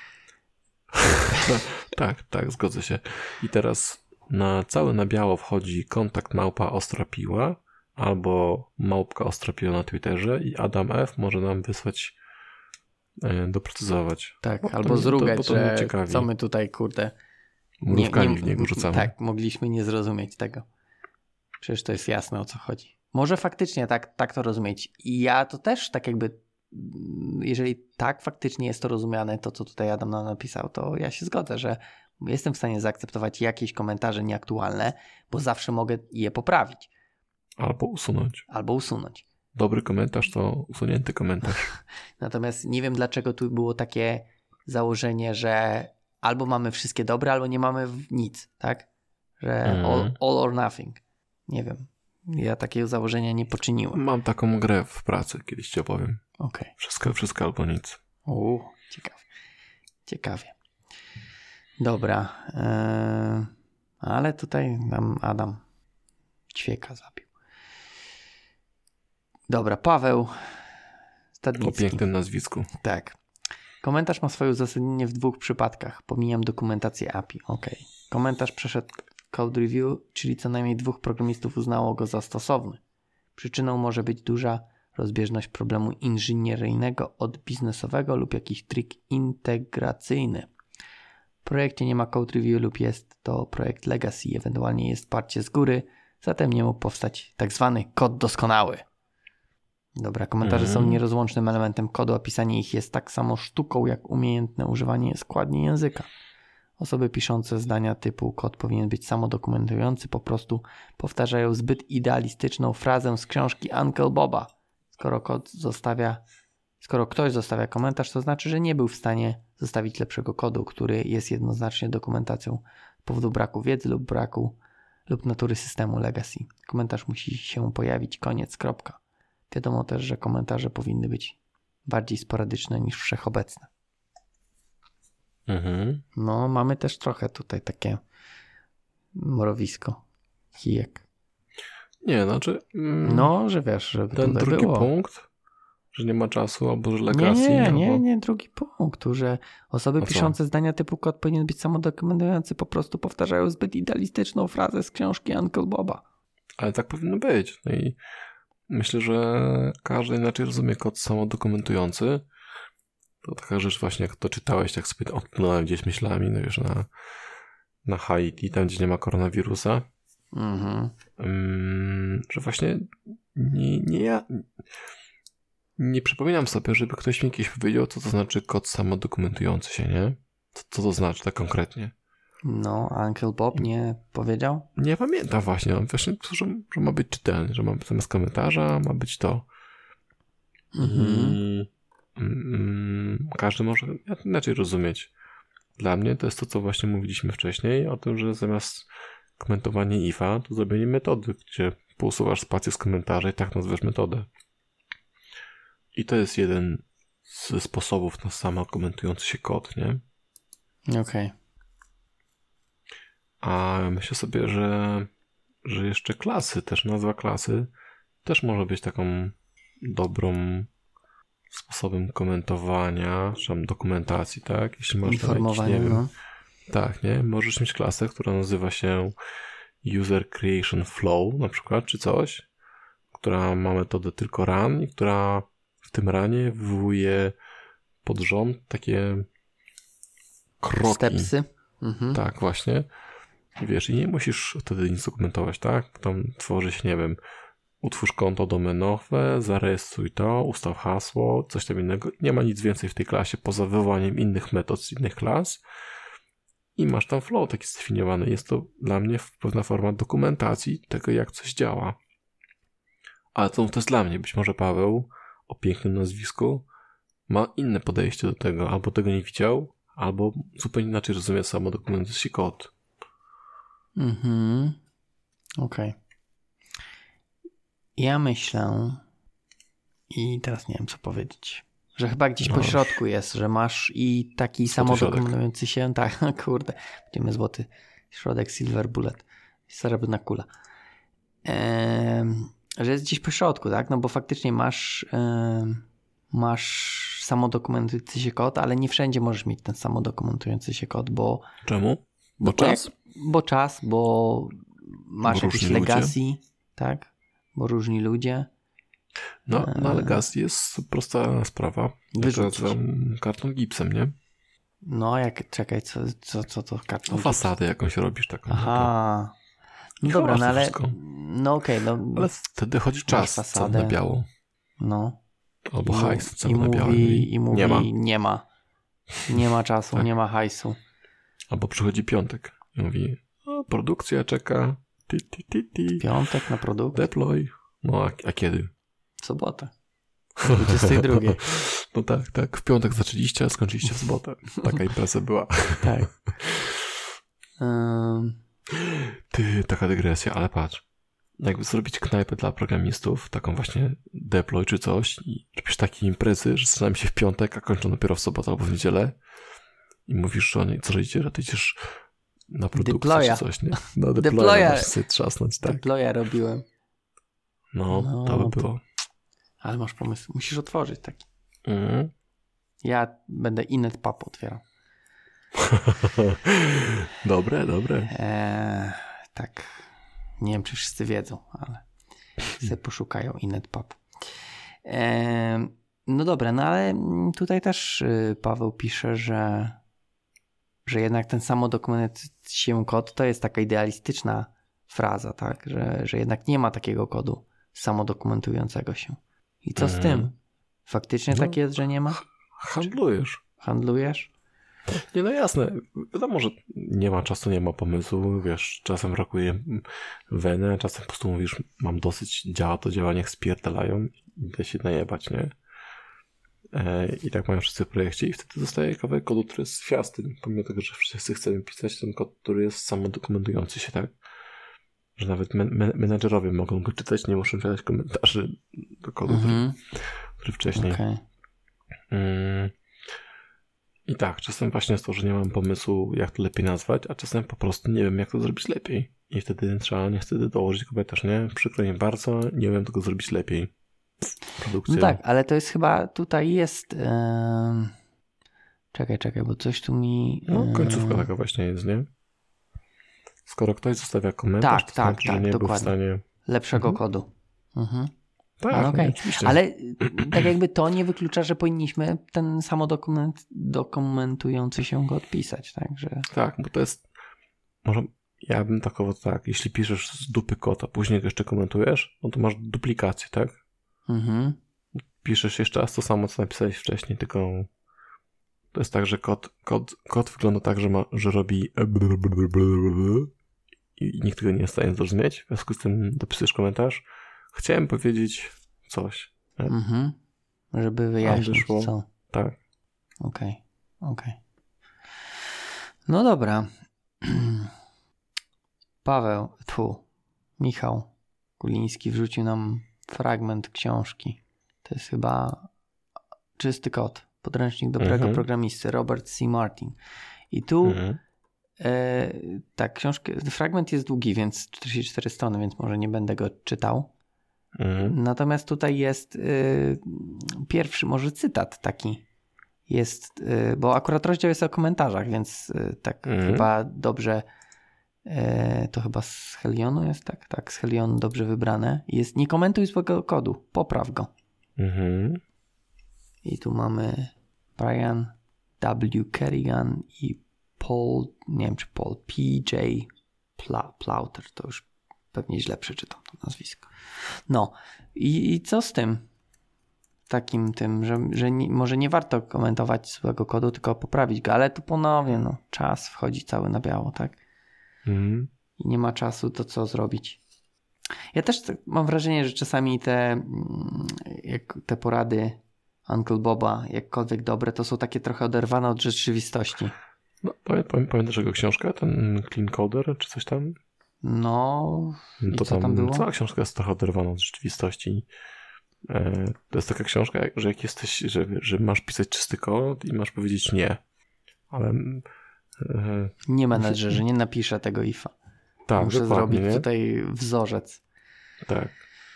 Tak, tak, zgodzę się. I teraz na cały na biało wchodzi kontakt małpa Ostropiła albo małpka Ostropiła na Twitterze i Adam F. może nam wysłać, e, doprecyzować. Tak, Bo to albo mnie- zrugać, to, bo to mnie że ciekawi. co my tutaj, kurde... Mrówkami w niego rzucamy. Tak, mogliśmy nie zrozumieć tego. Przecież to jest jasne, o co chodzi. Może faktycznie tak, tak to rozumieć. I ja to też tak jakby, jeżeli tak faktycznie jest to rozumiane, to co tutaj Adam nam napisał, to ja się zgodzę, że jestem w stanie zaakceptować jakieś komentarze nieaktualne, bo zawsze mogę je poprawić. Albo usunąć. Albo usunąć. Dobry komentarz to usunięty komentarz. Natomiast nie wiem, dlaczego tu było takie założenie, że albo mamy wszystkie dobre, albo nie mamy nic, tak? Że Mhm. all, all or nothing. Nie wiem. Ja takiego założenia nie poczyniłem. Mam taką grę w pracy, kiedyś ci opowiem. Okej. Wszystko, wszystko albo nic. Okay. Ciekawie. Ciekawie. Dobra. Eee, ale tutaj nam Adam ćwieka zabił. Dobra, Paweł O Stadnicki. pięknym nazwisku. Tak. Komentarz ma swoje uzasadnienie w dwóch przypadkach. Pomijam dokumentację A P I. Ok. Komentarz przeszedł code review, czyli co najmniej dwóch programistów uznało go za stosowny. Przyczyną może być duża rozbieżność problemu inżynieryjnego od biznesowego lub jakiś trik integracyjny. W projekcie nie ma code review lub jest to projekt legacy, ewentualnie jest parcie z góry, zatem nie mógł powstać tak zwany kod doskonały. Dobra, komentarze Mhm. są nierozłącznym elementem kodu, a pisanie ich jest tak samo sztuką, jak umiejętne używanie składni języka. Osoby piszące zdania typu kod powinien być samodokumentujący po prostu powtarzają zbyt idealistyczną frazę z książki Uncle Boba. Skoro kod zostawia, skoro ktoś zostawia komentarz, to znaczy, że nie był w stanie zostawić lepszego kodu, który jest jednoznacznie dokumentacją z powodu braku wiedzy lub braku lub natury systemu legacy. Komentarz musi się pojawić, koniec, kropka. Wiadomo też, że komentarze powinny być bardziej sporadyczne niż wszechobecne. Mhm. No, mamy też trochę tutaj takie mrowisko, kijek. Nie, znaczy... Mm, No, że wiesz, żeby ten tutaj drugi było. punkt, że nie ma czasu, albo że Nie, legacy, nie, albo... nie, nie, drugi punkt, że osoby A co? piszące zdania typu kod powinien być samodokumentujący po prostu powtarzają zbyt idealistyczną frazę z książki Uncle Boba. Ale tak powinno być. No i myślę, że każdy inaczej rozumie kod samodokumentujący. To taka rzecz właśnie, jak to czytałeś, tak sobie odpłynąłem gdzieś myślami, no wiesz, na, na Haiti, tam gdzie nie ma koronawirusa, Mhm. um, że właśnie nie, nie ja... Nie przypominam sobie, żeby ktoś mi kiedyś powiedział, co to znaczy kod samodokumentujący się, nie? Co, co to znaczy tak konkretnie? No, a Uncle Bob nie powiedział? Nie pamiętam właśnie. On właśnie, że, że ma być czytelny, że ma zamiast komentarza ma być to. Mhm. I mm, każdy może inaczej rozumieć. Dla mnie to jest to, co właśnie mówiliśmy wcześniej, o tym, że zamiast komentowania ifa, to zrobienie metody, gdzie pousuwasz spację z komentarza i tak nazwiesz metodę. I to jest jeden ze sposobów na samo komentujący się kod, nie? Okej. Okay. A myślę sobie, że, że jeszcze klasy, też nazwa klasy, też może być taką dobrą sposobem komentowania, czy tam dokumentacji, tak? Jeśli masz informowanie, jakiś, nie no. wiem, tak, nie? Możesz mieć klasę, która nazywa się User Creation Flow na przykład, czy coś, która ma metodę tylko run i która w tym runie wywołuje pod rząd takie kroki. Stepsy. Mhm. Tak, właśnie. I wiesz, i nie musisz wtedy nic dokumentować, tak? Tam tworzy się, nie wiem, utwórz konto domenowe, zarejestruj to, ustaw hasło, coś tam innego. Nie ma nic więcej w tej klasie poza wywołaniem innych metod z innych klas i masz tam flow taki zdefiniowany. Jest to dla mnie pewna forma dokumentacji tego, jak coś działa. Ale to, to jest dla mnie. Być może Paweł o pięknym nazwisku ma inne podejście do tego. Albo tego nie widział, albo zupełnie inaczej rozumie samo dokumentujący kod. Mhm. Okej. Okay. Ja myślę i teraz nie wiem, co powiedzieć. Że chyba gdzieś no. po środku jest, że masz i taki samodokonujący się, tak, kurde, będziemy złoty środek, silver bullet, srebrna kula. Ehm, że jest gdzieś po środku, tak, no bo faktycznie masz ehm, masz samodokumentujący się kod, ale nie wszędzie możesz mieć ten samodokumentujący się kod, bo... Czemu? Bo, bo czas? Jak, bo czas, bo masz bo jakieś legacy, ludzie. Tak, bo różni ludzie. No, na legacy jest prosta sprawa. Wyrzucić. Karton gipsem, nie? No, jak, czekaj, co, co, co to karton no, fasadę jakąś robisz taką. Aha. No dobra, no ale... Wszystko. No okej, okay, no... Ale wtedy chodzi czas fasadę. Na biało. No. Albo I, hajs co i na mówi, biało. I mówi, nie ma. Nie ma, nie ma czasu, tak. Nie ma hajsu. Albo przychodzi piątek i mówi, o, produkcja czeka. Ti, ti, ti, ti. Piątek na produkcję. Deploy. No, a, a kiedy? Sobota. dwudziestej drugiej. No tak, tak. W piątek zaczęliście, a skończyliście w sobotę. Taka impreza była. Tak. Um... Ty, taka dygresja, ale patrz. Jakby zrobić knajpę dla programistów, taką właśnie deploy czy coś i robisz takie imprezy, że zaczynają się w piątek, a kończą dopiero w sobotę albo w niedzielę i mówisz, że oni, co robicie, że ty idziesz na produkcję Deploya. czy coś, nie? No deploya. Możesz sobie trzasnąć, tak. Deploya robiłem. No, no, to by było. Ale masz pomysł. Musisz otworzyć taki. Mm. Ja będę InetPub otwierał. Dobre, dobre. Eee, tak. Nie wiem, czy wszyscy wiedzą, ale sobie poszukają InetPub. Eee, no dobra, no ale tutaj też Paweł pisze, że, że jednak ten samodokumentujący się kod to jest taka idealistyczna fraza, tak? Że, że jednak nie ma takiego kodu samodokumentującego się. I co z tym? Faktycznie no, tak jest, że nie ma? Handlujesz. Handlujesz? Nie, no jasne. Wiadomo, że nie ma czasu, nie ma pomysłu. Wiesz, czasem brakuje weny, czasem po prostu mówisz, mam dosyć, działa to, działa, niech spierdalają, idę się najebać, nie? E, I tak mają wszyscy w projekcie i wtedy zostaje kawałek kodu, który jest fiasty, pomimo tego, że wszyscy chcemy pisać ten kod, który jest samodokumentujący się, tak? Że nawet men- menedżerowie mogą go czytać, nie muszą czytać komentarzy do kodu, mm-hmm. który, który wcześniej. Okay. Mm. I tak, czasem właśnie jest to, że nie mam pomysłu, jak to lepiej nazwać, a czasem po prostu nie wiem, jak to zrobić lepiej. I wtedy trzeba niestety dołożyć komentarz, nie? Przykro mi bardzo, nie wiem tego zrobić lepiej. Produkcja. No tak, ale to jest chyba, tutaj jest... Yy... Czekaj, czekaj, bo coś tu mi... Yy... No, końcówka taka właśnie jest, nie? Skoro ktoś zostawia komentarz, tak, to tak, znaczy, tak, że nie dokładnie. był w stanie... Lepszego mhm. kodu. Mhm. Tak, no, okay. no, oczywiście. Ale tak jakby to nie wyklucza, że powinniśmy ten samodokument dokumentujący się go odpisać, tak? Że... Tak, bo to jest... Może ja bym takowo tak, jeśli piszesz z dupy kod, a później go jeszcze komentujesz, no to masz duplikację, tak? Mhm. Piszesz jeszcze raz to samo, co napisałeś wcześniej, tylko to jest tak, że kod, kod, kod wygląda tak, że, ma, że robi i nikt tego nie jest w stanie zrozumieć. W związku z tym dopisujesz komentarz. Chciałem powiedzieć coś. Mhm. Żeby wyjaśnić co. Tak. Okej, okay. okej. Okay. No dobra. Paweł, tu, Michał Kuliński wrzucił nam fragment książki. To jest chyba Czysty kod. Podręcznik dobrego mhm. programisty. Robert C. Martin. I tu mhm. e, tak, książka, fragment jest długi, więc czterdzieści cztery strony, więc może nie będę go czytał. Mhm. Natomiast tutaj jest e, pierwszy może cytat taki. Jest, e, bo akurat rozdział jest o komentarzach, więc e, tak mhm. chyba dobrze e, to chyba z Helionu jest, tak? Tak, z Helionu dobrze wybrane. Jest nie komentuj swojego kodu, popraw go. Mhm. I tu mamy Brian W. Kerrigan i Paul, nie wiem czy Paul, P J. Pla, Plauter, to już pewnie źle przeczytam to nazwisko. No i, i co z tym? Takim tym, że, że nie, może nie warto komentować swojego kodu, tylko poprawić go, ale tu ponownie no, czas wchodzi cały na biało, tak? Mm. I nie ma czasu, to co zrobić? Ja też mam wrażenie, że czasami te, jak te porady Uncle Boba, jakkolwiek dobre, to są takie trochę oderwane od rzeczywistości. No, pamię, pamiętasz jego książkę? Ten Clean Coder, czy coś tam? No, i to co tam, tam było? Cała książka jest trochę oderwana od rzeczywistości. E, to jest taka książka, że jak jesteś, że, że masz pisać czysty kod i masz powiedzieć nie. Ale... E, nie menedżerze, nie napiszę tego ifa. Tak, muszę zrobić nie? tutaj wzorzec. Tak.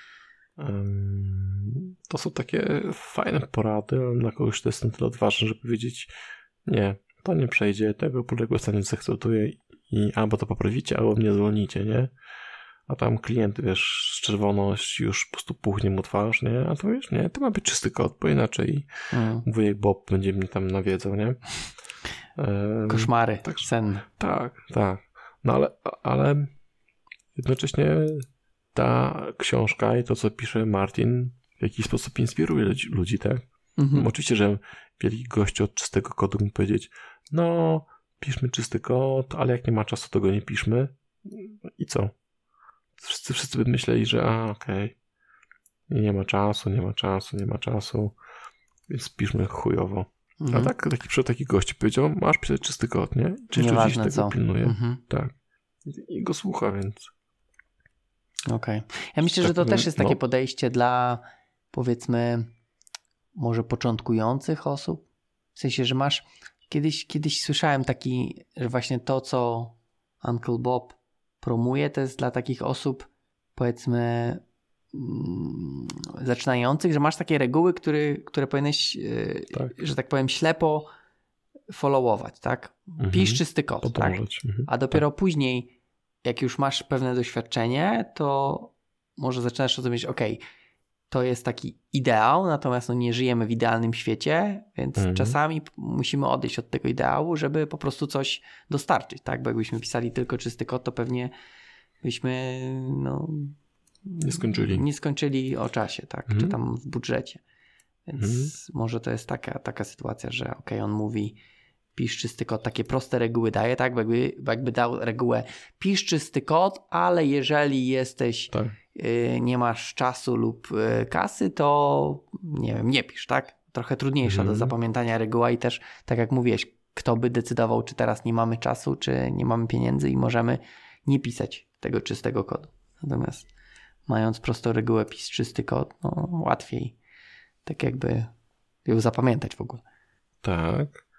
Um, to są takie fajne porady, ale dla kogoś to jest na tyle odważne, żeby powiedzieć nie, to nie przejdzie, tego poległe stanie zaakceptuje i albo to poprawicie, albo mnie zwolnicie, nie? A tam klient, wiesz, z czerwoność już po prostu puchnie mu twarz, nie? A to wiesz, nie, to ma być czysty kod, bo inaczej mm. wujek Bob będzie mnie tam nawiedzał, nie? Um, Koszmary, tak, sen. Tak, tak. No ale, ale jednocześnie ta książka i to, co pisze Martin, w jakiś sposób inspiruje ludzi, ludzi tak? Mhm. Oczywiście, że wielki gościu od czystego kodu mógł powiedzieć, no, piszmy czysty kod, ale jak nie ma czasu, to go nie piszmy. I co? Wszyscy, wszyscy by myśleli, że a, okej, okay. nie ma czasu, nie ma czasu, nie ma czasu, więc piszmy chujowo. Mhm. A tak, taki przykład taki gość powiedział, masz pisać czysty kod, nie? Czy ludzi tego co. pilnuje? Mhm. Tak. I, I go słucha, więc... Okej. Okay. Ja myślę, tak, że to też jest takie no. podejście dla, powiedzmy, może początkujących osób. W sensie, że masz... Kiedyś, kiedyś słyszałem taki, że właśnie to, co Uncle Bob promuje, to jest dla takich osób, powiedzmy, mm, zaczynających, że masz takie reguły, które, które powinieneś, yy, tak. że tak powiem, ślepo followować, tak? Mhm. Pisz czysty kod, Podążać. tak? Mhm. A dopiero tak. później, jak już masz pewne doświadczenie, to może zaczynasz rozumieć, okej, okay, to jest taki ideał, natomiast no nie żyjemy w idealnym świecie, więc mhm. czasami musimy odejść od tego ideału, żeby po prostu coś dostarczyć, tak? Bo jakbyśmy pisali tylko czysty kod, to pewnie byśmy no, nie skończyli. Nie skończyli o czasie, tak? Mhm. Czy tam w budżecie. Więc mhm. może to jest taka, taka sytuacja, że okej, okay, on mówi pisz czysty kod, takie proste reguły daje, tak? Bo jakby, bo jakby dał regułę pisz czysty kod, ale jeżeli jesteś tak. y, nie masz czasu lub y, kasy, to nie wiem, nie pisz, tak? Trochę trudniejsza mhm. do zapamiętania reguła i też, tak jak mówiłeś, kto by decydował, czy teraz nie mamy czasu, czy nie mamy pieniędzy i możemy nie pisać tego czystego kodu. Natomiast mając prostą regułę pisz czysty kod, no łatwiej tak jakby ją zapamiętać w ogóle. Tak.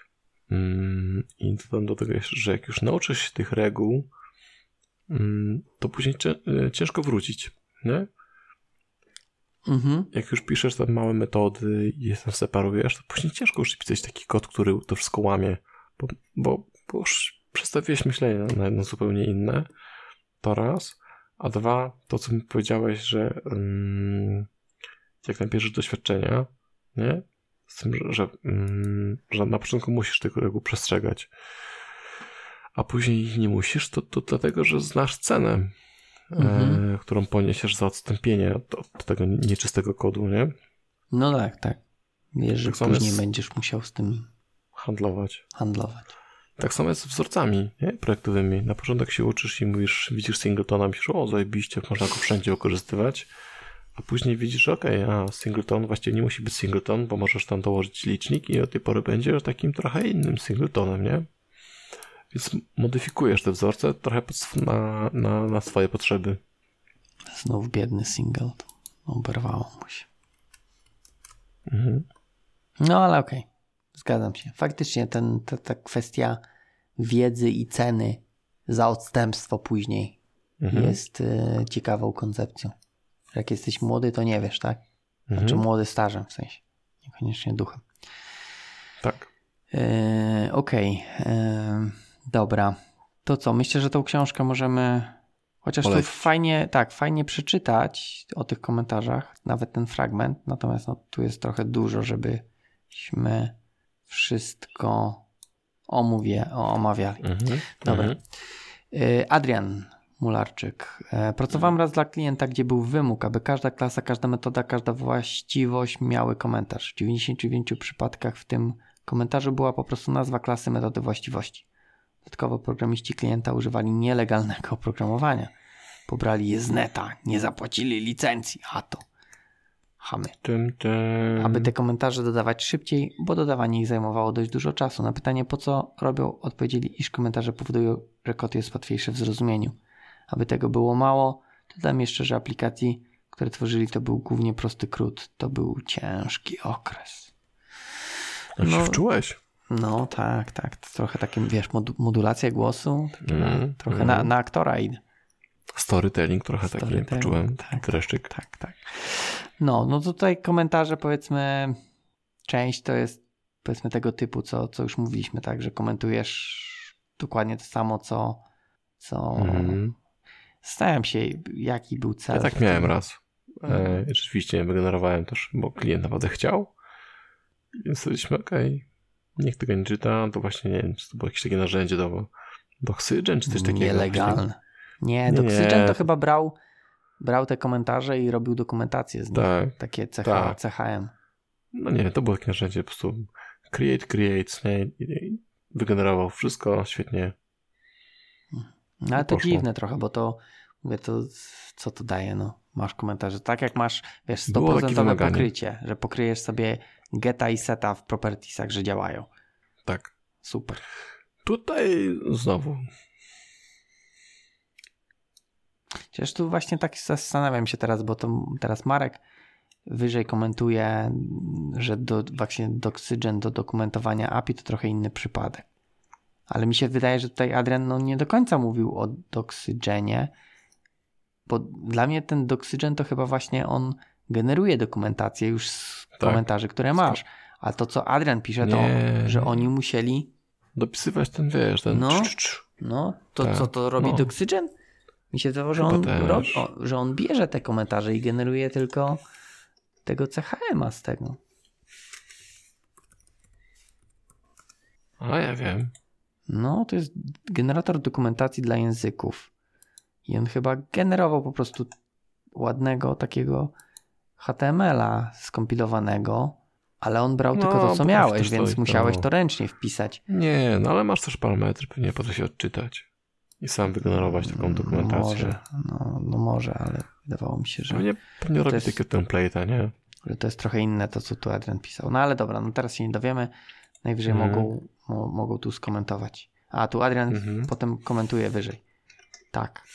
I dodam do tego jeszcze, że jak już nauczysz się tych reguł, to później ciężko wrócić, nie? Mhm. Jak już piszesz tam małe metody i je separujesz, to później ciężko już pisać taki kod, który to wszystko łamie, bo, bo, bo już przestawiłeś myślenie na jedno zupełnie inne, to raz, a dwa, to co mi powiedziałeś, że um, jak nabierzesz doświadczenia, nie? Z tym, że, że, że na początku musisz tych reguł przestrzegać, a później nie musisz, to, to dlatego, że znasz cenę, mhm. e, którą poniesiesz za odstąpienie od, od tego nieczystego kodu, nie? No tak, tak. Wiesz, że tak później jest... będziesz musiał z tym handlować. handlować. Tak samo jest z wzorcami, nie? Projektowymi. Na początek się uczysz i mówisz, widzisz singletona, myślisz, o zajebiście, można go wszędzie wykorzystywać, a później widzisz, okej, okay, a singleton właściwie nie musi być singleton, bo możesz tam dołożyć licznik i od tej pory będziesz takim trochę innym singletonem, nie? Więc modyfikujesz te wzorce trochę na, na, na swoje potrzeby. Znów biedny singleton. Oberwało mu się. Mhm. No ale okej. Okay. Zgadzam się. Faktycznie ten, ta, ta kwestia wiedzy i ceny za odstępstwo później mhm. jest y, ciekawą koncepcją. Jak jesteś młody, to nie wiesz, tak? Znaczy mhm. młody stażem w sensie. Niekoniecznie duchem. Tak. Y, Okej. Okay. Dobra. To co? Myślę, że tą książkę możemy chociaż tu fajnie, tak, fajnie przeczytać o tych komentarzach, nawet ten fragment. Natomiast no, tu jest trochę dużo, żebyśmy wszystko omówie, omawiali. Mhm. Dobra. Mhm. Adrian Mularczyk. Pracowałem raz dla klienta, gdzie był wymóg, aby każda klasa, każda metoda, każda właściwość miały komentarz. W dziewięćdziesięciu dziewięciu przypadkach w tym komentarzu była po prostu nazwa klasy, metody, właściwości. Dodatkowo programiści klienta używali nielegalnego oprogramowania. Pobrali je z neta, nie zapłacili licencji. A to chamy. Tym, tym. Aby te komentarze dodawać szybciej, bo dodawanie ich zajmowało dość dużo czasu. Na pytanie, po co robią, odpowiedzieli, iż komentarze powodują, że kod jest łatwiejszy w zrozumieniu. Aby tego było mało, dodam jeszcze, że aplikacji, które tworzyli, to był głównie prosty krót. To był ciężki okres. Jak no, się wczułeś? No tak, tak. To trochę takie, wiesz, mod- modulacja głosu. Mm, trochę mm. Na, na aktora idę. Storytelling trochę taki poczułem. Tak, dreszczyk. Tak, tak. No, no tutaj komentarze, powiedzmy, część to jest powiedzmy tego typu, co, co już mówiliśmy, tak, że komentujesz dokładnie to samo, co co mm. Zastanawiam się, jaki był cel. Ja tak miałem raz. E, rzeczywiście wygenerowałem też, bo klient naprawdę chciał. Więc stwierdziliśmy, okej, okay, niech tego nie czyta, to właśnie nie wiem, czy to było jakieś takie narzędzie do Doxygen, czy coś takiego. Nielegalne. Nie, nie Doxygen nie. to chyba brał brał te komentarze i robił dokumentację z nich. Tak, takie C H, tak. C H M. No nie, to było takie narzędzie, po prostu create, create, nie, i wygenerował wszystko, świetnie. No ale to poszło. Dziwne trochę, bo to mówię, to co to daje, no. Masz komentarze. Tak jak masz, wiesz, sto procent pokrycie, że pokryjesz sobie geta i seta w propertiesach, że działają. Tak. Super. Tutaj znowu. Chociaż tu właśnie tak zastanawiam się teraz, bo to teraz Marek wyżej komentuje, że do, właśnie Doxygen do dokumentowania A P I to trochę inny przypadek. Ale mi się wydaje, że tutaj Adrian no, nie do końca mówił o Doxygenie, bo dla mnie ten Doxygen to chyba właśnie on generuje dokumentację już z tak. komentarzy, które masz. A to, co Adrian pisze, to nie. że oni musieli dopisywać ten, wiesz, ten no, cz, cz. no to tak. co to robi no. Doxygen? Mi się wydawało, że on, rob, o, że on bierze te komentarze i generuje tylko tego C H M a z tego. A ja wiem. No, to jest generator dokumentacji dla języków. I on chyba generował po prostu ładnego takiego H T M L a skompilowanego, ale on brał no, tylko to, co miałeś, więc musiałeś to... to ręcznie wpisać. Nie, no ale masz też parametry, pewnie po to się odczytać. I sam wygenerować taką dokumentację. Może, no, no może, ale wydawało mi się, że... Pewnie, pewnie robi jest, takie template'a, nie? Że to jest trochę inne to, co tu Adrian pisał. No ale dobra, no teraz się nie dowiemy. Najwyżej mm. mogą, mo, mogą tu skomentować. A, tu Adrian mm-hmm. potem komentuje wyżej. Tak.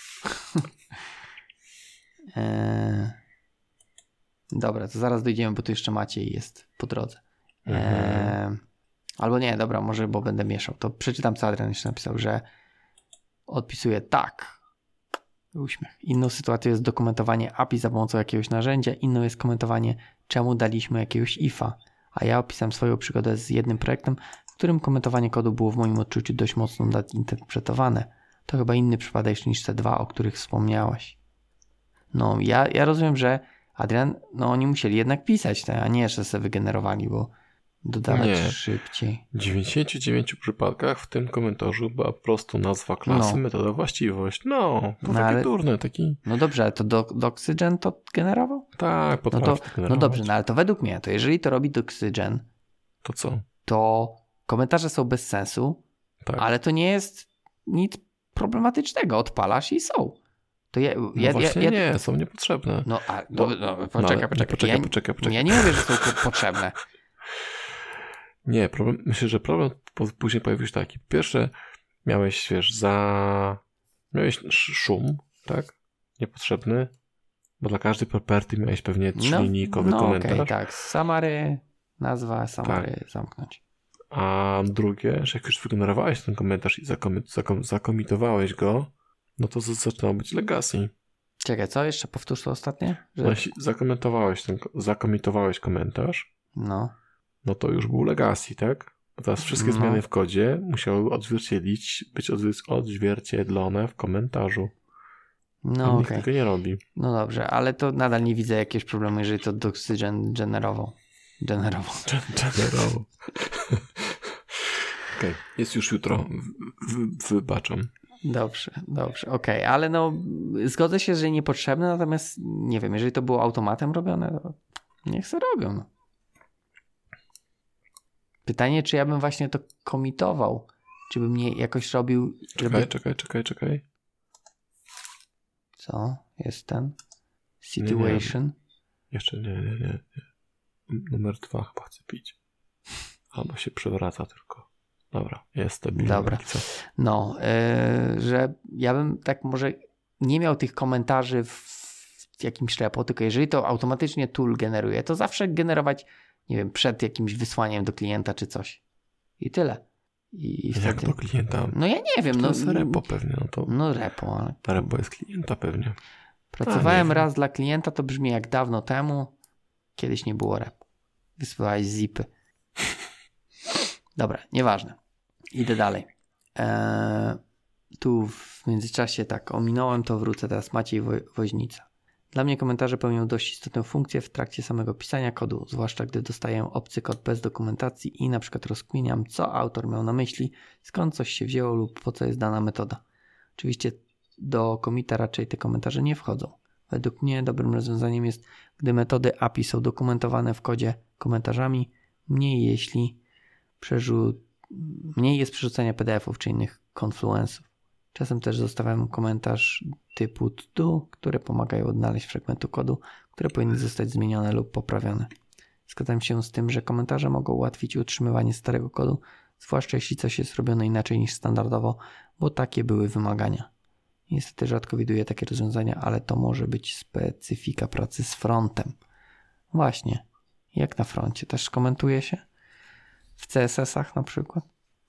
eee... Dobra, to zaraz dojdziemy, bo tu jeszcze Maciej jest po drodze. Eee... Mm-hmm. Albo nie, dobra, może, bo będę mieszał. To przeczytam, co Adrian jeszcze napisał, że odpisuje tak. Uśmiech. Inną sytuacją jest dokumentowanie A P I za pomocą jakiegoś narzędzia, inną jest komentowanie, czemu daliśmy jakiegoś ifa. A ja opisałem swoją przygodę z jednym projektem, w którym komentowanie kodu było w moim odczuciu dość mocno nadinterpretowane. To chyba inny przypadek niż te dwa, o których wspomniałaś. No, ja, ja rozumiem, że Adrian, no oni musieli jednak pisać, te, a nie, że sobie wygenerowali, bo dodawać nie. szybciej. W dziewięćdziesięciu dziewięciu przypadkach w tym komentarzu była po prostu nazwa klasy, no. metoda, właściwość. No, to no, taki ale... durny, taki... No dobrze, ale to do, Doxygen to generował? Tak, potrafi no to, to generować. No dobrze, no ale to według mnie, to jeżeli to robi Doxygen... To co? To komentarze są bez sensu, Tak. ale to nie jest nic problematycznego. Odpalasz i są. To ja, No ja, właśnie ja, nie, są niepotrzebne. No, a, Bo- no, no, no, poczekaj, ale- poczekaj. poczekaj, ja, poczekaj, poczekaj. ja nie mówię, że są po- potrzebne. Nie, problem, myślę, że problem po, później pojawił się taki. Pierwsze miałeś, wiesz, za... Miałeś sz- szum, tak? Niepotrzebny. Bo dla każdej property miałeś pewnie trzylinijkowy no, komentarz. okej, tak. Samary, nazwa, Samary zamknąć. A drugie, że jak już wygenerowałeś ten komentarz i zakomi- zakom- zakomitowałeś go, no to z- zaczynało być legacy. Czekaj, co? Jeszcze powtórz to ostatnie? Że... No, jeśli zakomentowałeś ten, zakomitowałeś komentarz, No. no to już był legacy, tak? Bo teraz wszystkie No. zmiany w kodzie musiały odzwierciedlić, być odwi- odzwierciedlone w komentarzu. No A nikt okej. tego nie robi. No dobrze, ale to nadal nie widzę jakiegoś problemu, jeżeli to Duxy gen- generował. Generował. Generowo. Okej, jest już jutro. W- w- Wybaczam. Dobrze, dobrze, okej, ale no zgodzę się, że niepotrzebne, natomiast nie wiem, jeżeli to było automatem robione, to niech se robią. No. Pytanie, czy ja bym właśnie to komitował, czy bym nie jakoś robił, żeby... Czekaj, czekaj, czekaj, czekaj. Co? Jest ten? Nie, Situation? Jeszcze nie, nie, nie. nie. Numer dwa chyba chcę pić. Albo się przewraca tylko. Dobra, jest stabilny. Dobra. póki co. No, yy, że ja bym tak może nie miał tych komentarzy w jakimś repo, tylko jeżeli to automatycznie tool generuje, to zawsze generować, nie wiem, przed jakimś wysłaniem do klienta czy coś. I tyle. I, i Jak wtedy... do klienta? No ja nie wiem. To No, jest repo pewnie. No to no repo, ale repo jest klienta pewnie. pracowałem A, nie raz dla klienta, to brzmi jak dawno temu. Kiedyś nie było repo. Wysyłałeś zipy. Dobra, nieważne. Idę dalej. Eee, tu w międzyczasie tak ominąłem to, wrócę teraz. Maciej Wo- Woźnica. Dla mnie komentarze pełnią dość istotną funkcję w trakcie samego pisania kodu, zwłaszcza gdy dostaję obcy kod bez dokumentacji i na przykład rozkminiam, co autor miał na myśli, skąd coś się wzięło lub po co jest dana metoda. Oczywiście do commita raczej te komentarze nie wchodzą. Według mnie dobrym rozwiązaniem jest, gdy metody A P I są dokumentowane w kodzie komentarzami, mniej jeśli przerzu- mniej jest przerzucania P D F-ów czy innych confluensów. Czasem też zostawiam komentarz typu to, które pomagają odnaleźć fragmentu kodu, które powinny zostać zmienione lub poprawione. Zgadzam się z tym, że komentarze mogą ułatwić utrzymywanie starego kodu, zwłaszcza jeśli coś jest robione inaczej niż standardowo, bo takie były wymagania. Niestety rzadko widuję takie rozwiązania, ale to może być specyfika pracy z frontem. Właśnie, jak na froncie też komentuje się? W C S S-ach na przykład?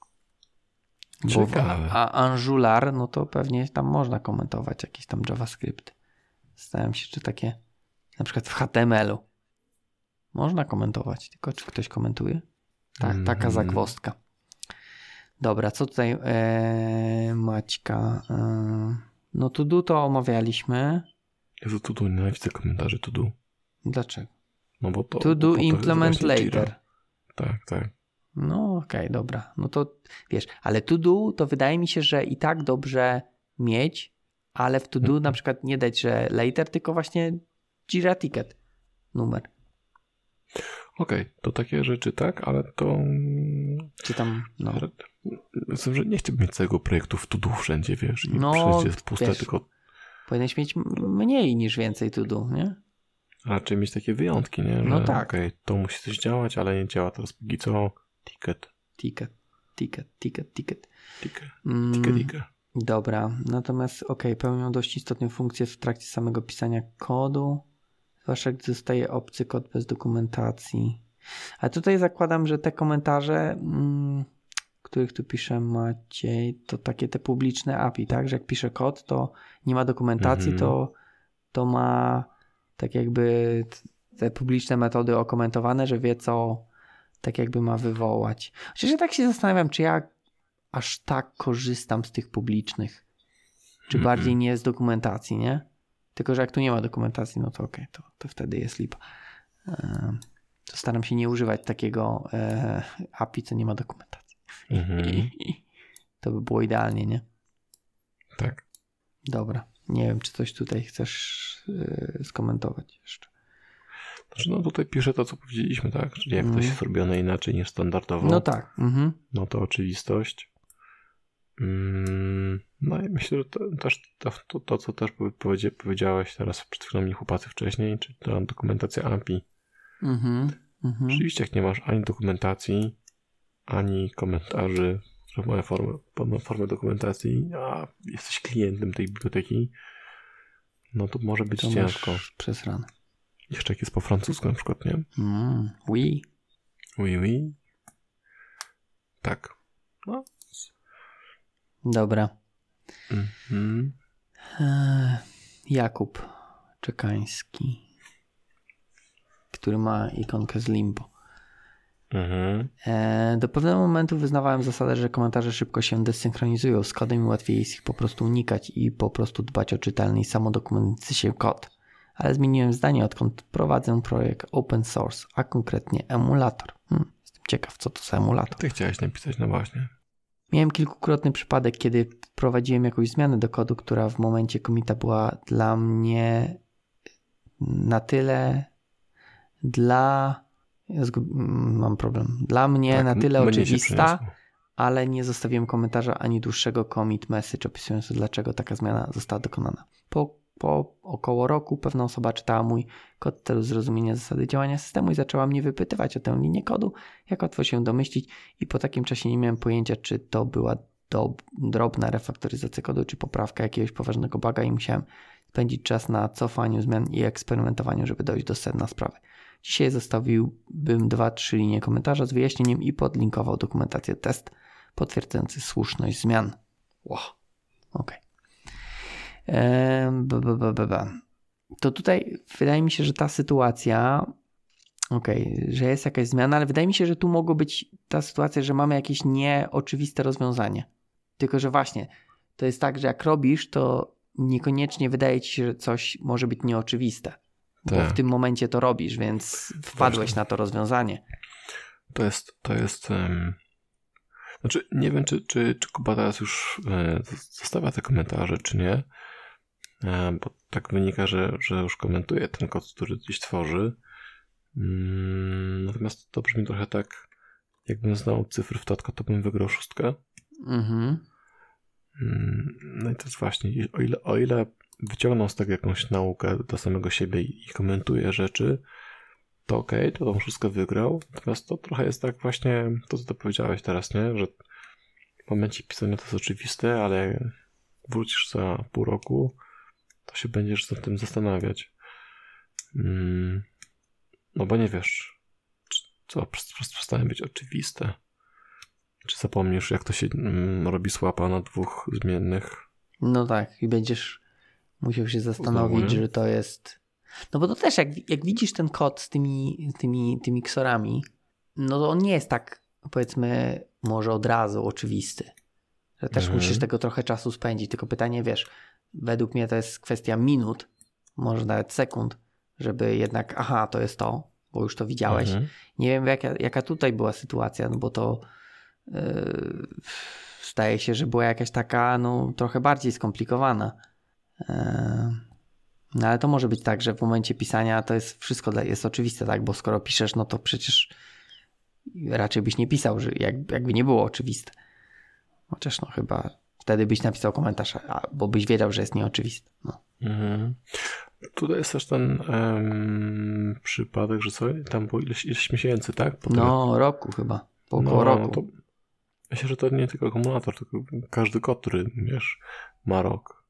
Bo w, Ciekawe. a Angular, no to pewnie tam można komentować jakieś tam JavaScript. Zastanawiam się, czy takie na przykład w H T M L-u można komentować, tylko czy ktoś komentuje? Tak, Mm. taka zagwozdka. Dobra, co tutaj eee, Maćka? Eee, no to do to omawialiśmy. Jezu, to tu nienawidzę komentarzy to do. Dlaczego? No bo to... To do bo to jest implement właśnie Jira. later. Tak, tak. No okej, okay, dobra. No to wiesz, ale to do to wydaje mi się, że i tak dobrze mieć, ale w to do na przykład nie dać, że later, tylko właśnie Jira ticket numer. Okej, okay, to takie rzeczy tak, ale to... Czy tam, no. Myślę, że nie chciałbym mieć całego projektu w to do wszędzie, wiesz. I No, wszędzie jest puste, wiesz, tylko powinieneś mieć mniej niż więcej to do, nie? raczej mieć takie wyjątki, nie? Że, No tak. Okej, okay, to musi coś działać, ale nie działa teraz póki co. Ticket. Ticket, ticket, ticket, ticket. Ticket, Mm, ticket, ticket. Dobra, natomiast okej, okay, pełnią dość istotną funkcję w trakcie samego pisania kodu, zwłaszcza gdy zostaje obcy kod bez dokumentacji. A tutaj zakładam, że te komentarze, mm, których tu pisze Maciej, to takie te publiczne A P I, tak? Że jak pisze kod, to nie ma dokumentacji, Mhm. to, to ma tak jakby te publiczne metody okomentowane, że wie, co tak jakby ma wywołać. Chociaż ja tak się zastanawiam, czy ja aż tak korzystam z tych publicznych. Czy Mhm. bardziej nie z dokumentacji, nie? Tylko, że jak tu nie ma dokumentacji, no to okej, okay, to, to wtedy jest lipa. Ehm, to staram się nie używać takiego e, A P I, co nie ma dokumentacji. Mhm. To by było idealnie, nie? Tak. Dobra. Nie wiem, czy coś tutaj chcesz e, skomentować jeszcze. Znaczy, no tutaj piszę to, co powiedzieliśmy, tak? Czyli jak mm. coś jest robione inaczej niż standardowo. No tak. Mhm. No to oczywistość. Mm, no i myślę, że to, też to, to, to co też powiedzia, powiedziałeś teraz przed chwilą mi chłopacy wcześniej, czyli ta dokumentacja A P I. Mhm. Mhm. Oczywiście jak nie masz ani dokumentacji, ani komentarzy, które mają formę, formę dokumentacji, a jesteś klientem tej biblioteki, no to może być to ciężko. Przez ranę. Jeszcze jak jest po francusku na przykład, nie? Mm, oui. Oui, oui. Tak. No. Dobra. Mhm. Eee, Jakub Czekański, który ma ikonkę z Limbo. Mhm. Eee, do pewnego momentu wyznawałem zasadę, że komentarze szybko się desynchronizują z kodem i łatwiej jest ich po prostu unikać i po prostu dbać o czytelny i samodokumentujący się kod. Ale zmieniłem zdanie, odkąd prowadzę projekt open source, a konkretnie emulator. Hmm, jestem ciekaw, co to za emulator. Ty chciałeś napisać, no właśnie. Miałem kilkukrotny przypadek, kiedy wprowadziłem jakąś zmianę do kodu, która w momencie commita była dla mnie na tyle dla... Ja zgub... Mam problem. Dla mnie tak, na tyle oczywista, się ale nie zostawiłem komentarza ani dłuższego commit message opisując, dlaczego taka zmiana została dokonana. Po Po około roku pewna osoba czytała mój kod w celu zrozumienia zasady działania systemu i zaczęła mnie wypytywać o tę linię kodu, jak łatwo się domyślić, i po takim czasie nie miałem pojęcia, czy to była do, drobna refaktoryzacja kodu, czy poprawka jakiegoś poważnego buga, i musiałem spędzić czas na cofaniu zmian i eksperymentowaniu, żeby dojść do sedna sprawy. Dzisiaj zostawiłbym dwa trzy linie komentarza z wyjaśnieniem i podlinkował dokumentację test potwierdzający słuszność zmian. Wow, okej. Okay. To tutaj wydaje mi się, że ta sytuacja, okej, okay, że jest jakaś zmiana, ale wydaje mi się, że tu mogło być ta sytuacja, że mamy jakieś nieoczywiste rozwiązanie. Tylko że właśnie to jest tak, że jak robisz, to niekoniecznie wydaje ci się, że coś może być nieoczywiste. Tak. Bo w tym momencie to robisz, więc wpadłeś właśnie na to rozwiązanie. To jest, to jest... Um... Znaczy, nie wiem, czy, czy, czy Kuba teraz już e, zostawia te komentarze, czy nie, e, bo tak wynika, że, że już komentuje ten kod, który gdzieś tworzy. Mm, natomiast to brzmi trochę tak, jakbym znał cyfry w tatko, to bym wygrał szóstkę. Mhm. Mm, no i to jest właśnie, o ile, o ile wyciągnął z tego jakąś naukę dla samego siebie i komentuje rzeczy, to okej, okay, to tą szóstkę wygrał. Natomiast to trochę jest tak właśnie to, co ty powiedziałeś teraz, nie? Że w momencie pisania to jest oczywiste, ale jak wrócisz za pół roku, to się będziesz nad tym zastanawiać. Hmm. No bo nie wiesz, co przestanie być oczywiste. Czy zapomnisz, jak to się mm, robi słapa na dwóch zmiennych? No tak, i będziesz musiał się zastanowić, że to jest... No bo to też, jak, jak widzisz ten kod z tymi, tymi, tymi ksorami, no to on nie jest tak, powiedzmy, może od razu oczywisty. Że też mhm. musisz tego trochę czasu spędzić. Tylko pytanie, wiesz, według mnie to jest kwestia minut, może nawet sekund, żeby jednak, aha, to jest to, bo już to widziałeś. Mhm. Nie wiem, jaka, jaka tutaj była sytuacja, no bo to yy, zdaje się, że była jakaś taka, no trochę bardziej skomplikowana. Yy. No ale to może być tak, że w momencie pisania to jest wszystko jest oczywiste, tak? Bo skoro piszesz, no to przecież raczej byś nie pisał, że jak, jakby nie było oczywiste. Chociaż no chyba wtedy byś napisał komentarz, a, bo byś wiedział, że jest nieoczywisty. No. Mhm. Tutaj jest też ten um, przypadek, że co? Tam było ileś, ileś miesięcy, tak? Po no tyle... roku chyba. Po około no, roku. To myślę, że to nie tylko akumulator, tylko każdy kod, który wiesz, ma rok.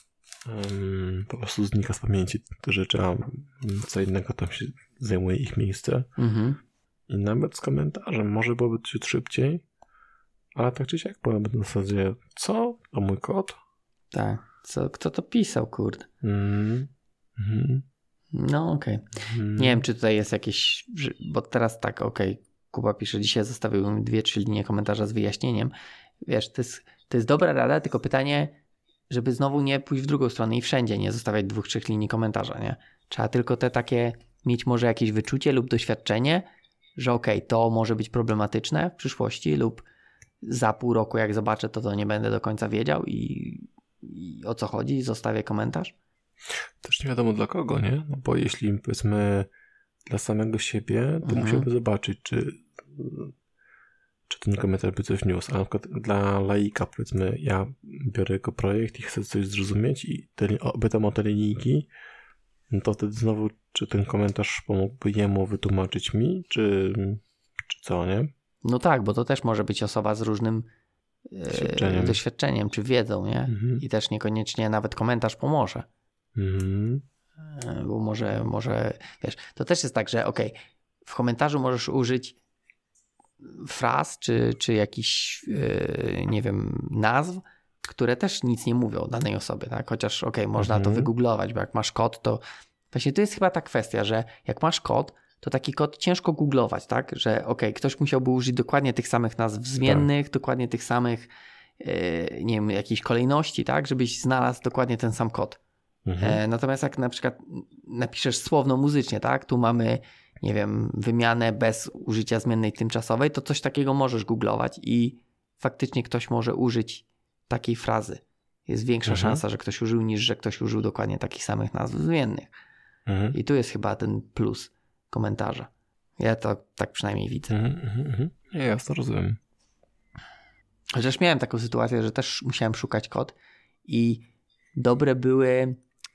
Um, po prostu znika z pamięci te rzeczy, a co innego tam się zajmuje ich miejsce. Mhm. I nawet z komentarzem może byłoby ciut szybciej, ale tak czy siak powiem na zasadzie, co? A mój kod? Tak. Co? Kto to pisał, kurde? Mm. Mhm. No okej. Okay. Mhm. Nie wiem, czy tutaj jest jakieś, bo teraz tak, okej, okay. Kuba pisze, dzisiaj zostawił dwie, trzy linie komentarza z wyjaśnieniem. Wiesz, to jest, to jest dobra rada, tylko pytanie, żeby znowu nie pójść w drugą stronę i wszędzie nie zostawiać dwóch, trzech linii komentarza, nie? Trzeba tylko te takie mieć może jakieś wyczucie lub doświadczenie, że okej, okay, to może być problematyczne w przyszłości lub za pół roku jak zobaczę to, to nie będę do końca wiedział i, i o co chodzi, zostawię komentarz. Też nie wiadomo dla kogo, nie? No bo jeśli powiedzmy dla samego siebie, to Mhm. musiałby zobaczyć, czy, czy ten komentarz by coś niósł. A na przykład dla laika, powiedzmy, ja biorę jego projekt i chcę coś zrozumieć i te, pytam o te linijki, no to wtedy znowu, czy ten komentarz pomógłby jemu wytłumaczyć mi, czy, czy co, nie? No tak, bo to też może być osoba z różnym e, Doświadczeniem. doświadczeniem czy wiedzą, nie? Mhm. I też niekoniecznie nawet komentarz pomoże. Mhm. E, Bo może, może, wiesz, to też jest tak, że okej, w komentarzu możesz użyć fraz czy, czy jakichś, e, nie wiem, nazw, które też nic nie mówią danej osobie, tak? Chociaż okej, można Mhm. to wygooglować, bo jak masz kod, to właśnie to jest chyba ta kwestia, że jak masz kod, to taki kod ciężko googlować, tak? Że okej, ktoś musiałby użyć dokładnie tych samych nazw zmiennych, dokładnie tych samych, e, nie wiem, jakiejś kolejności, tak? Żebyś znalazł dokładnie ten sam kod. Mhm. E, natomiast jak na przykład napiszesz słowno muzycznie, tak? Tu mamy, nie wiem, wymianę bez użycia zmiennej tymczasowej, to coś takiego możesz googlować i faktycznie ktoś może użyć takiej frazy. Jest większa Mhm. szansa, że ktoś użył, niż że ktoś użył dokładnie takich samych nazw zmiennych. Mhm. I tu jest chyba ten plus komentarza. Ja to tak przynajmniej widzę. Mhm. Mhm. Mhm. Ja jasno rozumiem. Chociaż miałem taką sytuację, że też musiałem szukać kod i dobre były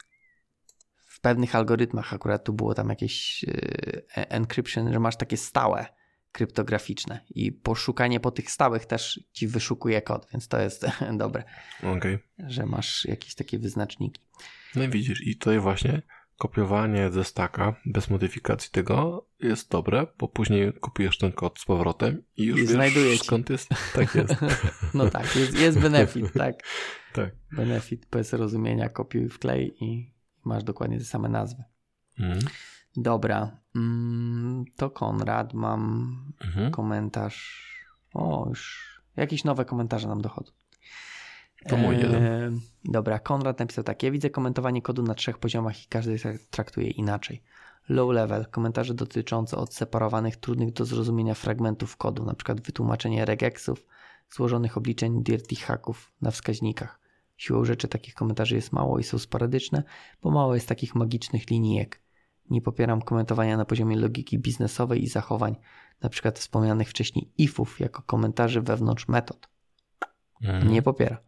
w pewnych algorytmach, akurat tu było tam jakieś yy, encryption, że masz takie stałe kryptograficzne i poszukanie po tych stałych też ci wyszukuje kod, więc to jest dobre, Okej. że masz jakieś takie wyznaczniki. No i widzisz, i tutaj właśnie kopiowanie ze stacka bez modyfikacji tego jest dobre, bo później kopiujesz ten kod z powrotem i już I wiesz, znajduje ci. skąd jest. Tak jest. No tak, jest, jest benefit, tak. Tak. Benefit bez rozumienia, kopiuj, wklej i masz dokładnie te same nazwy. Mhm. Dobra, mm, to Konrad, mam Mhm. komentarz. O, już jakieś nowe komentarze nam dochodzą. To mój jeden. E, dobra, Konrad napisał tak. Ja widzę komentowanie kodu na trzech poziomach i każdy traktuje inaczej. Low level, komentarze dotyczące odseparowanych, trudnych do zrozumienia fragmentów kodu, na przykład wytłumaczenie regexów, złożonych obliczeń, dirty hacków na wskaźnikach. Siłą rzeczy takich komentarzy jest mało i są sporadyczne, bo mało jest takich magicznych linijek. Nie popieram komentowania na poziomie logiki biznesowej i zachowań, na przykład wspomnianych wcześniej ifów jako komentarzy wewnątrz metod. Mhm. Nie popiera.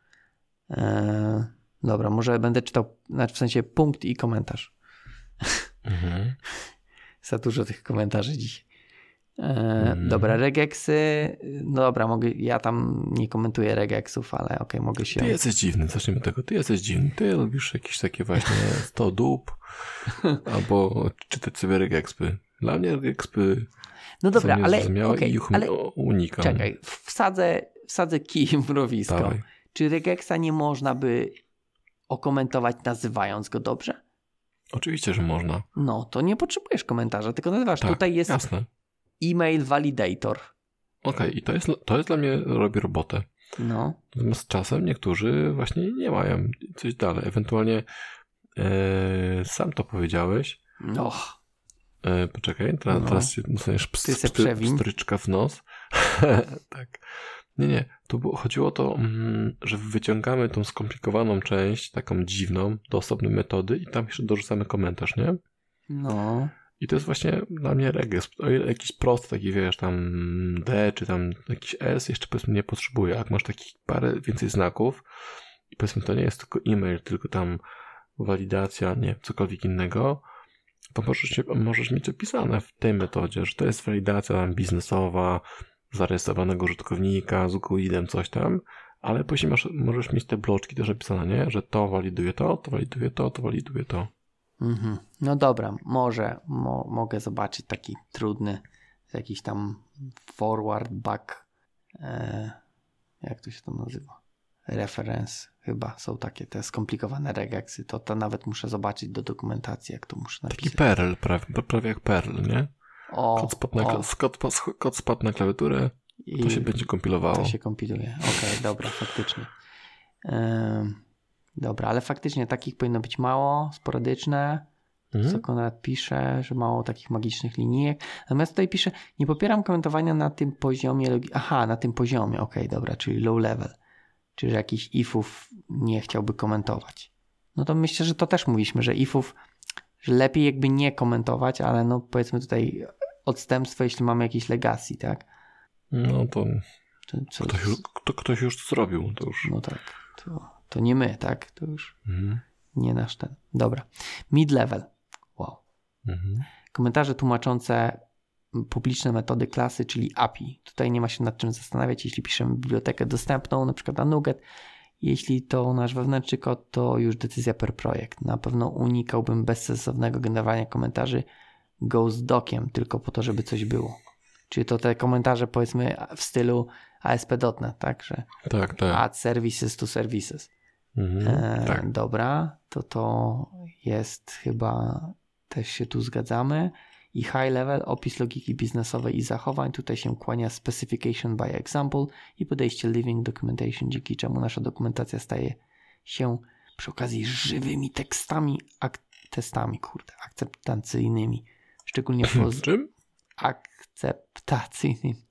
Eee, dobra, może będę czytał, znaczy w sensie punkt i komentarz. Mhm. Za dużo tych komentarzy dzisiaj. Eee, Mhm. Dobra, regexy. No dobra, mogę, ja tam nie komentuję regexów, ale okej, mogę się... Ty jesteś dziwny, zacznijmy od tego. Ty jesteś dziwny. Ty lubisz jakieś takie właśnie sto dup albo czytać sobie regexpy. Dla mnie regexpy No dobra, są ale, niezrozumiałe okej, i ich ale unikam. czekaj, wsadzę, wsadzę kij w mrowisko. Dawaj. Czy regexa nie można by okomentować nazywając go dobrze? Oczywiście, że można. No, to nie potrzebujesz komentarza, tylko nazywasz. Tak, Tutaj jest jasne. email validator. Okej, i to jest, to jest dla mnie, robi robotę. No, Natomiast z czasem niektórzy właśnie nie mają coś dalej. Ewentualnie e, sam to powiedziałeś. no. E, poczekaj, teraz, No. teraz się dostaniesz ps, Ty se pstry, przewiń. pstryczka w nos. Tak. Nie, nie. Tu było, chodziło o to, mm, że wyciągamy tą skomplikowaną część, taką dziwną, do osobnej metody i tam jeszcze dorzucamy komentarz, nie? No, I to jest właśnie dla mnie regex. O ile jakiś prosty taki, wiesz, tam D czy tam jakiś S jeszcze powiedzmy nie potrzebuje. Jak masz takich parę więcej znaków i powiedzmy to nie jest tylko e-mail, tylko tam walidacja, nie, cokolwiek innego, to możesz, możesz mieć opisane w tej metodzie, że to jest walidacja tam biznesowa, zarejestrowanego użytkownika z U I D-em, coś tam, ale później masz, możesz mieć te bloczki też opisane, nie? Że to waliduje to, to waliduje to, to waliduje to. mhm. No dobra, może mo, mogę zobaczyć taki trudny, jakiś tam forward, back, e, jak to się tam nazywa? Reference chyba są takie te skomplikowane regexy. To, to nawet muszę zobaczyć do dokumentacji, jak to muszę Taki napisać. Perl, prawie, prawie jak Perl, nie? O, Kod spadł, na, o, kod, kod, kod spadł na klawiaturę, i to się będzie kompilowało. to się kompiluje. Okej, dobra, faktycznie. Ym, dobra, ale faktycznie takich powinno być mało, sporadyczne. Mhm. Co Konrad pisze, że mało takich magicznych linijek. Natomiast tutaj pisze, nie popieram komentowania na tym poziomie. Logi- Aha, na tym poziomie, okej, dobra, czyli low level. Czyli że jakichś ifów nie chciałby komentować. No to myślę, że to też mówiliśmy, że ifów, że lepiej jakby nie komentować, ale no powiedzmy tutaj odstępstwo, jeśli mamy jakieś legacy, tak? No to, to co, ktoś, kto, ktoś już to zrobił. To już... No tak, to, to nie my, tak? To już Mhm. nie nasz ten. Dobra. Mid-level. Wow. Mhm. Komentarze tłumaczące publiczne metody klasy, czyli A P I. Tutaj nie ma się nad czym zastanawiać, jeśli piszemy bibliotekę dostępną, na przykład na NuGet. Jeśli to nasz wewnętrzny kod, to już decyzja per projekt. Na pewno unikałbym bezsensownego generowania komentarzy ghost dociem, tylko po to, żeby coś było. Czyli to te komentarze powiedzmy w stylu A S P kropka net, tak? Że Tak, tak. add services to services. Mhm. E, tak. Dobra, to to jest chyba, też się tu zgadzamy. I high level, opis logiki biznesowej i zachowań. Tutaj się kłania specification by example i podejście living documentation, dzięki czemu nasza dokumentacja staje się przy okazji żywymi tekstami, ak- testami, kurde, akceptacyjnymi. Szczególnie po Czym? akceptacyjnymi.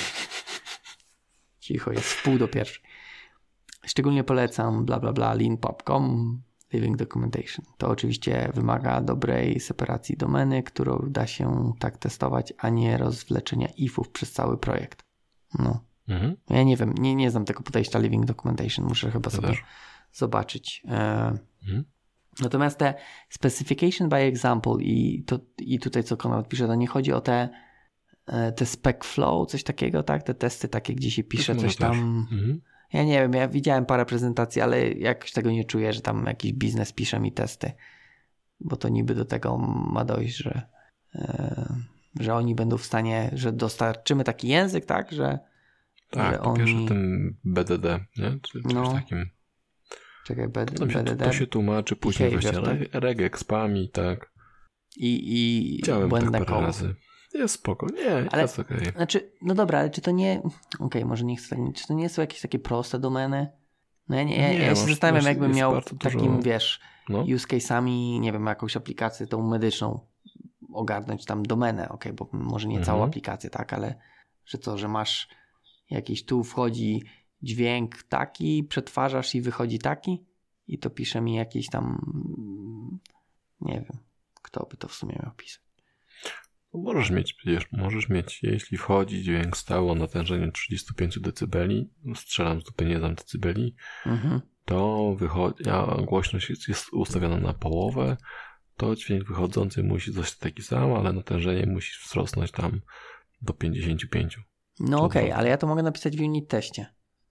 Cicho, jest w pół do pierwszej. Szczególnie polecam bla bla bla lean pub kropka com Living Documentation. To oczywiście wymaga dobrej separacji domeny, którą da się tak testować, a nie rozwleczenia ifów przez cały projekt. No. Mhm. Ja nie wiem, nie, nie znam tego podejścia Living Documentation. Muszę chyba Ja sobie też. zobaczyć. E... Mhm. Natomiast te specification by example i, to, i tutaj co Konrad pisze, to nie chodzi o te, te spec flow, coś takiego, tak? Te testy takie, gdzie się pisze To coś może też. tam... Mhm. Ja nie wiem, ja widziałem parę prezentacji, ale jakoś tego nie czuję, że tam jakiś biznes pisze mi testy, bo to niby do tego ma dojść, że, e, że oni będą w stanie, że dostarczymy taki język, tak, że Tak, że po pierwsze oni... ten B D D, nie? Czy coś No. takim. Czekaj, B, Tam się, B D D to się tłumaczy później behavior, właśnie tak? re- regex-pami, tak. i, i Chciałem tak błędne parę koło. razy. Jest spoko. Nie, Ale- jest okej. Znaczy, no dobra, ale czy to nie... Okej, może nie chcę tak... Czy to nie są jakieś takie proste domeny? No ja, nie, ja, Nie, ja się masz- zastanawiam, jest- jakbym jest miał bardzo takim, dużo- wiesz, No. use case'ami, nie wiem, jakąś aplikację tą medyczną ogarnąć tam domenę, okej, bo może nie całą Mhm. aplikację, aplikację, tak, ale że co, że masz jakiś, tu wchodzi dźwięk taki, przetwarzasz i wychodzi taki i to pisze mi jakiś tam, mm, nie wiem, kto by to w sumie miał pisać. No możesz mieć, przecież możesz mieć, jeśli wchodzi dźwięk stało natężenie trzydzieści pięć decybeli, no strzelam, zupełnie nie znam decybeli, Mhm. to wychodzi, a głośność jest, jest ustawiona na połowę, to dźwięk wychodzący musi zostać taki sam, ale natężenie musi wzrosnąć tam do pięćdziesiąt pięć. No To okej, dobra. ale ja to mogę napisać w unit teście.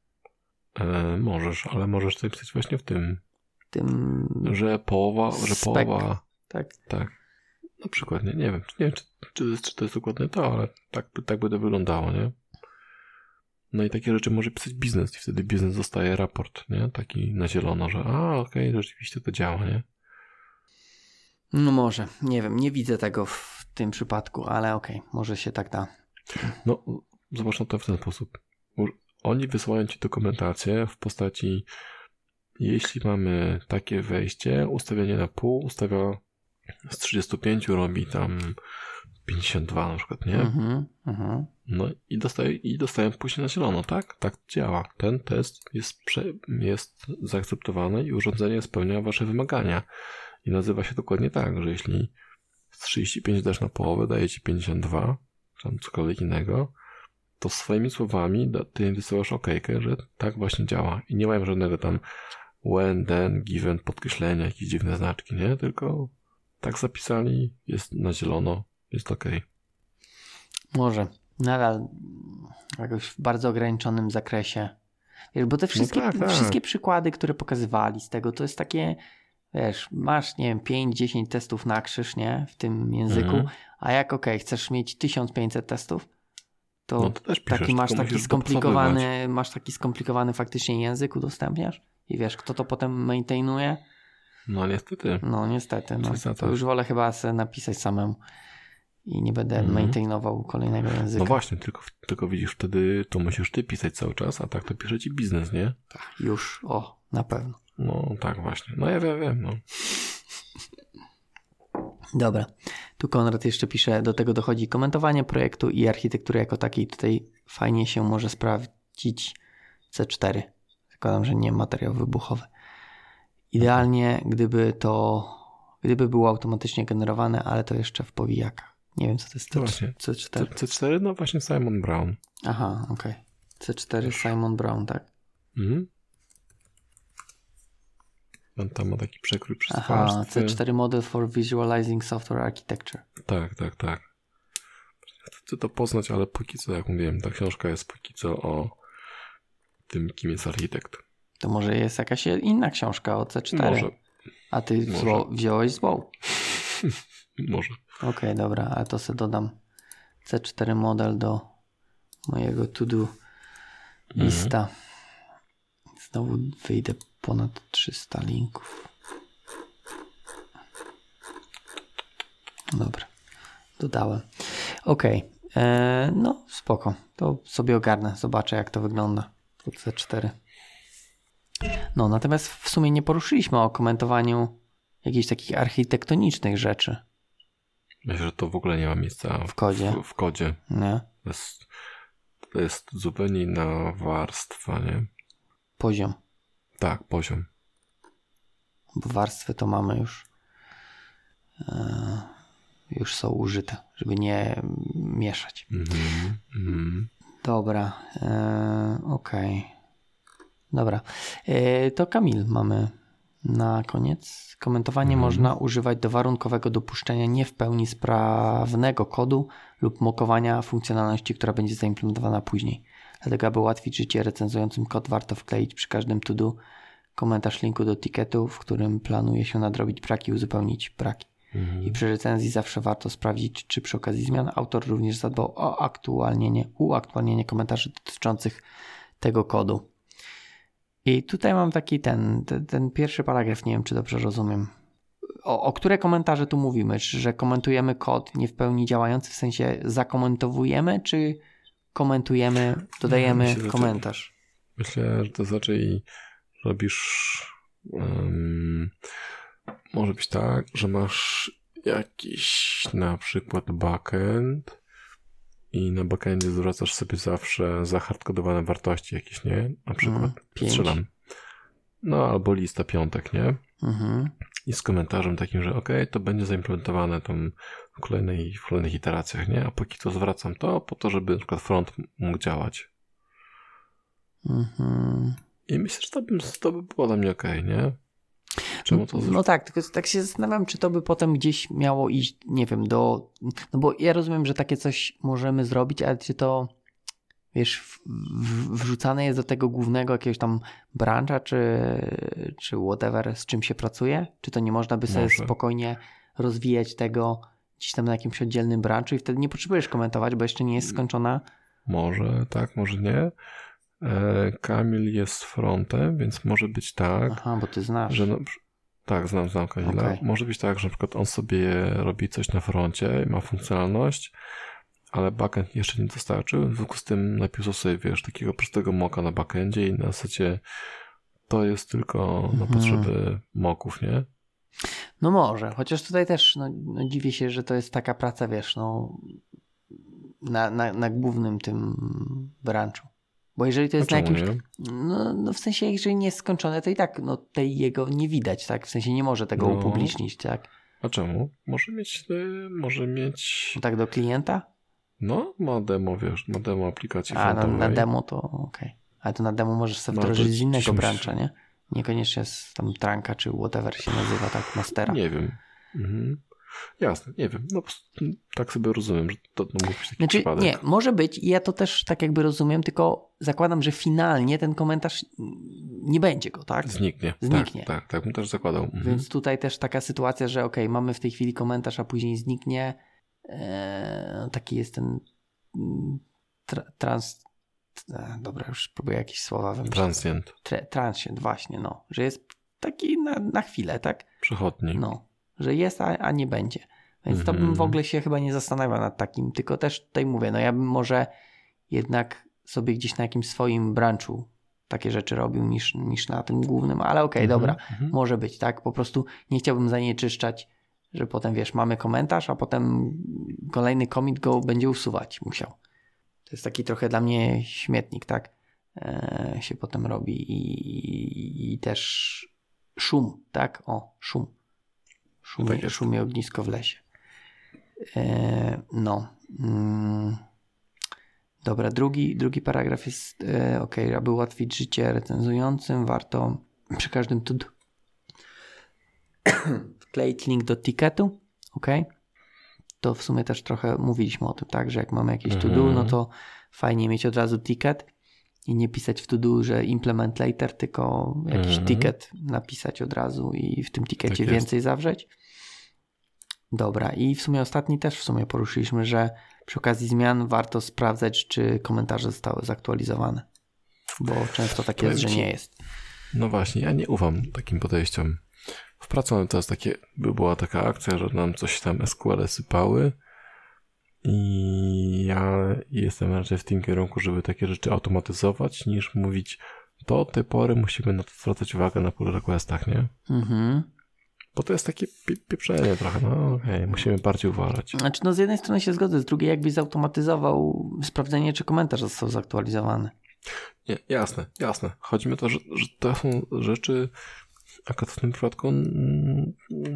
E, możesz, ale możesz to napisać właśnie w tym, Tym, że połowa, że Spec. połowa, tak. tak, na przykład, nie, nie wiem, nie wiem czy, czy, czy to jest dokładnie to, ale tak, by- tak by to wyglądało, nie? No i takie rzeczy może pisać biznes i wtedy biznes dostaje raport, nie? Taki na zielono, że a, okej, rzeczywiście to działa, nie? No może, nie wiem, nie widzę tego w tym przypadku, ale okej, może się tak da. No, zobacz na to w ten sposób. U- Oni wysyłają ci dokumentację w postaci, jeśli mamy takie wejście, ustawienie na pół, ustawia z trzydziestu pięciu robi tam pięćdziesiąt dwa na przykład, nie? Mhm, mhm. No i dostaję, i dostaję później na zielono, tak? Tak działa. Ten test jest, prze, jest zaakceptowany i urządzenie spełnia wasze wymagania. I nazywa się dokładnie tak, że jeśli z trzydziestu pięciu dasz na połowę, daje ci pięćdziesiąt dwa, czy tam cokolwiek innego, to swoimi słowami da- ty im wysyłasz okejkę, że tak właśnie działa. I nie mają żadnego tam when, then, given, podkreślenia, jakieś dziwne znaczki, nie? Tylko tak zapisali, jest na zielono, jest okej. Może. Nadal jakoś w bardzo ograniczonym zakresie. Wiesz, bo te wszystkie, tak, tak. wszystkie przykłady, które pokazywali z tego, to jest takie, wiesz, masz, nie wiem, pięć dziesięć testów na krzyż, nie? W tym języku, Mhm. a jak, okej, chcesz mieć tysiąc pięćset testów, to, No to też piszesz, taki masz tylko taki musisz skomplikowany, masz taki skomplikowany faktycznie język, udostępniasz i wiesz, kto to potem maintainuje? No niestety. No niestety, no. Coś za To coś. już wolę chyba sobie napisać samemu i nie będę Mhm. maintainował kolejnego języka. No właśnie, tylko, tylko widzisz, wtedy to musisz ty pisać cały czas, a tak to pisze ci biznes, nie? Tak, już, o, na pewno. No tak właśnie. No ja wiem, wiem, no. Dobra, tu Konrad jeszcze pisze, do tego dochodzi komentowanie projektu i architektury jako takiej. Tutaj fajnie się może sprawdzić C cztery. Zakładam, że nie materiał wybuchowy. Idealnie, gdyby to Gdyby było automatycznie generowane, ale to jeszcze w powijakach. Nie wiem, co to jest No właśnie. C cztery. C cztery, no właśnie Simon Brown. Aha, okej. Okay. C cztery Simon Brown, tak? Mhm. On tam ma taki przekrój przez Aha, warstwy. C cztery Model for Visualizing Software Architecture. Tak, tak, tak. Chcę to poznać, ale póki co, jak mówiłem, ta książka jest póki co o tym, kim jest architekt. To może jest jakaś inna książka o C cztery. Może. A ty Może. zło, wziąłeś złą. Może. Okej, okay, dobra, ale to sobie dodam C cztery model do mojego to-do lista. Mhm. Znowu wyjdę ponad trzysta linków. Dobra, dodałem. Okej, okay. No spoko. To sobie ogarnę, zobaczę jak to wygląda. To C cztery. No, natomiast w sumie nie poruszyliśmy o komentowaniu jakichś takich architektonicznych rzeczy. Myślę, że to w ogóle nie ma miejsca w kodzie. W, w kodzie. Nie? To jest, to jest zupełnie inna warstwa, nie? Poziom. Tak, poziom. Bo warstwy to mamy już e, już są użyte, żeby nie mieszać. Mm-hmm, mm-hmm. Dobra, e, okej. Okay. Dobra, e, to Kamil mamy na koniec. Komentowanie mm. można używać do warunkowego dopuszczenia nie w pełni sprawnego kodu lub mokowania funkcjonalności, która będzie zaimplementowana później. Dlatego, aby ułatwić życie recenzującym kod, warto wkleić przy każdym to-do komentarz linku do ticketu, w którym planuje się nadrobić braki i uzupełnić braki. Mm. I przy recenzji zawsze warto sprawdzić, czy przy okazji zmian autor również zadbał o aktualnienie, uaktualnienie komentarzy dotyczących tego kodu. I tutaj mam taki ten, ten, ten pierwszy paragraf, nie wiem, czy dobrze rozumiem. O, o które komentarze tu mówimy? Czy, że komentujemy kod nie w pełni działający, w sensie zakomentowujemy, czy komentujemy, dodajemy myślę, komentarz? To, myślę, że to raczej robisz um, może być tak, że masz jakiś na przykład backend i na backendzie zwracasz sobie zawsze zahardkodowane wartości jakieś, nie? Na przykład mm, strzelam. No albo lista piątek, nie? Mm-hmm. I z komentarzem takim, że okej, okay, to będzie zaimplementowane tam w, kolejnej, w kolejnych iteracjach, nie? A póki co zwracam to po to, żeby na przykład front mógł działać. Mm-hmm. I myślę, że to by, to by było dla mnie okej, okay, nie? Czemu to no, no tak, tylko tak się zastanawiam, czy to by potem gdzieś miało iść, nie wiem, do... No bo ja rozumiem, że takie coś możemy zrobić, ale czy to, wiesz, w, w, wrzucane jest do tego głównego jakiegoś tam brancha, czy, czy whatever, z czym się pracuje? Czy to nie można by sobie Może. spokojnie rozwijać tego gdzieś tam na jakimś oddzielnym branchu i wtedy nie potrzebujesz komentować, bo jeszcze nie jest skończona? Może tak, może nie. E, Kamil jest frontem, więc może być tak. Aha, bo ty znasz. Że no, tak, znam, znam Kamila. Okay. Może być tak, że na przykład on sobie robi coś na froncie, ma funkcjonalność, ale backend jeszcze nie dostarczył, w związku z tym napisał sobie, wiesz, takiego prostego mocka na backendzie i na zasadzie to jest tylko na potrzeby hmm. mocków, nie? No może, chociaż tutaj też no, no dziwię się, że to jest taka praca, wiesz, no na, na, na głównym tym branchu. Bo jeżeli to jest na jakimś... No, no w sensie, jeżeli nie jest skończone, to i tak no tej jego nie widać, tak? W sensie nie może tego no. upublicznić, tak? A czemu? Może mieć... Może mieć... No tak do klienta? No, ma demo, wiesz, ma demo aplikacji A, na, na demo to okej. Okay. Ale to na demo możesz sobie wdrożyć z innego brancha, nie? Niekoniecznie z tam Trunka czy whatever się nazywa, tak? Mastera. Nie wiem. Mhm. Jasne, nie wiem. No tak sobie rozumiem, że to, to mógł być taki znaczy, przypadek. Nie, może być i ja to też tak jakby rozumiem, tylko zakładam, że finalnie ten komentarz nie będzie go, tak? Zniknie. Zniknie. Tak, tak, tak bym też zakładał. Mhm. Więc tutaj też taka sytuacja, że okej, okay, mamy w tej chwili komentarz, a później zniknie. Eee, taki jest ten tra- trans... E, dobra, już próbuję jakieś słowa wymyślić. Transient. Tra- transient, właśnie, no. Że jest taki na, na chwilę, tak? Przechodni. No. Że jest, a, a nie będzie. Więc mm-hmm. to bym w ogóle się chyba nie zastanawiał nad takim, tylko też tutaj mówię, no ja bym może jednak sobie gdzieś na jakimś swoim branchu takie rzeczy robił niż, niż na tym głównym, ale okej, okay, mm-hmm. dobra, mm-hmm. może być, tak? Po prostu nie chciałbym zanieczyszczać, że potem wiesz, mamy komentarz, a potem kolejny commit go będzie usuwać musiał. To jest taki trochę dla mnie śmietnik, tak? E, się potem robi i, i, i też szum, tak? O, szum. Szumie, tak jest. szumie ognisko w lesie. E, no. Mm. Dobra, drugi, drugi paragraf jest e, ok, aby ułatwić życie recenzującym, warto przy każdym to wkleić link do ticketu, ok? To w sumie też trochę mówiliśmy o tym, tak, że jak mamy jakieś to do, no to fajnie mieć od razu ticket i nie pisać w to do, że implement later, tylko jakiś Mhm. ticket napisać od razu i w tym tickecie Tak więcej zawrzeć. Dobra, i w sumie ostatni też w sumie poruszyliśmy, że przy okazji zmian warto sprawdzać, czy komentarze zostały zaktualizowane, bo często tak jest, że nie jest. No właśnie, ja nie ufam takim podejściom. W pracy to jest takie, by była taka akcja, że nam coś tam S Q L sypały i ja jestem raczej w tym kierunku, żeby takie rzeczy automatyzować, niż mówić, do tej pory musimy na to zwracać uwagę na pull requestach, nie? Mhm. Bo to jest takie pie- pieprzenie trochę, no okej, okay, musimy bardziej uważać. Znaczy, no z jednej strony się zgodzę, z drugiej jakbyś zautomatyzował sprawdzenie, czy komentarz został zaktualizowany. Nie, jasne, jasne. Chodzi mi o to, że, że to są rzeczy, akurat w tym przypadku mm,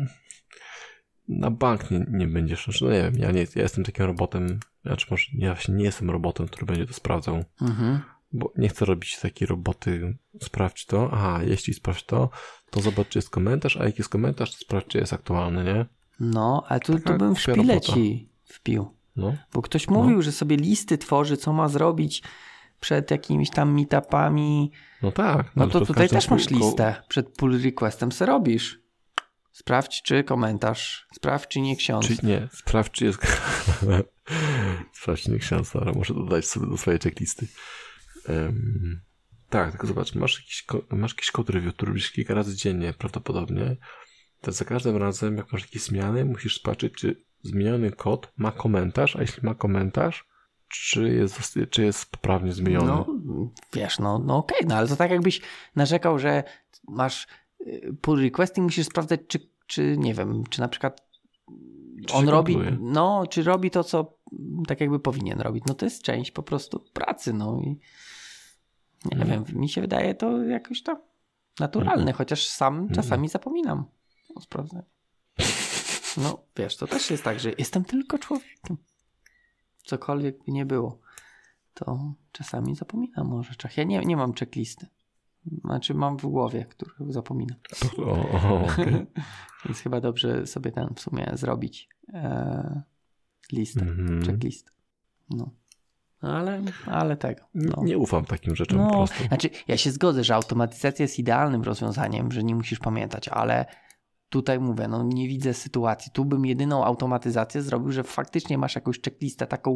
na bank nie, nie będziesz, znaczy, no nie wiem, ja, nie, ja jestem takim robotem, znaczy może ja właśnie nie jestem robotem, który będzie to sprawdzał, Mhm. bo nie chcę robić takiej roboty, sprawdź to, aha, jeśli sprawdź to, to zobacz, czy jest komentarz, a jak jest komentarz, to sprawdź, czy jest aktualny, nie? No, ale tu, Taka tu bym w głupia szpile robota. ci wpił. No, Bo ktoś mówił, że sobie listy tworzy, co ma zrobić przed jakimiś tam meetupami. no tak. No ale to w tutaj każdym też masz kół- listę. Przed pull requestem se robisz. Sprawdź, czy komentarz. Sprawdź, czy nie ksiądz. Czy nie, sprawdź, czy jest. Sprawdź, czy nie ksiądz, ale muszę dodać sobie do swojej checklisty. Um, tak, tylko zobacz, masz jakiś, ko- masz jakiś code review, który robisz kilka razy dziennie prawdopodobnie. To za każdym razem, jak masz jakieś zmiany, musisz spatrzeć, czy zmieniony kod ma komentarz, a jeśli ma komentarz, czy jest, czy jest poprawnie zmieniony. No, wiesz, no, no okej, okay, no ale to tak jakbyś narzekał, że masz y, pull request i musisz sprawdzać, czy, czy nie wiem, czy na przykład Czy on się robi, kompiluje? no, czy robi to, co tak jakby powinien robić. No to jest część po prostu pracy, no i nie Mhm. wiem, mi się wydaje to jakoś to naturalne, Mhm. chociaż sam Mhm. czasami zapominam o sprawdzeniu. No, wiesz, to też jest tak, że jestem tylko człowiekiem. Cokolwiek by nie było, to czasami zapominam o rzeczach. Ja nie, nie mam checklisty. Znaczy mam w głowie, których zapominam. O, o, okej. Więc chyba dobrze sobie ten w sumie zrobić e, listę, Mhm. checklist. No. No ale, ale tego. No. Nie ufam takim rzeczom po No, prostu. znaczy ja się zgodzę, że automatyzacja jest idealnym rozwiązaniem, że nie musisz pamiętać, ale tutaj mówię, no nie widzę sytuacji. Tu bym jedyną automatyzację zrobił, że faktycznie masz jakąś checklistę taką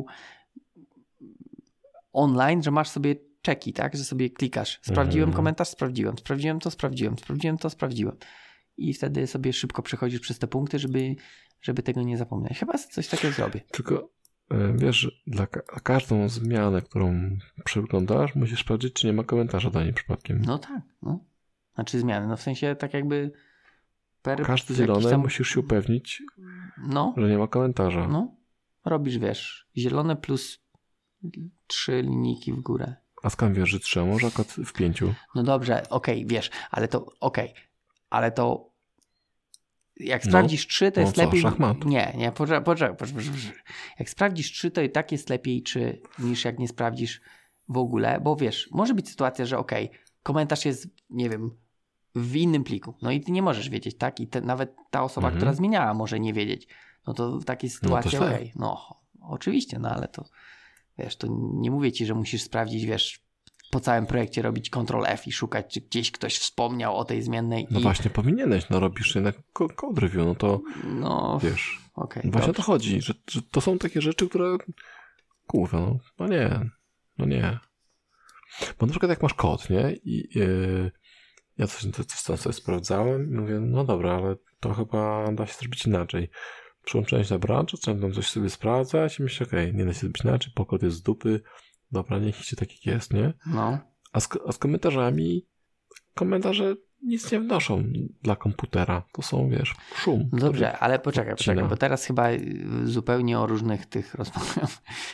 online, że masz sobie czeki, tak? Że sobie klikasz. Sprawdziłem Mhm. komentarz, sprawdziłem. Sprawdziłem to, sprawdziłem. Sprawdziłem to, sprawdziłem. I wtedy sobie szybko przechodzisz przez te punkty, żeby, żeby tego nie zapominać. Chyba coś takiego zrobię. Tylko e, wiesz, że dla ka- każdą zmianę, którą przeglądasz, musisz sprawdzić, czy nie ma komentarza do niej przypadkiem. No tak, no. Znaczy zmiany, no w sensie tak jakby per Każde jakiś zielone tam- musisz się upewnić, No, że nie ma komentarza. no. Robisz, wiesz, zielone plus trzy linijki w górę. A skąd wiesz, że trzy, a może akurat w pięciu? No dobrze, okej, wiesz, ale to okej, ale to jak No, sprawdzisz trzy, to no jest co, lepiej... szachmat. Nie, nie, poczekaj, poczekaj, poczekaj, poczekaj. Jak sprawdzisz trzy, to i tak jest lepiej trzy, niż jak nie sprawdzisz w ogóle, bo wiesz, może być sytuacja, że okej, komentarz jest, nie wiem, w innym pliku, no i ty nie możesz wiedzieć, tak? I te, nawet ta osoba, Mhm. która zmieniała, może nie wiedzieć. No to w takiej sytuacji, źle. okej, no oczywiście, no ale to wiesz, to nie mówię ci, że musisz sprawdzić, wiesz, po całym projekcie robić kontrol F i szukać, czy gdzieś ktoś wspomniał o tej zmiennej. No i... właśnie, powinieneś, no robisz jednak ko- code review, no to No, wiesz, okej. właśnie o dobrze. to chodzi, że, że to są takie rzeczy, które kurwa, no, no nie, no nie. Bo na przykład jak masz kod, nie, i yy, ja coś, coś tam sobie sprawdzałem i mówię, no dobra, ale to chyba da się zrobić inaczej. Przyłączyłem się na branch, zacząłem tam coś sobie sprawdzać i myślę, okej, okay, nie da się zrobić inaczej, bo kod jest z dupy, dobra, niech idzie tak jak jest, nie? No, A z, a z komentarzami, komentarze nic nie wnoszą dla komputera. To są, wiesz, szum. no dobrze, ale poczekaj, odcina. poczekaj, bo teraz chyba y, zupełnie o różnych tych rozmawiam.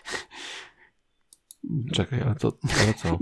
Czekaj, ale to, ale co?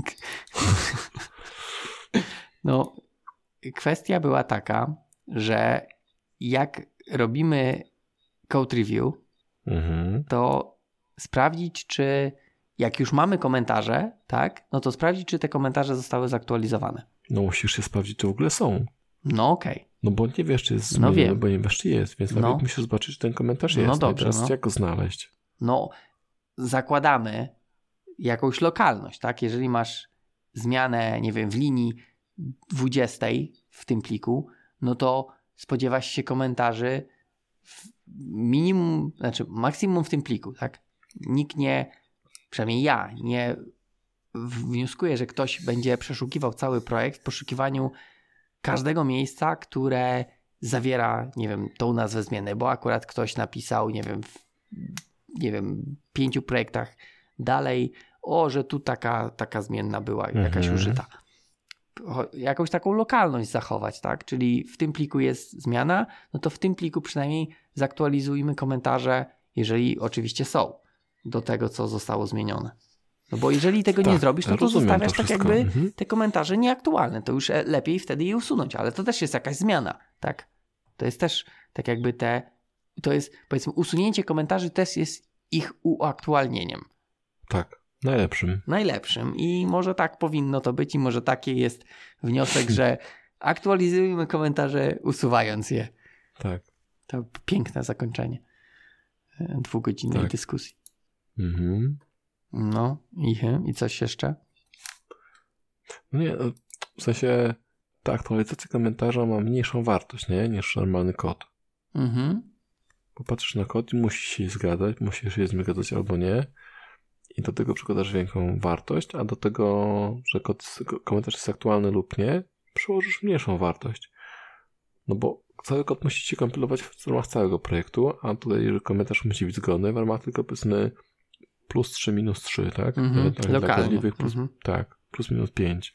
No, kwestia była taka, że jak robimy code review, Mhm. to sprawdzić, czy jak już mamy komentarze, tak, no to sprawdzić, czy te komentarze zostały zaktualizowane. No musisz się sprawdzić, czy w ogóle są. No okej. Okay. No bo nie wiesz, czy jest No zmieniony, wiem. bo nie wiesz, czy jest, więc No. nawet musisz zobaczyć, czy ten komentarz jest. No I dobrze, teraz no. jak go znaleźć? No, zakładamy jakąś lokalność, tak? Jeżeli masz zmianę, nie wiem, w linii dwudziestej w tym pliku, no to spodziewasz się komentarzy w minimum, znaczy maksimum w tym pliku, tak? Nikt nie, przynajmniej ja, nie wnioskuję, że ktoś będzie przeszukiwał cały projekt w poszukiwaniu każdego miejsca, które zawiera, nie wiem, tą nazwę zmiany, bo akurat ktoś napisał, nie wiem, w, nie wiem, pięciu projektach dalej, o, że tu taka, taka zmienna była jakaś Mhm. użyta. Jakąś taką lokalność zachować, tak? Czyli w tym pliku jest zmiana, no to w tym pliku przynajmniej zaktualizujmy komentarze, jeżeli oczywiście są, do tego, co zostało zmienione. No bo jeżeli tego Tak, nie zrobisz, no to rozumiem zostawiasz to tak wszystko. jakby Mhm. te komentarze nieaktualne. To już lepiej wtedy je usunąć, ale to też jest jakaś zmiana, tak? To jest też tak jakby te, to jest powiedzmy usunięcie komentarzy też jest ich uaktualnieniem. Tak, najlepszym. Najlepszym i może tak powinno to być i może taki jest wniosek, że aktualizujemy komentarze usuwając je. Tak. To piękne zakończenie dwugodzinnej Tak. dyskusji. Mhm. No i, i coś jeszcze? No nie, no, w sensie ta aktualizacja komentarza ma mniejszą wartość, nie? Niż normalny kod. Mhm. Bo patrzysz na kod i musisz się zgadzać, musisz się zgadzać albo nie. I do tego przykładasz większą wartość, a do tego, że kod, komentarz jest aktualny lub nie, przyłożysz mniejszą wartość. No bo cały kod musicie kompilować w ramach całego projektu, a tutaj, jeżeli komentarz musi być zgodny, w ramach tylko powiedzmy plus trzy, minus trzy, tak? Mhm. Dla- dla Lokalnie. kłopotliwych plus, Mhm. tak, plus minus pięć.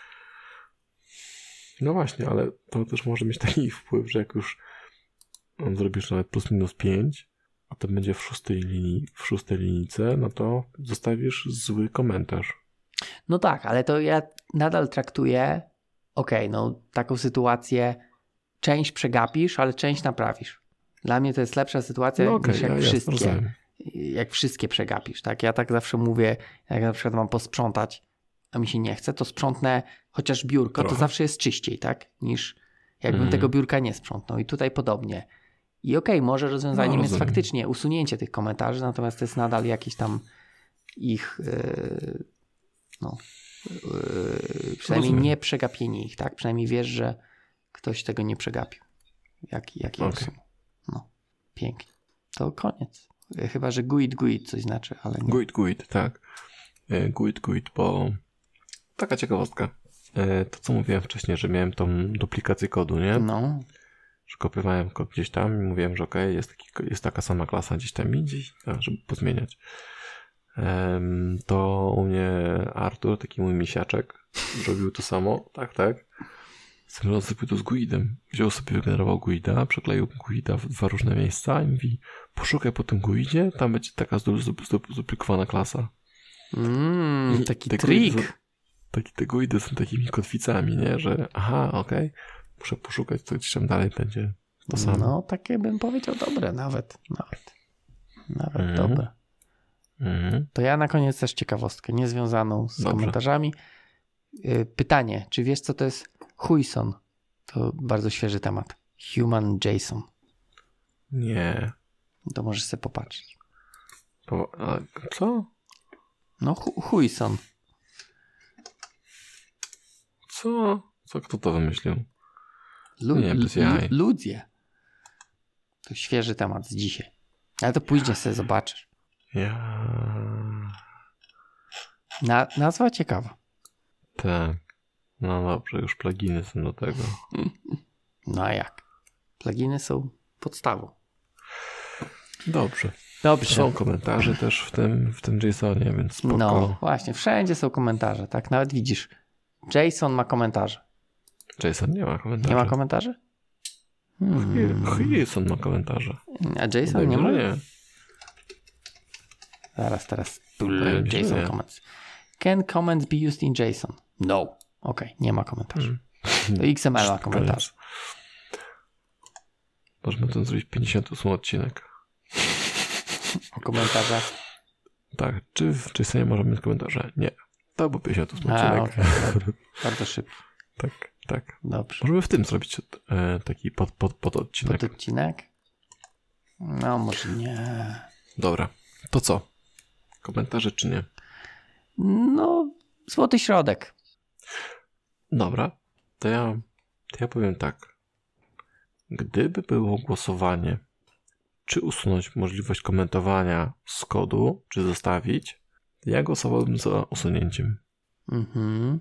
No właśnie, ale to też może mieć taki wpływ, że jak już zrobisz nawet plus minus pięć, a to będzie w szóstej linii, w szóstej linijce, no to zostawisz zły komentarz. No tak, ale to ja nadal traktuję, okej, no taką sytuację, część przegapisz, ale część naprawisz. Dla mnie to jest lepsza sytuacja No okej, niż jak ja jasne, wszystkie. rozumiem. Jak wszystkie przegapisz, tak? Ja tak zawsze mówię, jak na przykład mam posprzątać, a mi się nie chce, to sprzątnę chociaż biurko, Trochę. to zawsze jest czyściej, tak? Niż jakbym Mhm. tego biurka nie sprzątnął. I tutaj podobnie. I okej, może rozwiązaniem No, jest rozumiem. faktycznie usunięcie tych komentarzy, natomiast to jest nadal jakiś tam ich yy, no yy, przynajmniej Rozumiem. nie przegapienie ich, tak? Przynajmniej wiesz, że ktoś tego nie przegapił. Jak, jak je Okej. usunął. No, pięknie. To koniec. Chyba, że guid guid coś znaczy, ale nie. Guid, guid, tak. E, Guid, guid, bo taka ciekawostka. E, To, co mówiłem wcześniej, że miałem tą duplikację kodu, nie? No, Że kopiowałem kod gdzieś tam i mówiłem, że okej, jest, taki, jest taka sama klasa gdzieś tam i gdzieś, a, żeby pozmieniać. Em, To u mnie Artur, taki mój misiaczek, robił to samo, tak, tak. Zrobił sobie to z guidem. Wziął sobie, wygenerował guida, przekleił guida w dwa różne miejsca i mówi, poszukaj po tym guidzie, tam będzie taka zdu- zdu- zdu- zduplikowana klasa. mm, I taki te guidy trik. są- Taki, te guidy są takimi kotwicami, nie? Że aha, okej, muszę poszukać, co gdzieś tam dalej będzie to samo. No, takie bym powiedział dobre nawet. Nawet, nawet Mhm. dobre. Mhm. To ja na koniec też ciekawostkę, niezwiązaną z Dobrze. komentarzami. Yy, Pytanie, czy wiesz, co to jest Huison? To bardzo świeży temat. Human JSON. Nie. To możesz sobie popatrzeć. Po, a, co? No, hu- Huison. Co? Co? Kto to wymyślił? Lu- Nie, bez lu- jaj. ludzie. To świeży temat z dzisiaj. Ale to później sobie zobaczysz. Ja... Na, nazwa ciekawa. Tak. No dobrze, już pluginy są do tego. No a jak? Pluginy są podstawą. Dobrze. Dobrze. Są komentarze też w tym, w tym JSONie, więc spoko. No właśnie, wszędzie są komentarze, tak? Nawet widzisz, JSON ma komentarze. JSON nie ma komentarzy. Nie ma komentarzy? Hmm. JSON ma komentarze. A JSON Wydaje nie mi ma? się, że nie. Zaraz, teraz. Wydaje mi się, że JSON nie. comments. Can comments be used in JSON? No. Okej, nie ma komentarzy. Hmm. To X M L ma komentarze. Możemy ten zrobić pięćdziesiąty ósmy odcinek. O komentarzach? Tak. Czy w Jasenie możemy mieć komentarze? Nie. To był pięćdziesiąty ósmy A, odcinek. okay. Bardzo szybko. Tak, tak. Dobrze. Możemy w tym zrobić e, taki pod, pod, pod odcinek. Pod odcinek? No może nie. Dobra. To co? Komentarze czy nie? No, złoty środek. Dobra. To ja, to ja powiem tak. Gdyby było głosowanie, czy usunąć możliwość komentowania z kodu, czy zostawić, to ja głosowałbym za usunięciem. Mhm.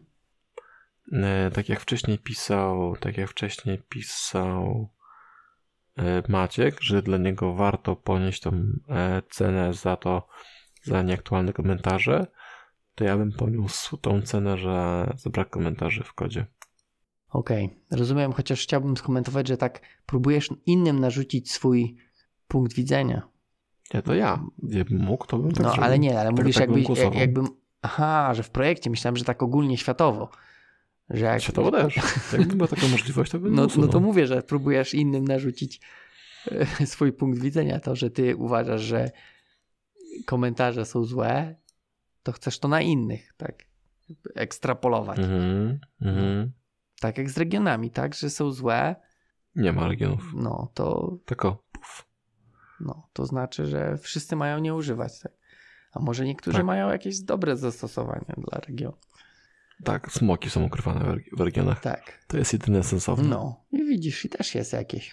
E, tak jak wcześniej pisał, tak jak wcześniej pisał e, Maciek, że dla niego warto ponieść tą e, cenę za to, za nieaktualne komentarze, to ja bym poniósł tą cenę, że za brak komentarzy w kodzie. Okej, okay. Rozumiem, chociaż chciałbym skomentować, że tak próbujesz innym narzucić swój punkt widzenia. Nie, to ja. Gdybym mógł, to bym tak No, zrobił. ale nie, ale tak, mówisz tak jakby, bym jak, jakbym... Aha, że w projekcie. Myślałem, że tak ogólnie światowo. Że jak... Światowo też. Jakby była taka możliwość, to bym no, usunął. no to mówię, że próbujesz innym narzucić swój punkt widzenia. To, że ty uważasz, że komentarze są złe, to chcesz to na innych, tak? Ekstrapolować. Mhm, mhm. Tak jak z regionami, tak? Że są złe. Nie ma regionów. No, to... Tylko puf. No, to znaczy, że wszyscy mają nie używać, tak? A może niektórzy tak. mają jakieś dobre zastosowania dla regionu. Tak, smoki są ukrywane w, reg- w regionach. Tak. To jest jedyne sensowne. No, i widzisz, i też jest jakieś.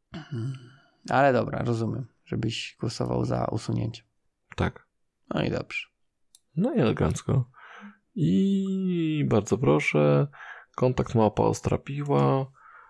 Ale dobra, rozumiem, żebyś głosował za usunięciem. Tak. No i dobrze. No i elegancko. I bardzo proszę, kontakt małpa Ostrapiła,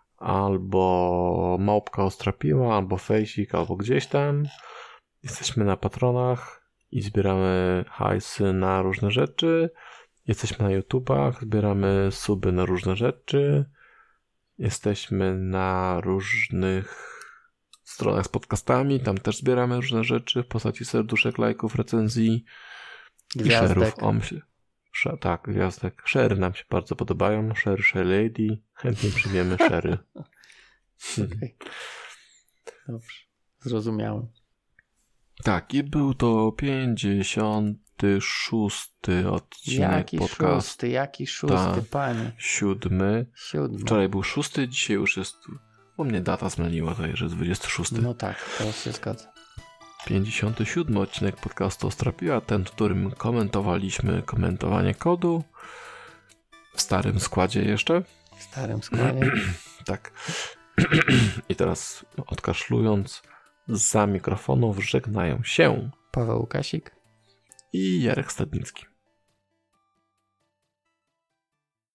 albo małpka Ostrapiła, albo fejsik, albo gdzieś tam. Jesteśmy na patronach i zbieramy hajsy na różne rzeczy. Jesteśmy na YouTubach, zbieramy suby na różne rzeczy. Jesteśmy na różnych stronach z podcastami, tam też zbieramy różne rzeczy w postaci serduszek, lajków, recenzji i szerów. O, myślę, sze, tak, gwiazdek. Szery nam się bardzo podobają. Share, share lady. Chętnie przyjmiemy szery. Okay. Dobrze, zrozumiałem. Tak, i był to pięćdziesiąty szósty odcinek jaki podcastu. Jaki szósty, jaki szósty, Ta, panie. Siódmy. Siódmy. Wczoraj był szósty, dzisiaj już jest... U mnie data zmyliła, to jest dwudziesty szósty. No tak, teraz się zgadza. pięćdziesiąty siódmy odcinek podcastu Ostrapiła, ten, w którym komentowaliśmy komentowanie kodu. W starym składzie jeszcze. W starym składzie. Tak. I teraz odkaszlując, za mikrofonów żegnają się Paweł Łukasik i Jarek Stadnicki.